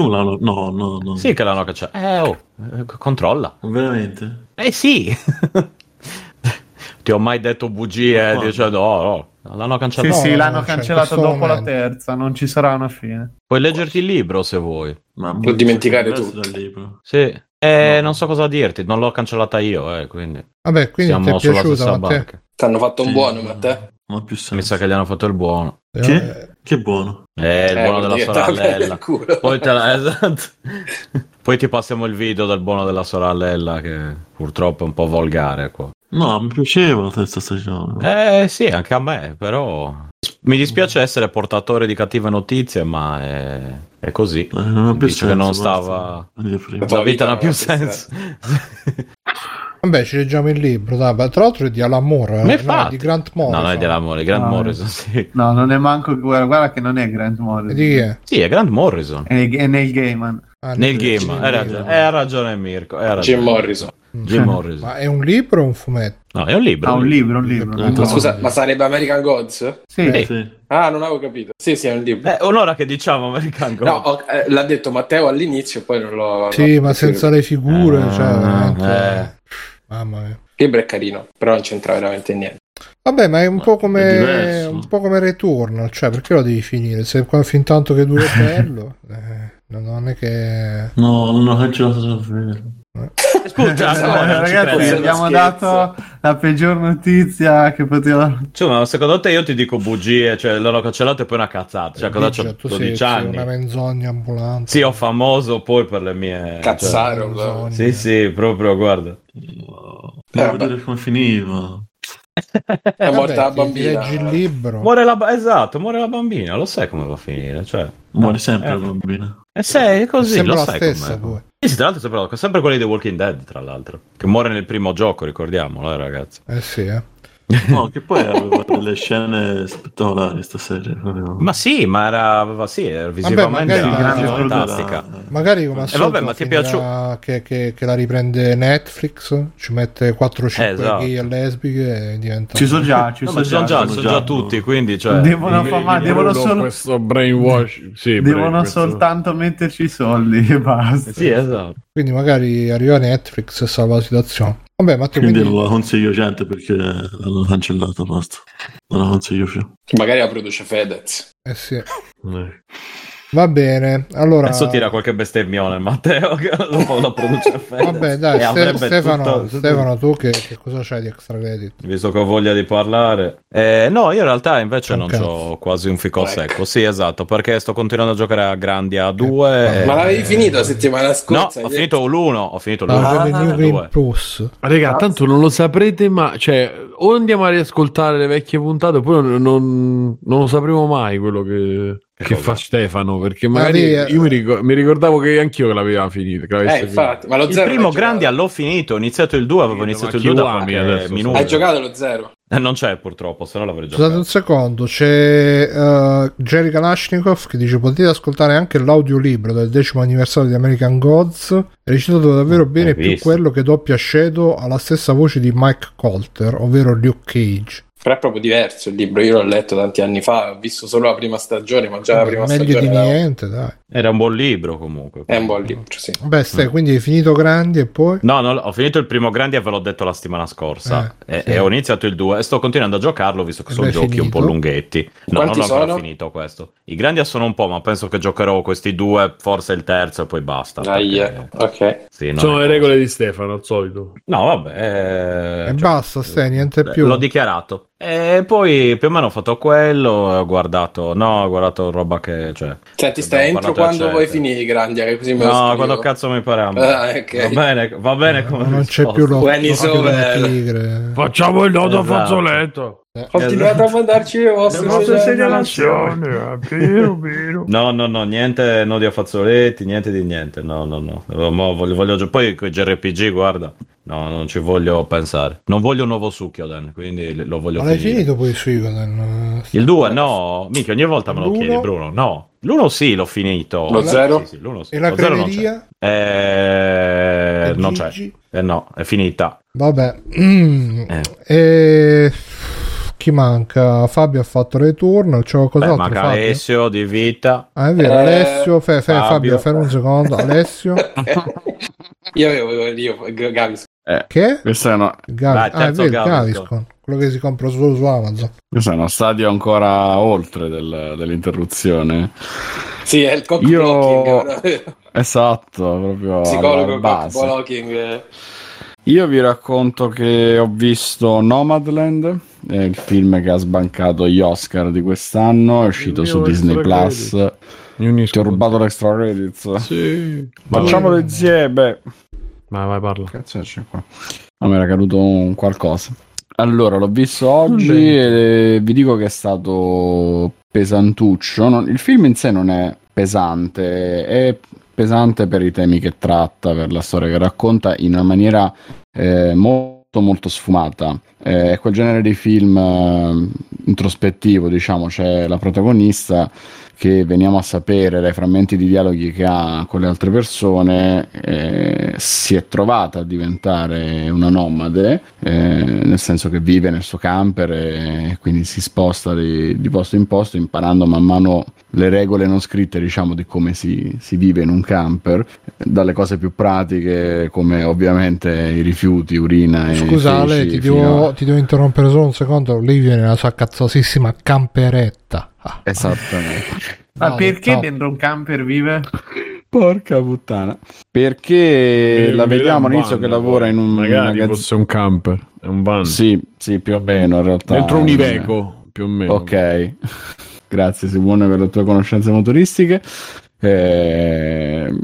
No. Sì che l'hanno cancellata. Controlla. Veramente? Sì. Ti ho mai detto bugie? Dice no, l'hanno cancellata. Sì, l'hanno cancellata dopo la terza, non ci sarà una fine. Puoi leggerti il libro se vuoi. Ma puoi dimenticare tutto. Sì. Non so cosa dirti, non l'ho cancellata io, quindi. Vabbè, quindi siamo sulla stessa barca. Ti hanno fatto un buono, Matteo? Non ha più senso. Mi sa che gli hanno fatto il buono. Che buono? Il buono della sorellella. Poi esatto. Poi ti passiamo il video del buono della sorellella, che purtroppo è un po' volgare qua. No, mi piaceva la terza stagione. Sì, anche a me, però mi dispiace essere portatore di cattive notizie, ma è così. Non ha più Dice senso, che non stava. La vita non ha più senso. Vabbè, ci leggiamo il libro, dai. Tra l'altro è di Alan Moore, no, di Grant Morrison. No, non è di Alan Moore, è Grant Morrison, sì. No, non è manco, guarda che non è Grant Morrison. Di chi è? Sì, è Grant Morrison. È Neil Gaiman. Neil Gaiman, hai ragione Mirko. Jim Morrison. Ma è un libro o un fumetto? No, è un libro. Un libro. Scusa, ma sarebbe American Gods? Sì. Ah, non avevo capito. Sì, è un libro. Un'ora che diciamo American Gods. No, l'ha detto Matteo all'inizio, poi non l'ho... Sì, ma senza le figure, cioè veramente... Mamma mia. Il libro è carino, però non c'entra veramente niente. Vabbè, ma è un po' come Returnal, cioè perché lo devi finire? Se fin tanto che dura bello, non è che... No, non ho cancellato davvero. Scusa, ragazzi, abbiamo dato la peggior notizia che poteva. Cioè, ma secondo te io ti dico bugie, cioè l'hanno cancellato e poi una cazzata. Cioè, cosa c'ho 12 anni? Una menzogna ambulante. Sì, ho famoso poi per le mie cazzaro. Sì, proprio, guarda. Devo vedere come finiva. È morta la bambina. Leggi il libro. Muore la bambina, lo sai come va a finire, cioè. Muore sempre la bambina. Sei così, Sembra lo la sai stessa com'è. poi. Sì, tra l'altro sempre quelli di Walking Dead, tra l'altro, che muore nel primo gioco, ricordiamolo, ragazzi. Sì. No, che poi aveva delle scene spettacolari sta serie. Ma sì, ma era visivamente magari, fantastica. Magari come al solito vabbè, ma ti piace che la riprende Netflix, ci mette 4-5 gay e lesbiche e diventa... Ci sono già, sono già tutti, quindi cioè... devono solo... questo brainwash. Sì, devono soltanto metterci i soldi e basta. Sì, esatto. Quindi magari arriva Netflix e salva la situazione. Vabbè, Matteo, quindi non la consiglio gente perché l'hanno cancellata, basta. Non la consiglio più. Magari la produce Fedez. Sì. Va bene, allora... Adesso tira qualche bestemmione Matteo che lo produce Vabbè dai, Stefano, tu che cosa c'hai di extra credit? Visto che ho voglia di parlare. No, io in realtà invece non c'ho quasi un fico secco. Sì, esatto, perché sto continuando a giocare a Grandia 2. Ma l'avevi finito la settimana scorsa? No, ho finito l'1. New Game Plus. Raga, tanto non lo saprete mai, cioè o andiamo a riascoltare le vecchie puntate oppure non lo sapremo mai quello che fa Stefano, perché magari io mi ricordavo che anch'io l'aveva finito. Infatti, ma lo il zero primo Grandia l'ho finito, ho iniziato il 2, avevo iniziato il 2 da qualche minuto. Hai giocato lo 0? Non c'è purtroppo, se no l'avrei giocato. Scusate un secondo, c'è Jerry Kalashnikov che dice: potete ascoltare anche l'audiolibro del 10° anniversario di American Gods, è recitato davvero bene, più quello che doppia Shadow ha la stessa voce di Mike Colter, ovvero Luke Cage. Però è proprio diverso il libro, io l'ho letto tanti anni fa, ho visto solo la prima stagione, ma già la prima stagione meglio di niente, dai. Era un buon libro comunque. È un buon libro, sì. Beh, quindi hai finito Grandi e poi? No, ho finito il primo Grandi e ve l'ho detto la settimana scorsa e ho iniziato il 2 e sto continuando a giocarlo visto che sono giochi un po' lunghetti. No, quanti non ho ancora sono? Finito questo. I Grandi sono un po', ma penso che giocherò questi 2, forse il terzo e poi basta. Ok. Sì, sono le regole di Stefano, al solito. No, vabbè. E basta, niente più. L'ho dichiarato. E poi più o meno ho fatto quello, ho guardato roba che... Cioè, senti, stai entro quando vuoi finire i Grandi, che così me lo scrivo. Quando cazzo mi pare a me. Okay. Va bene come non c'è più tigre. Facciamo il nodo fazzoletto. Continuate a mandarci le vostre segnalazioni. Vero. No, niente nodi a fazzoletti, niente di niente. No. Voglio poi con i JRPG, guarda. No, non ci voglio pensare. Non voglio un nuovo Suikoden, quindi lo voglio finire. Ma l'hai finito poi Suikoden? Il 2 no, mica ogni volta me lo chiedi, Bruno. No, l'1 sì, l'ho finito. Lo 0? Sì, l'1 sì. E la cremeria? Non c'è. No, è finita. Vabbè. Chi manca? Fabio ha fatto return, c'è qualcos'altro? Manca Alessio di vita. Ah, è vero, Alessio, Fabio, fermo un secondo. Alessio. Io avevo Gaviscon. Che? Questa è una... è vero, Gaviscon, quello che si compra solo su Amazon. Questo è uno stadio ancora oltre dell'interruzione. Sì, è il cock-blocking. Esatto, proprio psicologo cock-blocking. Io vi racconto che ho visto Nomadland, il film che ha sbancato gli Oscar di quest'anno, è uscito su Disney Plus. Ti ho rubato l'extra credits. Sì. Facciamolo insieme. Vai, parla. Cazzo c'è qua? No, mi era caduto un qualcosa. Allora, l'ho visto oggi e vi dico che è stato pesantuccio. Il film in sé non è pesante, è pesante per i temi che tratta, per la storia che racconta, in una maniera molto sfumata. È quel genere di film introspettivo, diciamo. C'è la protagonista che veniamo a sapere dai frammenti di dialoghi che ha con le altre persone, si è trovata a diventare una nomade, nel senso che vive nel suo camper e quindi si sposta di posto in posto, imparando man mano le regole non scritte, diciamo, di come si vive in un camper, dalle cose più pratiche come ovviamente i rifiuti, urina e scusa Ale, ti devo interrompere solo un secondo. Lei viene nella sua cazzosissima camperetta. Esattamente. Ma perché dentro un camper vive? Porca puttana. Perché la vediamo all'inizio che lavora in un magari fosse un camper, è un van. Sì, più o meno in realtà. Dentro un Iveco, più o meno. Ok. Grazie Simone per le tue conoscenze motoristiche.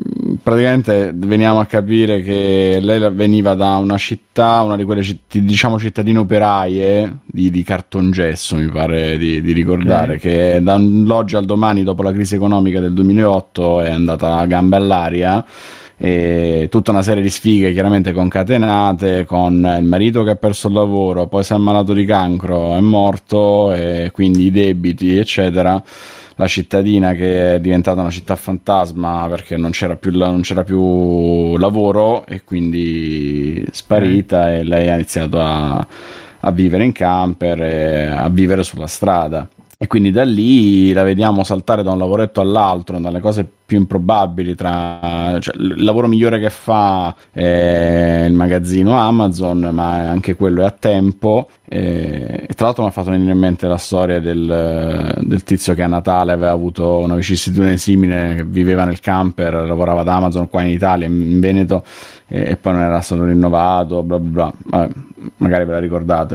praticamente veniamo a capire che lei veniva da una città, una di quelle diciamo cittadine operaie di cartongesso, mi pare di ricordare, che dall'oggi al domani, dopo la crisi economica del 2008, è andata a gambe all'aria. E tutta una serie di sfighe chiaramente concatenate, con il marito che ha perso il lavoro, poi si è ammalato di cancro, è morto, e quindi i debiti eccetera, la cittadina che è diventata una città fantasma perché non c'era più lavoro, e quindi sparita, e lei ha iniziato a vivere in camper e a vivere sulla strada. E quindi da lì la vediamo saltare da un lavoretto all'altro, dalle cose più improbabili, cioè, il lavoro migliore che fa è il magazzino Amazon, ma anche quello è a tempo. E tra l'altro mi ha fatto venire in mente la storia del tizio che a Natale aveva avuto una vicissitudine simile, che viveva nel camper, lavorava ad Amazon qua in Italia, in Veneto, e poi non era stato rinnovato, bla bla bla. Vabbè, magari ve la ricordate.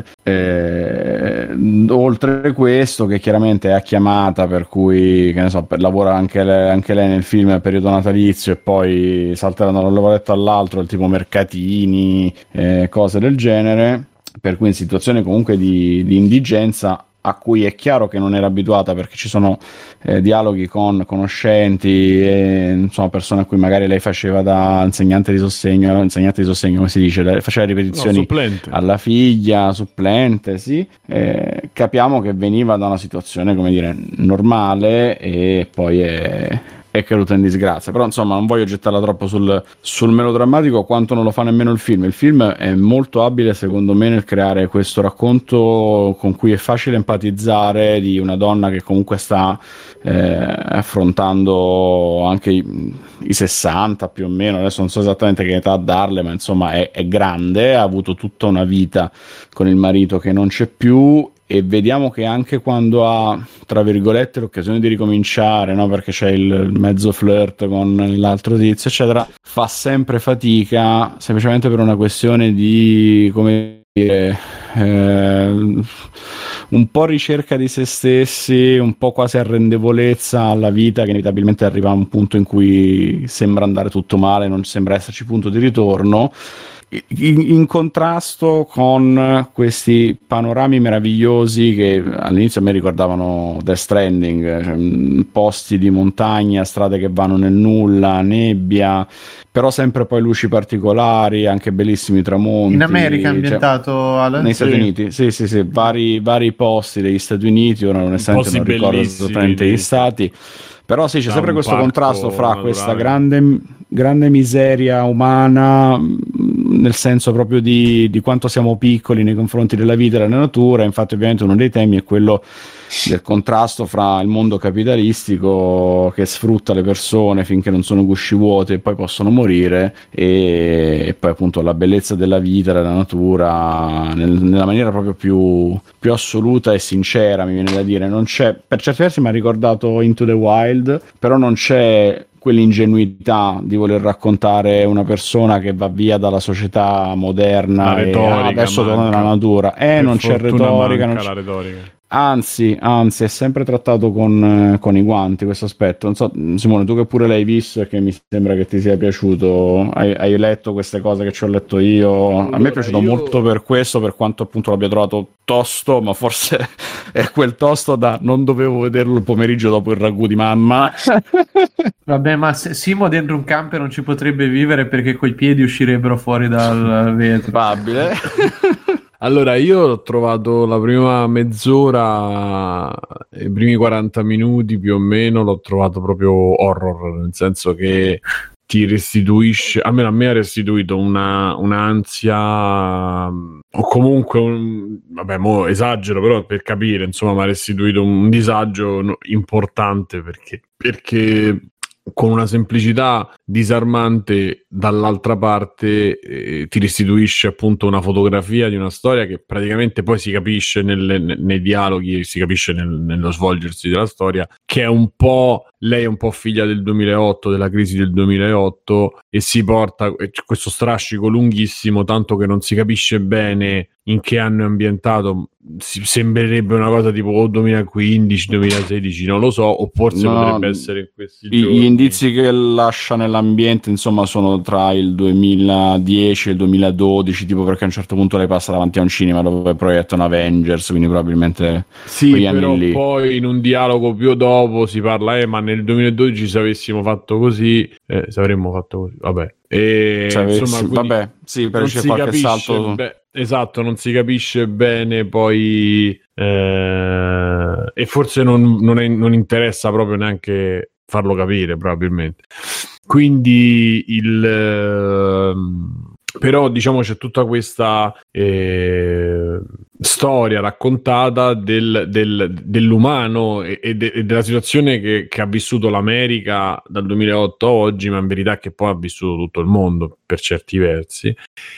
Oltre questo, che chiaramente è a chiamata, per cui, che ne so, lavora anche lei nel film nel periodo natalizio, e poi salteranno da un lavoretto all'altro, tipo mercatini, cose del genere, per cui in situazioni comunque di indigenza, a cui è chiaro che non era abituata, perché ci sono dialoghi con conoscenti e insomma persone a cui magari lei faceva da insegnante di sostegno, come si dice, faceva ripetizioni alla figlia, supplente, sì. Capiamo che veniva da una situazione, come dire, normale, e poi è caduta in disgrazia. Però insomma non voglio gettarla troppo sul melodrammatico, quanto non lo fa nemmeno il film. Il film è molto abile secondo me nel creare questo racconto con cui è facile empatizzare, di una donna che comunque sta affrontando anche i 60 più o meno, adesso non so esattamente che età darle, ma insomma è grande, ha avuto tutta una vita con il marito che non c'è più, e vediamo che anche quando ha, tra virgolette, l'occasione di ricominciare, no? Perché c'è il mezzo flirt con l'altro tizio eccetera, fa sempre fatica, semplicemente per una questione di, come dire, un po' ricerca di se stessi, un po' quasi arrendevolezza alla vita, che inevitabilmente arriva a un punto in cui sembra andare tutto male, non sembra esserci punto di ritorno, in contrasto con questi panorami meravigliosi che all'inizio a me ricordavano Death Stranding, cioè, posti di montagna, strade che vanno nel nulla, nebbia, però sempre poi luci particolari, anche bellissimi tramonti. In America ambientato, cioè, nei Stati Uniti, sì, vari posti degli Stati Uniti, ora onestamente non ricordo esattamente gli stati. Però sì, c'è sempre questo contrasto fra naturale, questa grande miseria umana, nel senso proprio di quanto siamo piccoli nei confronti della vita e della natura. Infatti ovviamente uno dei temi è quello del contrasto fra il mondo capitalistico che sfrutta le persone finché non sono gusci vuoti e poi possono morire, e poi appunto la bellezza della vita, della natura, nella maniera proprio più assoluta e sincera, mi viene da dire. Non c'è, per certi versi mi ha ricordato Into the Wild, però non c'è quell'ingenuità di voler raccontare una persona che va via dalla società moderna retorica, e adesso torna nella natura, non c'è retorica, non c'è la retorica. Anzi, è sempre trattato con i guanti questo aspetto. Non so, Simone, tu che pure l'hai visto e che mi sembra che ti sia piaciuto, hai letto queste cose che ci ho letto io? A me è piaciuto molto per questo, per quanto appunto l'abbia trovato tosto, ma forse è quel tosto da non dovevo vederlo il pomeriggio dopo il ragù di mamma. Vabbè, ma Simo dentro un camper non ci potrebbe vivere, perché coi piedi uscirebbero fuori dal vetro. Probabile. Allora, io ho trovato la prima mezz'ora, i primi 40 minuti più o meno, l'ho trovato proprio horror, nel senso che ti restituisce, almeno a me ha restituito un'ansia, o comunque vabbè, mo esagero, però per capire, insomma, mi ha restituito un disagio importante, perché con una semplicità disarmante, dall'altra parte ti restituisce appunto una fotografia di una storia che praticamente poi si capisce nei dialoghi, si capisce nello svolgersi della storia, che è un po', lei è un po' figlia del 2008, della crisi del 2008, e si porta questo strascico lunghissimo, tanto che non si capisce bene in che anno è ambientato. sembrerebbe una cosa tipo 2015-2016, non lo so, o forse potrebbe essere in questi giorni. Gli indizi che lascia nell'ambiente, insomma, sono tra il 2010 e il 2012, tipo perché a un certo punto lei passa davanti a un cinema dove proiettano Avengers, quindi probabilmente però lì. Poi in un dialogo più dopo si parla, ma nel 2012 se avessimo fatto così, se avremmo fatto così, vabbè. Insomma, vabbè, sì, però c'è qualche salto. Esatto, non si capisce bene poi e forse non interessa proprio neanche farlo capire, probabilmente. Quindi però diciamo c'è tutta questa storia raccontata dell'umano e della situazione che ha vissuto l'America dal 2008 a oggi, ma in verità che poi ha vissuto tutto il mondo per certi versi.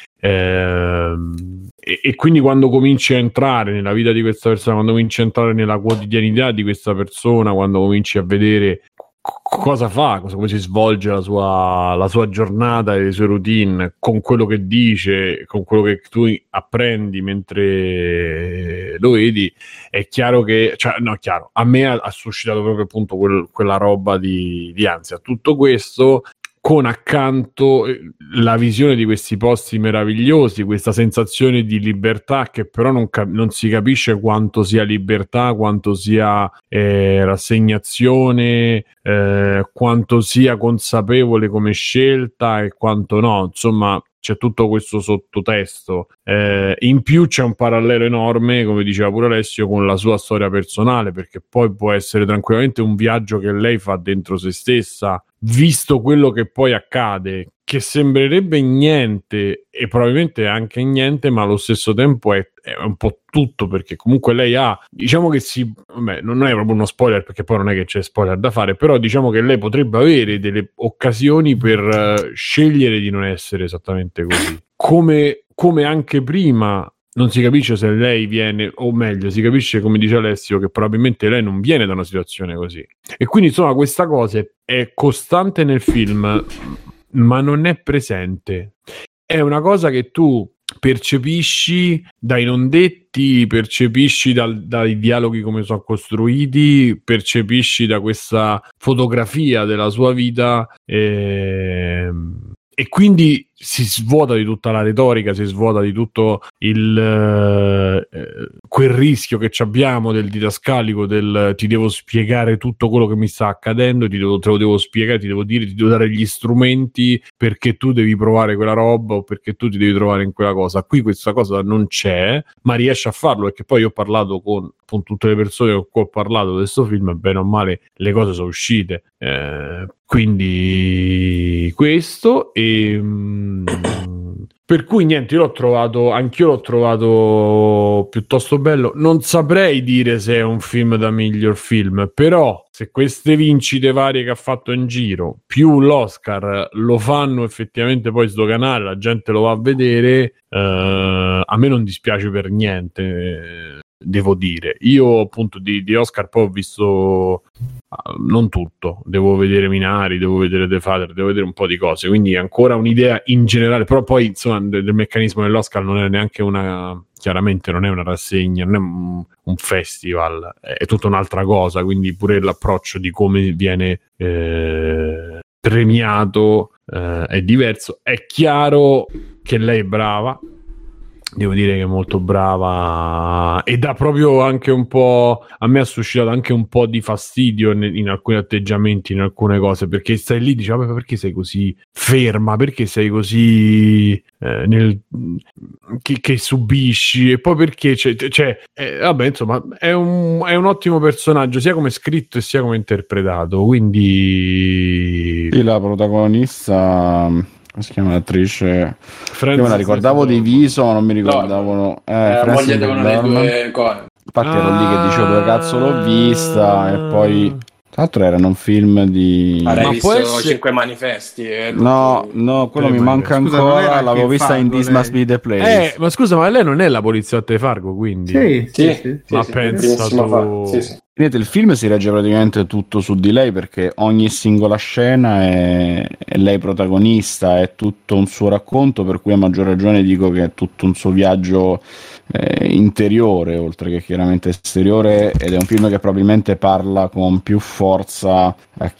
E quindi quando cominci a entrare nella vita di questa persona, quando cominci a entrare nella quotidianità di questa persona, quando cominci a vedere cosa fa, come si svolge la sua giornata e le sue routine, con quello che dice, con quello che tu apprendi mentre lo vedi, è chiaro che, a me ha suscitato proprio appunto quella roba di ansia. Tutto questo con accanto la visione di questi posti meravigliosi, questa sensazione di libertà che però non si capisce quanto sia libertà, quanto sia rassegnazione, quanto sia consapevole come scelta e quanto no, insomma c'è tutto questo sottotesto. In più c'è un parallelo enorme, come diceva pure Alessio, con la sua storia personale, perché poi può essere tranquillamente un viaggio che lei fa dentro se stessa, visto quello che poi accade, che sembrerebbe niente e probabilmente anche niente, ma allo stesso tempo è un po' tutto, perché comunque lei diciamo che non è proprio uno spoiler, perché poi non è che c'è spoiler da fare, però diciamo che lei potrebbe avere delle occasioni per scegliere di non essere esattamente così, come anche prima. Non si capisce se lei viene, o meglio, si capisce, come dice Alessio, che probabilmente lei non viene da una situazione così. E quindi, insomma, questa cosa è costante nel film, ma non è presente. È una cosa che tu percepisci dai non detti, percepisci dai dialoghi come sono costruiti, percepisci da questa fotografia della sua vita, e quindi si svuota di tutta la retorica, si svuota di tutto quel rischio che abbiamo del didascalico, del ti devo spiegare tutto quello che mi sta accadendo, te lo devo spiegare, ti devo dire, ti devo dare gli strumenti perché tu devi provare quella roba o perché tu ti devi trovare in quella cosa. Qui questa cosa non c'è, ma riesce a farlo, perché poi io ho parlato con tutte le persone con cui ho parlato di questo film, bene o male le cose sono uscite, quindi questo per cui niente, anch'io l'ho trovato piuttosto bello. Non saprei dire se è un film da miglior film, però se queste vincite varie che ha fatto in giro più l'Oscar lo fanno effettivamente poi sdoganare, la gente lo va a vedere, a me non dispiace per niente, devo dire. Io appunto di Oscar poi ho visto non tutto, devo vedere Minari, devo vedere The Father, devo vedere un po' di cose, quindi ancora un'idea in generale, però poi insomma del meccanismo dell'Oscar non è neanche chiaramente non è una rassegna, non è un festival, è tutta un'altra cosa, quindi pure l'approccio di come viene premiato è diverso. È chiaro che lei è brava, devo dire che è molto brava, e dà proprio anche un po', a me ha suscitato anche un po' di fastidio in alcuni atteggiamenti, in alcune cose, perché stai lì, dici, vabbè, perché sei così ferma, perché sei così che subisci, e poi perché vabbè, insomma è un ottimo personaggio sia come scritto e sia come interpretato, quindi sì, la protagonista, come si chiama l'attrice? Io me la ricordavo di viso, ma non mi ricordavo. Moglie devono le due cose. Infatti ero lì che dicevo dove cazzo l'ho vista, e poi tra l'altro erano un film di... Hai visto 5 manifesti? No, quello mi manca ancora, l'avevo vista in This Must Be The Place. Ma scusa, ma lei non è la poliziotta di Fargo, quindi? Sì. Ma pensa tu... Sì. Il film si regge praticamente tutto su di lei, perché ogni singola scena è lei protagonista, è tutto un suo racconto, per cui a maggior ragione dico che è tutto un suo viaggio interiore, oltre che chiaramente esteriore, ed è un film che probabilmente parla con più forza a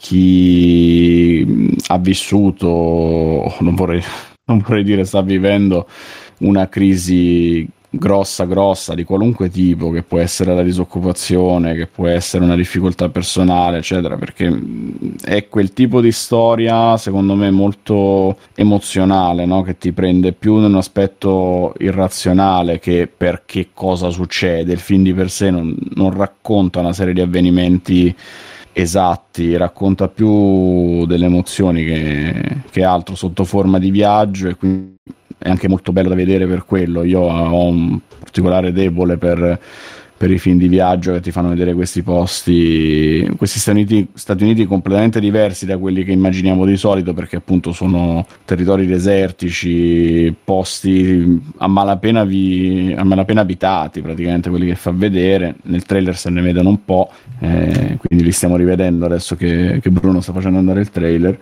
chi ha vissuto, non vorrei dire sta vivendo, una crisi grossa di qualunque tipo, che può essere la disoccupazione, che può essere una difficoltà personale, eccetera, perché è quel tipo di storia secondo me molto emozionale, no? Che ti prende più in un aspetto irrazionale che per che cosa succede. Il film di per sé non racconta una serie di avvenimenti esatti, racconta più delle emozioni che altro, sotto forma di viaggio, e quindi è anche molto bello da vedere per quello. Io ho un particolare debole per i film di viaggio che ti fanno vedere questi posti, questi Stati Uniti completamente diversi da quelli che immaginiamo di solito, perché appunto sono territori desertici, posti a malapena abitati, praticamente quelli che fa vedere. Nel trailer se ne vedono un po', quindi li stiamo rivedendo adesso che Bruno sta facendo andare il trailer.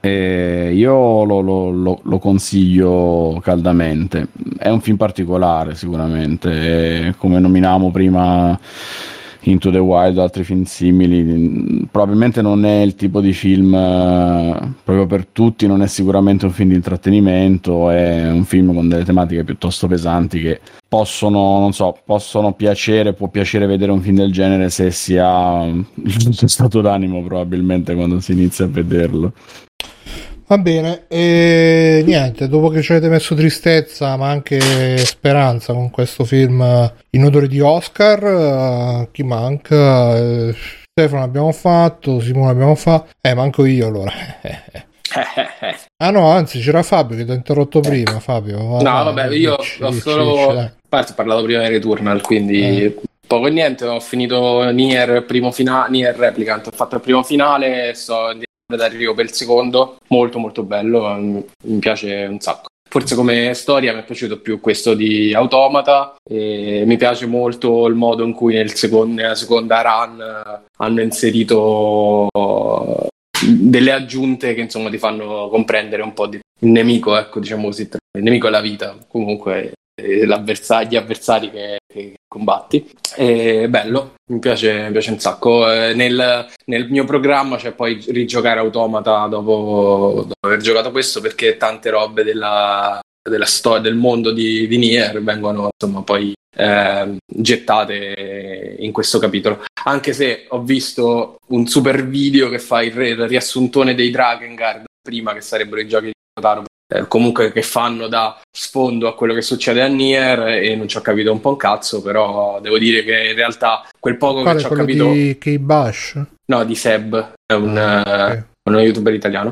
Io lo consiglio caldamente. È un film particolare sicuramente, come nominavamo prima Into the Wild o altri film simili, probabilmente non è il tipo di film proprio per tutti, non è sicuramente un film di intrattenimento, è un film con delle tematiche piuttosto pesanti che possono piacere, può piacere vedere un film del genere se si ha il giusto stato d'animo, probabilmente, quando si inizia a vederlo. Va bene, e niente, dopo che ci avete messo tristezza ma anche speranza con questo film in odore di Oscar, chi manca? Stefano abbiamo fatto, Simone abbiamo fatto, manco io allora. Ah no, anzi c'era Fabio che ti ho interrotto prima, Fabio. No, vabbè, io ho solo parlato prima di Returnal, quindi poco e niente, ho finito Nier Replicant, ho fatto il primo finale, sto d'arrivo per il secondo, molto molto bello, mi piace un sacco. Forse come storia mi è piaciuto più questo di Automata, e mi piace molto il modo in cui nella seconda run hanno inserito delle aggiunte che insomma ti fanno comprendere un po' il nemico, ecco, diciamo così. Il nemico è la vita, comunque gli avversari che combatti. È bello, mi piace un sacco. Nel mio programma c'è poi rigiocare Automata dopo aver giocato questo, perché tante robe della storia del mondo di Nier vengono insomma poi gettate in questo capitolo, anche se ho visto un super video che fa il riassuntone dei Drakengard prima, che sarebbero i giochi di Taro, comunque che fanno da sfondo a quello che succede a Nier, e non ci ho capito un po' un cazzo, però devo dire che in realtà quel poco che ci ho capito di K-Bash? No, di Seb, è uno youtuber italiano.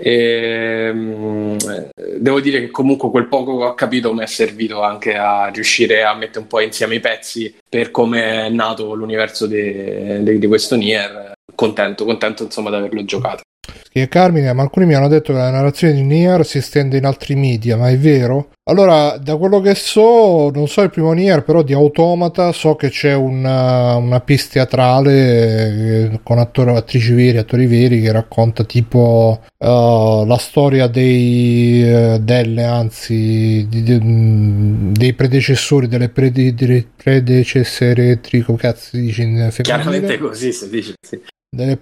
Devo dire che comunque quel poco che ho capito mi è servito anche a riuscire a mettere un po' insieme i pezzi per come è nato l'universo di questo Nier. Contento insomma di averlo giocato. Scrive Carmine, ma alcuni mi hanno detto che la narrazione di Nier si estende in altri media, ma è vero? Allora, da quello che so, non so il primo Nier, però di Automata so che c'è una piece teatrale con attori veri che racconta tipo la storia dei predecessori, delle predecessori, come cazzo si dice in femminile? Chiaramente così si dice, sì. Delle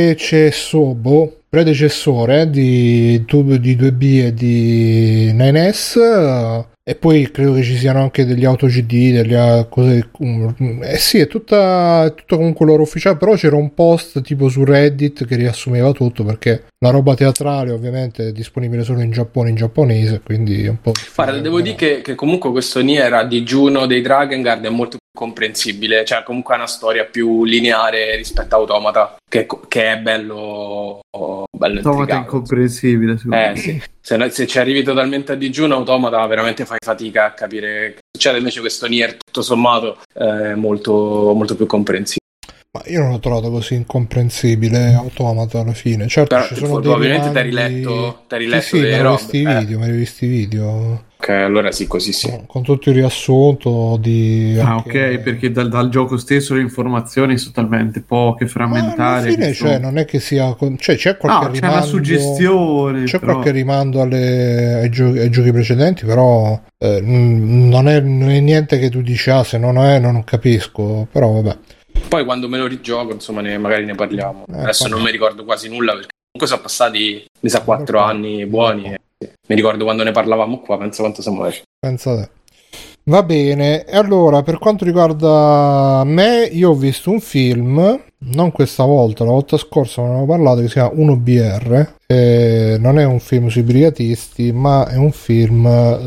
predecessore di 2B e di 9S, e poi credo che ci siano anche degli auto GD, delle cose, sì, è tutto comunque loro ufficiale, però c'era un post tipo su Reddit che riassumeva tutto, perché la roba teatrale ovviamente è disponibile solo in Giappone, in giapponese, quindi è un po'... Guarda, devo dire che comunque questo Nier a digiuno dei Drakengard è molto comprensibile, cioè comunque ha una storia più lineare rispetto a Automata, che è bello Automata è incomprensibile, sì. Se ci arrivi totalmente a digiuno, Automata veramente fai fatica a capire che succede, invece questo Nier tutto sommato è molto, molto più comprensibile. Ma io non l'ho trovato così incomprensibile Automata alla fine. Certo, però, ci sono dei ovviamente rimandi... t'hai riletto sì, le mi robe. mi ero visti i video. Ok, allora sì, così sì. Con tutto il riassunto di... ok, perché dal gioco stesso le informazioni sono talmente poche, frammentarie. Alla fine, c'è non è che sia... Cioè, c'è qualche rimando... c'è una suggestione. C'è qualche rimando ai giochi precedenti, però non è niente che tu dici, se non è, non capisco, però vabbè. Poi quando me lo rigioco, insomma, magari ne parliamo. Adesso non mi ricordo quasi nulla, perché comunque sono passati, mi sa, 4 anni buoni. Mi ricordo quando ne parlavamo qua, penso quanto siamo vecchi. Pensa te. Va bene, e allora per quanto riguarda me, io ho visto un film, non questa volta, la volta scorsa ne avevo parlato, che si chiama 1BR, non è un film sui brigatisti, ma è un film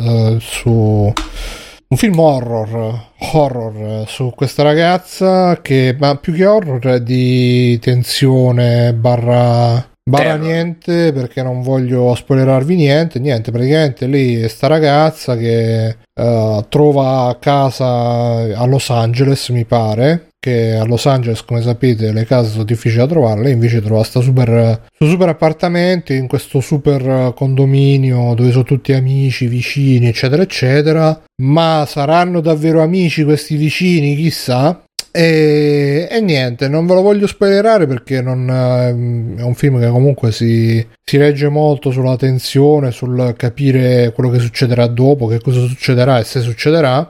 un film horror su questa ragazza che, ma più che horror, è di tensione barra niente, perché non voglio spoilerarvi niente, praticamente lì è sta ragazza che trova a casa a Los Angeles, mi pare, che a Los Angeles, come sapete, le case sono difficili da trovare. Lei invece trova sto super appartamento in questo super condominio dove sono tutti amici, vicini, eccetera eccetera. Ma saranno davvero amici questi vicini? Chissà. E niente, non ve lo voglio spoilerare perché è un film che comunque si regge molto sulla tensione, sul capire quello che succederà dopo, che cosa succederà e se succederà.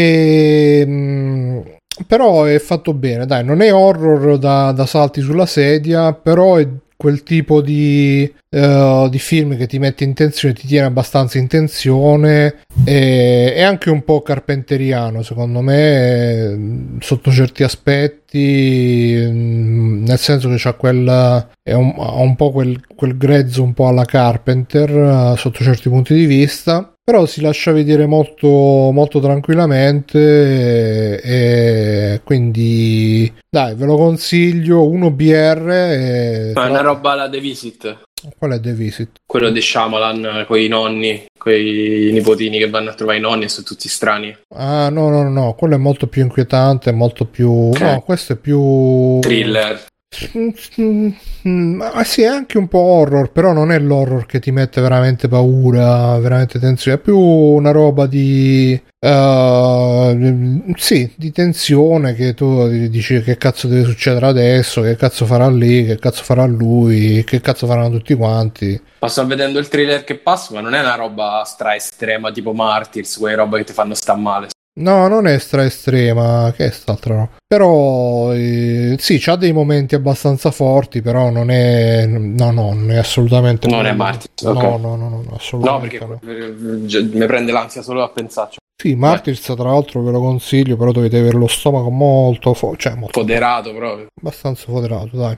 Però è fatto bene, dai, non è horror da salti sulla sedia, però è quel tipo di film che ti mette in tensione, ti tiene abbastanza in tensione, è anche un po' carpenteriano secondo me, sotto certi aspetti, nel senso che c'ha ha un po' quel grezzo un po' alla Carpenter sotto certi punti di vista, però si lascia vedere molto, molto tranquillamente, e quindi dai, ve lo consiglio. 1BR. È una roba alla The Visit. Qual è The Visit? Quello di Shyamalan, con i nonni, con i nipotini che vanno a trovare i nonni e sono tutti strani. Ah, no, quello è molto più inquietante, molto più... No, questo è più... thriller. Ma sì, è anche un po' horror, però non è l'horror che ti mette veramente paura, veramente tensione, è più una roba di di tensione, che tu dici che cazzo deve succedere adesso, che cazzo farà lì, che cazzo farà lui, che cazzo faranno tutti quanti. Sto vedendo il trailer che passa, ma non è una roba stra estrema tipo Martyrs, quelle robe che ti fanno sta male. No, non è stra estrema, che è st'altra roba. Però sì, c'ha dei momenti abbastanza forti, però non è... No, non è assolutamente... Non è Martyrs, okay. No, assolutamente no. Perché mi prende l'ansia solo a pensarci. Sì, Martyrs tra l'altro ve lo consiglio, però dovete avere lo stomaco molto foderato proprio. Abbastanza foderato, dai.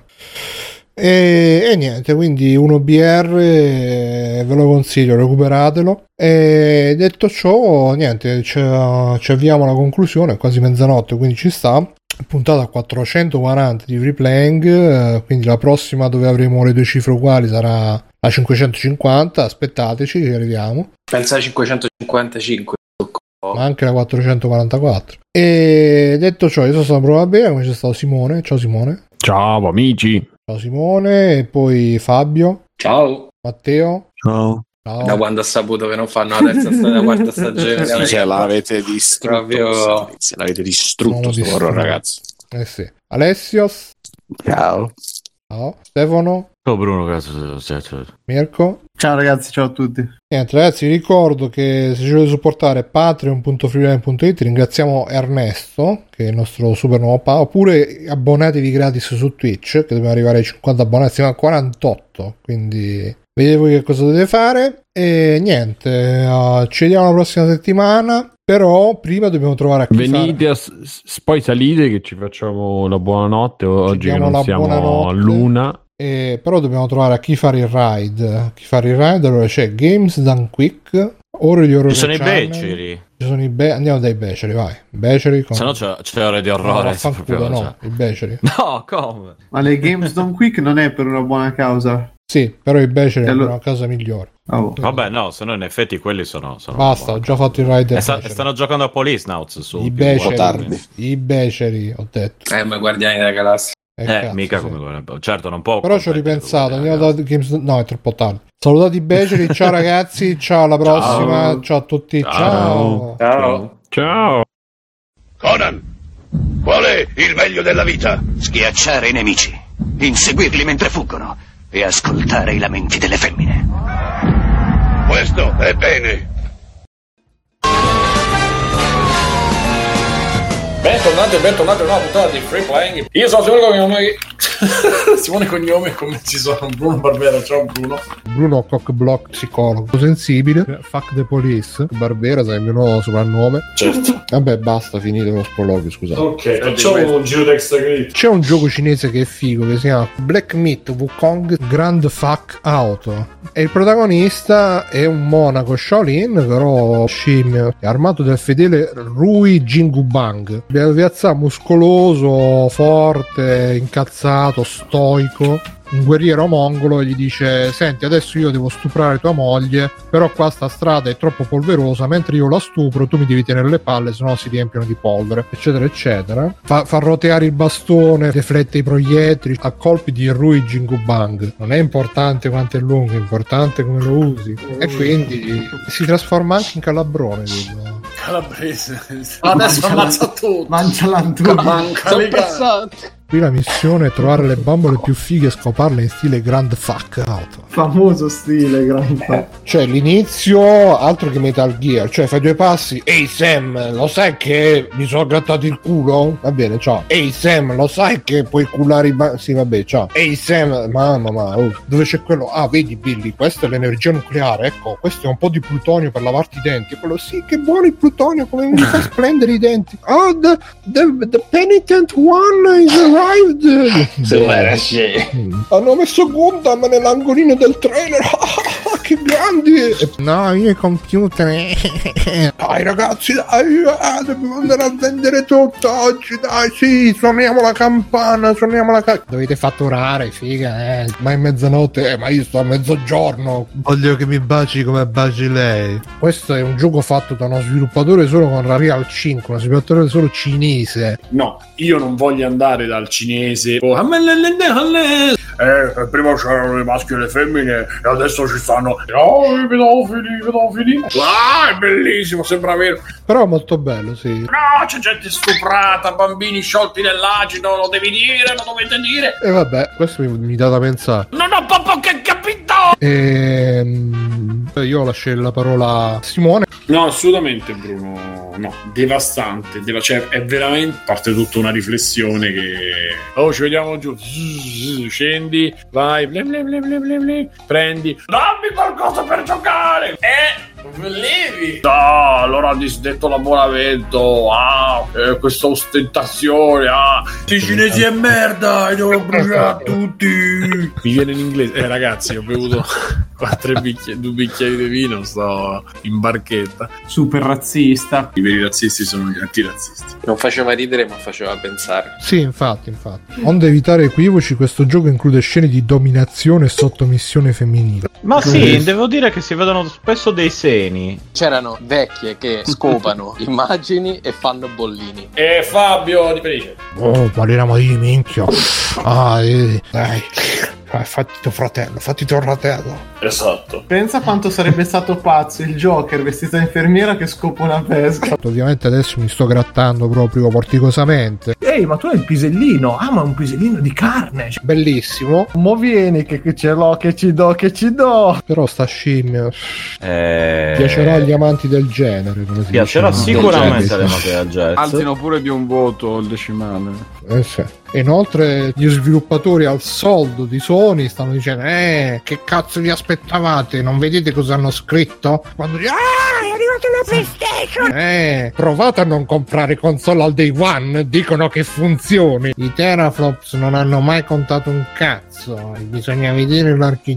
E niente, quindi 1BR ve lo consiglio, recuperatelo. E detto ciò, niente, ci avviamo alla conclusione, è quasi mezzanotte, quindi ci sta. Puntata 440 di Free Playing, quindi la prossima dove avremo le due cifre uguali sarà la 550, aspettateci che arriviamo. Pensa a 555. Ma anche la 444. E detto ciò, io sono stato Bruno Bene, come c'è stato Simone. Ciao Simone. Ciao amici. Ciao Simone, e poi Fabio. Ciao. Matteo. Ciao. Da quando ha saputo che non fanno la terza la quarta stagione. Sì, cioè, l'avete distrutto. Proprio... L'avete distrutto sto horror, ragazzi. Sì. Alessios. Ciao. Ciao. Stefano. Ciao Bruno, cazzo. Mirko. Ciao ragazzi, ciao a tutti. Niente ragazzi, vi ricordo che se ci volete supportare patreon.freeline.it, ringraziamo Ernesto che è il nostro super nuovo oppure abbonatevi gratis su Twitch, che dobbiamo arrivare ai 50 abbonati, siamo a 48, quindi vedete voi che cosa dovete fare. E niente, ci vediamo la prossima settimana, però prima dobbiamo trovare a chi venite poi salite che ci facciamo la buonanotte oggi che non siamo a luna. Però dobbiamo trovare a chi fare il ride. Allora c'è Games Done Quick, Ore di Horror. Ci sono i beceri. Andiamo dai beceri, vai. Beceri con... Se no c'è Ore di Orrore. No, i beceri. No, come? Ma le Games Done Quick non è per una buona causa. Sì, però i beceri hanno una casa migliore. Vabbè, no, se no in effetti quelli sono basta, ho già fatto il ride. Stanno giocando a Policenauts su i beceri, ho detto. Ma Guardiani della Galassia. Mica come certo non può. Però ci ho ripensato, andiamo da Games. No, è troppo tardi. Salutati i beceri, ciao ragazzi, ciao alla prossima, ciao a tutti, ciao. Conan, qual è il meglio della vita? Schiacciare i nemici, inseguirli mentre fuggono e ascoltare i lamenti delle femmine. Questo è bene. Bentornati a una puntata di Free Playing. Io sono Simone Cognome, come ci sono Bruno Barbera. Ciao Bruno Cockblock, psicologo sensibile. Fuck the police. Barbera sai il mio nuovo soprannome. Certo. Vabbè, basta, finite lo sproloquio, scusate. Ok, facciamo un giro di extra credit. C'è un gioco cinese che è figo, che si chiama Black Myth Wukong Grand Fuck Auto, e il protagonista è un monaco Shaolin, però scimmio, è armato del fedele Rui Jingubang, piazza muscoloso, forte, incazzato, stoico, un guerriero mongolo, e gli dice: senti, adesso io devo stuprare tua moglie, però qua sta strada è troppo polverosa, mentre io la stupro tu mi devi tenere le palle, sennò si riempiono di polvere, eccetera eccetera. Fa roteare il bastone, deflette i proiettili a colpi di Rui Jingubang. Non è importante quanto è lungo, è importante come lo usi, e quindi si trasforma anche in calabrone, dico. Calabrese. Adesso ammazza tutto. Mangiala tu. Sono passati. Qui la missione è trovare le bambole più fighe e scoparle in stile Grand Fuck Auto. Famoso stile Grand Fuck. Cioè l'inizio altro che Metal Gear, cioè fai due passi: ehi Sam, lo sai che mi sono grattato il culo? Va bene, ciao. Ehi Sam, lo sai che puoi culare i sì, vabbè, ciao. Ehi Sam, mamma, dove c'è quello? Ah, vedi Billy, questa è l'energia nucleare, ecco, questo è un po' di plutonio per lavarti i denti. E quello, sì, che buono il plutonio, come mi fa splendere i denti. Oh, the penitent one is arrived. Hanno messo Gundam nell'angolino del trailer. Che grandi. No, io computer. Dai ragazzi, dai, dobbiamo andare a vendere tutto oggi, dai, sì, suoniamo la campana. Dovete fatturare, figa, ma è mezzanotte, ma io sto a mezzogiorno. Voglio che mi baci come baci lei. Questo è un gioco fatto da uno sviluppatore solo con Real 5, uno sviluppatore solo cinese. No, io non voglio andare dal cinese. Prima c'erano i maschi e le femmine e adesso ci stanno i pedofili. Ah, è bellissimo, sembra vero. Però è molto bello, sì. No, c'è gente stuprata, bambini sciolti nell'acido, lo devi dire, lo dovete dire. E vabbè, questo mi dà da pensare. Non ho proprio che capito. Io lascio la parola a Simone. No, assolutamente Bruno, no, devastante, cioè è veramente, parte tutta una riflessione che ci vediamo giù, scendi, vai, prendi, dammi qualcosa per giocare, levi. No, allora ha disdetto l'abbonamento, questa ostentazione, i cinesi è merda, li devo bruciare tutti. Mi viene in inglese, ragazzi, ho bevuto 2 bicchieri di vino, sto in barchetta. Super razzista. I veri razzisti sono gli antirazzisti. Non faceva ridere, ma faceva pensare. Sì, infatti. Onde evitare equivoci, questo gioco include scene di dominazione e sottomissione femminile. Ma sì, devo dire che si vedono spesso dei seni. C'erano vecchie che scopano immagini e fanno bollini. E Fabio di Felice. Oh, parliamo di minchia. Dai. Fatti tuo fratello. Esatto. Pensa quanto sarebbe stato pazzo il Joker vestito da infermiera che scopa una pesca. Ovviamente adesso mi sto grattando proprio porticosamente. Ehi, ma tu hai il pisellino. Ma un pisellino di carne. Bellissimo. Mo vieni che ce l'ho, che ci do. Però sta scimmia piacerà agli amanti del genere, come si piacerà dice, sicuramente agli amanti del jazz. Alzino pure di un voto il decimale. Sì. Inoltre gli sviluppatori al soldo di Sony stanno dicendo che cazzo vi aspettavate, non vedete cosa hanno scritto? Quando dicono è arrivata la PlayStation, provate a non comprare console al day one, dicono che funzioni. I teraflops non hanno mai contato un cazzo, bisogna vedere l'architettura.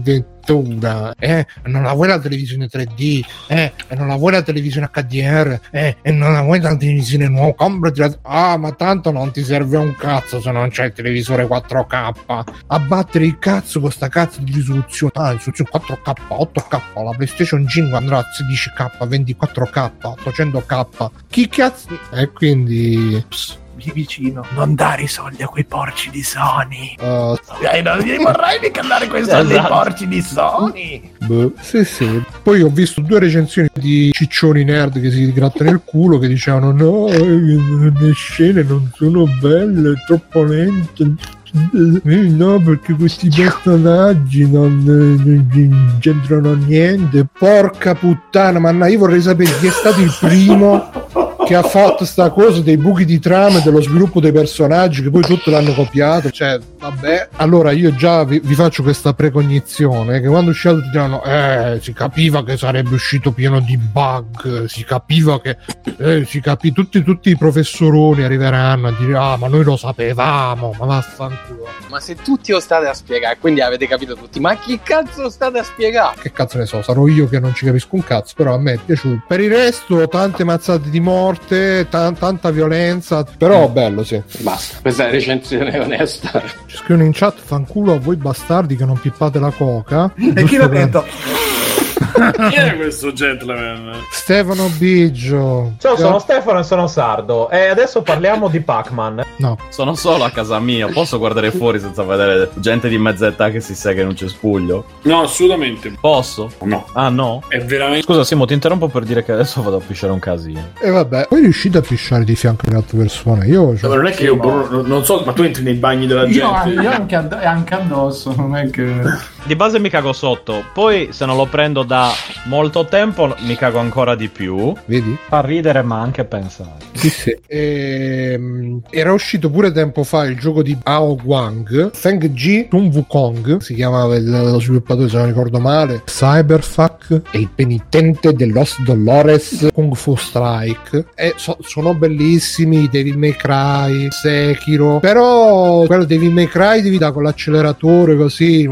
addirittura, non la vuoi la televisione 3D, e non la vuoi la televisione HDR, e non la vuoi la televisione nuova, comprati ma tanto non ti serve un cazzo se non c'è il televisore 4K, a battere il cazzo con sta cazzo di risoluzione, risoluzione 4K, 8K, la PlayStation 5 andrà a 16K, 24K, 800K, chi cazzo, e quindi lì vicino, non dare i soldi a quei porci di Sony. Non gli vorrai mica dare quei soldi ai porci di Sony. Sì. Poi ho visto 2 recensioni di ciccioni nerd che si grattano il culo, che dicevano no, le scene non sono belle, è troppo lente. No, perché questi personaggi non c'entrano niente. Porca puttana, ma io vorrei sapere chi è stato il primo che ha fatto sta cosa dei buchi di trama e dello sviluppo dei personaggi, che poi tutto l'hanno copiato. Cioè, vabbè. Allora io già vi faccio questa precognizione, che quando è uscito tutti diranno si capiva che sarebbe uscito pieno di bug, si capiva che tutti i professoroni arriveranno a dire ma noi lo sapevamo, ma vaffanculo. Ma se tutti lo state a spiegare, quindi avete capito tutti, ma chi cazzo lo state a spiegare? Che cazzo ne so, sarò io che non ci capisco un cazzo, però a me è piaciuto. Per il resto tante mazzate di morte, tanta violenza, però bello, sì. Basta, questa è la recensione onesta. Ci scrivono in chat: fanculo a voi bastardi che non pippate la coca. E chi l'ha detto? Chi è questo gentleman? Stefano Biggio. Ciao, sono Stefano e sono sardo. E adesso parliamo di Pac-Man. No, sono solo a casa mia. Posso guardare fuori senza vedere gente di mezza età che si sega in un cespuglio? No, assolutamente. Posso? No. Ah, no? È veramente. Scusa, Simo, ti interrompo per dire che adesso vado a pisciare un casino. E vabbè, poi riuscite a pisciare di fianco alle altre persone? Io Ma non è che io non so, ma tu entri nei bagni della gente? Io anche addosso, non è che. Di base mi cago sotto, poi se non lo prendo da molto tempo mi cago ancora di più. Vedi? Fa ridere ma anche pensare. Sì. Era uscito pure tempo fa il gioco di Ao Guang, Feng Ji Sun Wukong, si chiamava lo sviluppatore, se non ricordo male, Cyberfuck e il penitente de Los Dolores Kung Fu Strike, e sono bellissimi. Devil May Cry, Sekiro, però quello Devil May Cry devi dare con l'acceleratore così,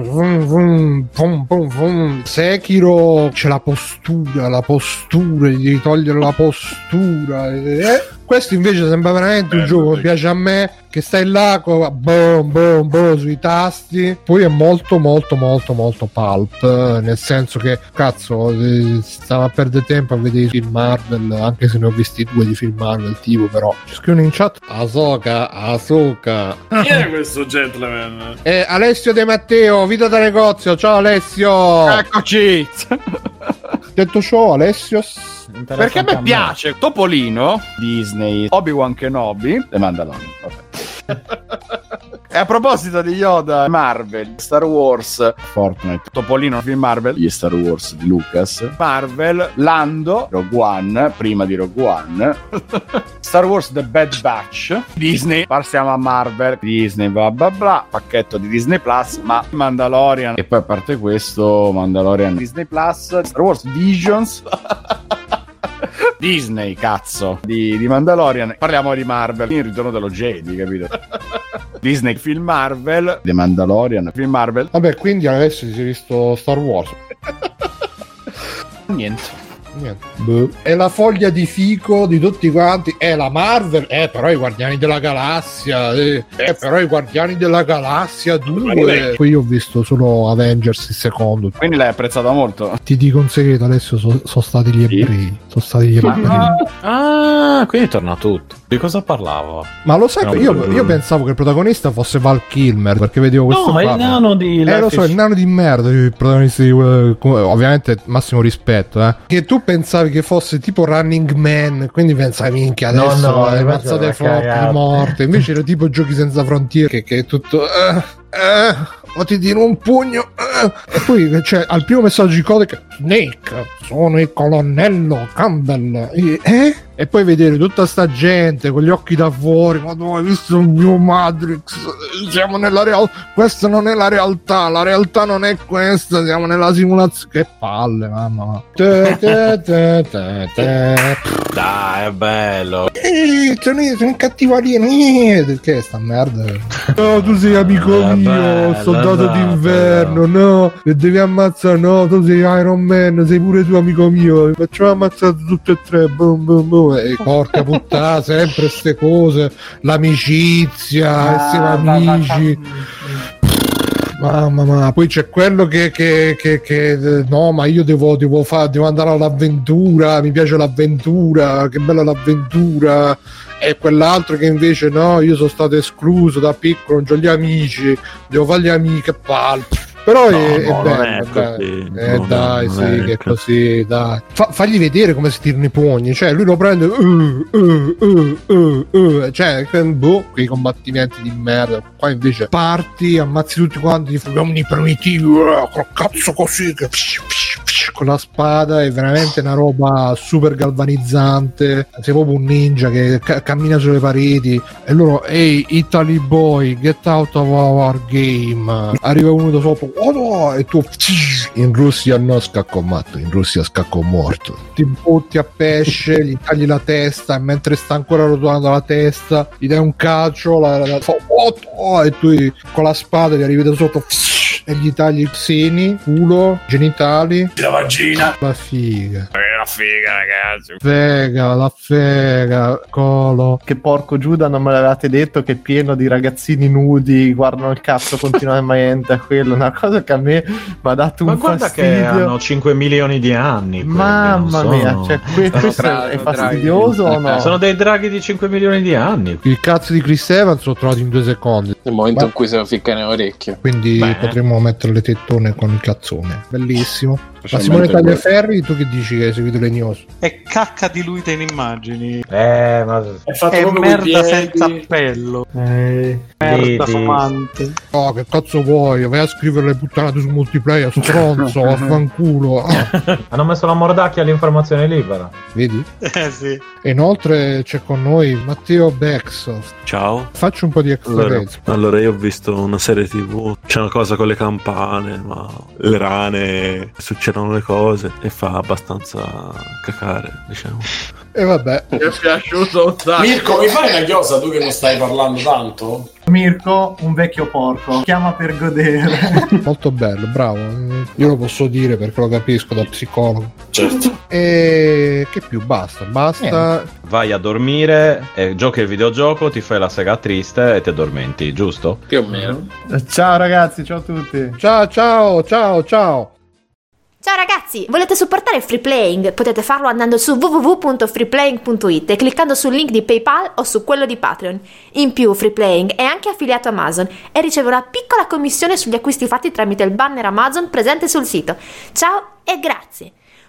Sekiro c'è la postura, gli devi togliere la postura. Questo invece sembra veramente un gioco che piace a me, che stai là sui tasti. Poi è molto pulp, nel senso che cazzo stava a perdere tempo a vedere i film Marvel, anche se ne ho visti 2 di film Marvel tipo, però ci scrivono in chat Ahsoka. Chi è questo gentleman? Alessio De Matteo, Vita da negozio. Ciao Alessio, eccoci. Detto ciò, Alessio, perché a me piace Topolino, Disney, Obi-Wan Kenobi e Mandalorian. E a proposito di Yoda, Marvel, Star Wars, Fortnite, Topolino, film Marvel, gli Star Wars di Lucas, Marvel, Lando, Rogue One, prima di Rogue One, Star Wars The Bad Batch, Disney, passiamo a Marvel, Disney, bla bla bla, pacchetto di Disney Plus, ma Mandalorian, e poi a parte questo, Mandalorian, Disney Plus, Star Wars Visions, Disney, cazzo, di Mandalorian. Parliamo di Marvel, il ritorno dello Jedi, capito? Disney, film Marvel, The Mandalorian, film Marvel. Vabbè, quindi adesso si è visto Star Wars. Niente. È la foglia di fico di tutti quanti. È la Marvel, però i Guardiani della Galassia, però i Guardiani della Galassia 2. Poi io ho visto solo Avengers il secondo. Quindi l'hai apprezzata molto? Ti dico un segreto, adesso sono stati gli ebrei. Sono stati gli ebrei. Quindi torna tutto. Di cosa parlavo? Ma lo sai, io pensavo che il protagonista fosse Val Kilmer, perché vedevo questo ma il nano di lo so, il nano di merda, il protagonista di ovviamente massimo rispetto, che tu pensavi che fosse tipo Running Man, quindi pensavi minchia adesso le mazzate forti morte, invece era tipo Giochi senza frontiere, che è tutto o ti tiro un pugno e poi al primo messaggio di codice Snake, sono il colonnello Campbell, e poi vedere tutta sta gente con gli occhi da fuori, ma tu hai visto un mio Matrix, siamo nella realtà, questa non è la realtà non è questa, siamo nella simulazione, che palle, mamma. Dai, è bello. Sono in cattiveria, che sta merda. No, tu sei amico mio, soldato d'inverno, no. no, devi ammazzare, no, tu sei Iron Man, sei pure tu amico mio, mi facciamo ammazzare tutti e tre, boom boom boom. E porca puttana, sempre ste cose, l'amicizia, essere amici. Mamma, poi c'è quello che no, ma io devo andare all'avventura, mi piace l'avventura, che bella l'avventura. E quell'altro che invece no, io sono stato escluso da piccolo, non c'ho gli amici, devo fare gli amici, che palle. Però è bello, dai, sì, che è così, dai. Fagli vedere come si tirano i pugni, cioè lui lo prende, cioè, quei combattimenti di merda. Qua invece parti, ammazzi tutti quanti, uomini primitivi, col cazzo così, che con la spada, è veramente una roba super galvanizzante. Sei proprio un ninja che cammina sulle pareti e loro, ehi, Italy boy, get out of our game. Arriva uno da sopra, oh no, e tu in Russia no, scacco matto, in Russia scacco morto, ti butti a pesce, gli tagli la testa e mentre sta ancora rotolando la testa gli dai un calcio, e tu con la spada gli arrivi da sotto e gli tagli seni, culo, genitali, la vagina, la figa. La figa, ragazzi. Fega, colo. Che porco Giuda, non me l'avevate detto che è pieno di ragazzini nudi, guardano il cazzo continuamente a quello, una cosa che a me mi ha dato un fastidio. Ma guarda che hanno 5 milioni di anni. Mamma mia, cioè questo è fastidioso o no? Sono dei draghi di 5 milioni di anni. Il cazzo di Chris Evans l'ho trovato in 2 secondi. Nel momento in cui se lo ficca nell'orecchio. Quindi potremmo mettere le tettone con il cazzone. Bellissimo. Ma Simone Tagliaferri, tu che dici che hai seguito le news? È cacca diluita in immagini. Ma è fatto è merda piedi. senza appello. Merda fumante. Oh, che cazzo vuoi? Vai a scrivere le puttanate su multiplayer, stronzo, affanculo. Hanno messo la mordacchia all'informazione libera. Vedi? Sì. E inoltre c'è con noi Matteo Bexoft. Ciao. Faccio un po' di extra. Allora io ho visto una serie TV, c'è una cosa con le campane, ma le rane, succedono le cose e fa abbastanza cacare, diciamo. E vabbè, mi è piaciuto un sacco. Mirko, mi fai una chiosa tu che non stai parlando tanto? Mirko, un vecchio porco, chiama per godere. Molto bello, bravo. Io lo posso dire perché lo capisco da psicologo. Certo. E che più? Basta. Vai a dormire e giochi il videogioco, ti fai la sega triste e ti addormenti, giusto? Più o meno. Ciao ragazzi, ciao a tutti. Ciao. Ciao ragazzi, volete supportare il free playing? Potete farlo andando su www.freeplaying.it e cliccando sul link di PayPal o su quello di Patreon. In più, free playing è anche affiliato a Amazon e riceve una piccola commissione sugli acquisti fatti tramite il banner Amazon presente sul sito. Ciao e grazie!